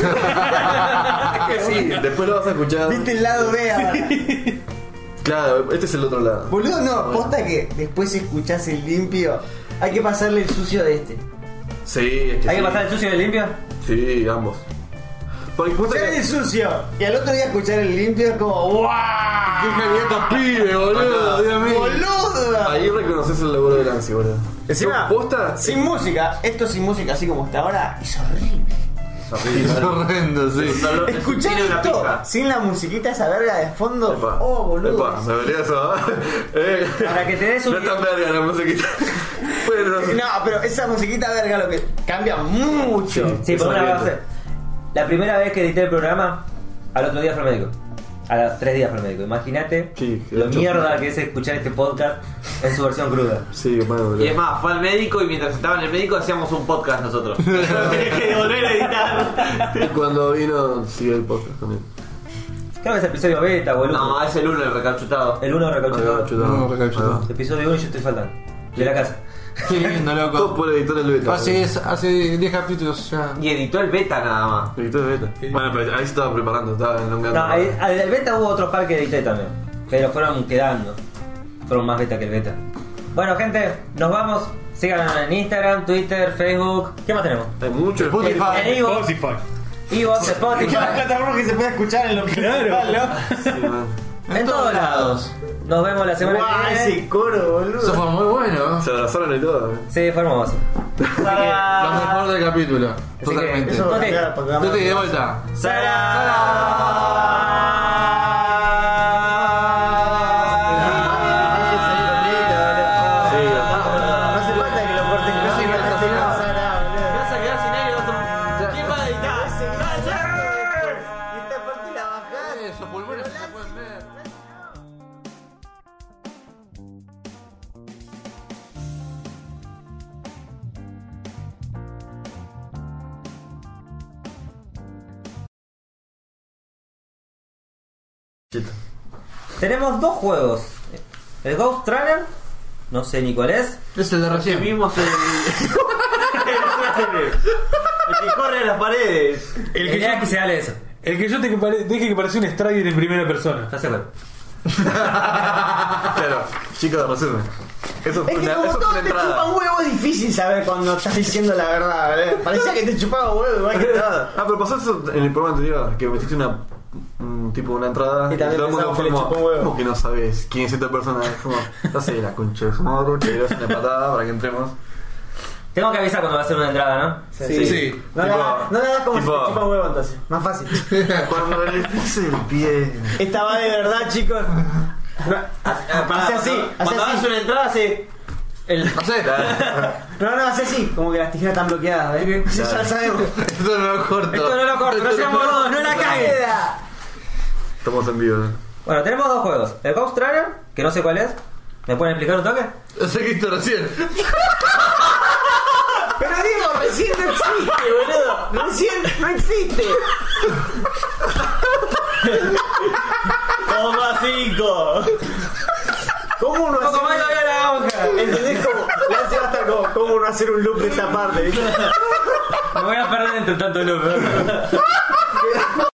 es que sí, después lo vas a escuchar. ¿Viste el lado B ahora? Claro, este es el otro lado. Boludo, no, posta que después escuchás el limpio. Hay que pasarle el sucio de este. Sí, es que ¿Hay que sí. pasar el sucio y el limpio? Sí, ambos. Porque puta Escuchar que... el sucio y al otro día escuchar el limpio es como ¡guau! ¡Qué calidad pibe, boludo! Acá. Dios mío. ¡Boludo! Ahí reconoces el laburo de Nancy, boludo. Encima, ¿Posta? sin música, esto sin música así como está ahora, es horrible. Es horrendo, sí. Escuchar Tiene una esto pija. sin la musiquita esa verga de fondo, Epa, oh boludo. Epa, me dolía eso, Para que te des un- No es tan verga la musiquita. Bueno, No, pero esa musiquita verga lo que cambia mucho. Sí, por una Eso base. La primera vez que edité el programa, al otro día fue al médico. A los 3 días fue al médico. Imagínate Sí, lo hecho. mierda que es escuchar este podcast en su versión cruda. sí, bueno, boludo. Y es más, fue al médico y mientras estaba en el médico hacíamos un podcast nosotros. Tenía que volver a editar. Y cuando vino, siguió el podcast con él. Creo que es el episodio beta, boludo. No, es el 1 el recauchutado. El 1 recauchutado. No, recauchutado. Episodio 1 y yo estoy faltando. De la casa. Qué lindo, Todo loco. por editor el beta. Hace 10 capítulos ya. Y editó el beta nada más. Editor el beta. Bueno, pero ahí se estaba preparando, estaba elongando. No, al del beta hubo otros par que edité también. Pero fueron quedando. Fueron más beta que el beta. Bueno, gente, nos vamos. Síganos en Instagram, Twitter, Facebook. ¿Qué más tenemos? Hay mucho. Spotify. En Evox, Spotify. Evox, Spotify. La plataforma que se puede escuchar en lo principal, ¿no? Sí, man. En todos lados. Nos vemos la semana Guau, que viene. ese coro, boludo. Eso fue muy bueno. Se abrazaron y todo. Sí, fue hermoso. Lo mejor del capítulo. que Totalmente. eso- Para quedar- para quedar- Yo te de vuelta. No hace falta que lo corten casi no te Vas a quedar sin aire, ¿quién va a editar? Y esta parte la bajás. Esos pulmones se pueden ver. Tenemos dos juegos. El Ghost Runner, no sé ni cuál es. Es el de recién. Vimos el. El que corre a las paredes. El que, El día yo, que se hable eso. el que yo te dije que parecía un Strider en primera persona. Ya se fue. Claro, chicos, resumen. Eso fue Es que una, como eso fue todo una te chupa entrada. un huevo es difícil saber cuando estás diciendo la verdad, ¿verdad? Parecía que te chupaba un huevo igual que todo. Ah, pero pasó eso en el programa anterior, que metiste tipo una entrada Y también todo el mundo pensamos que le fue chupó un huevo. como que no sabes quién es esta persona. Es como, no sé, la concha de su madre, que le das una patada para que entremos. Tengo que avisar cuando va a hacer una entrada, ¿no? Sí. No le hagas como si tipo- te chupa un huevo entonces. Más fácil. Cuando le puse el pie. Esta va de verdad, chicos. Hace así, hace Cuando hagas así. una entrada, hace. No sé. No, hace así. Como que las tijeras están bloqueadas, ¿ves? Sí, ya lo sabemos. Esto no lo corto. Esto no lo corto, no sean boludos, no la caguen. Queda. Estamos en vivo, ¿no? Bueno, tenemos dos juegos. El Ghost Runner, que no sé cuál es. ¿Me pueden explicar un toque? Lo sé que esto recién. Pero digo, recién no existe, boludo. Recién no existe. 5. ¿Cómo uno Poco más hace lo veo en la hoja. ¿Entendés cómo? Le hace hasta como, ¿cómo uno hacer un loop de esta parte? ¿Viste? Me voy a perder entre tanto loco.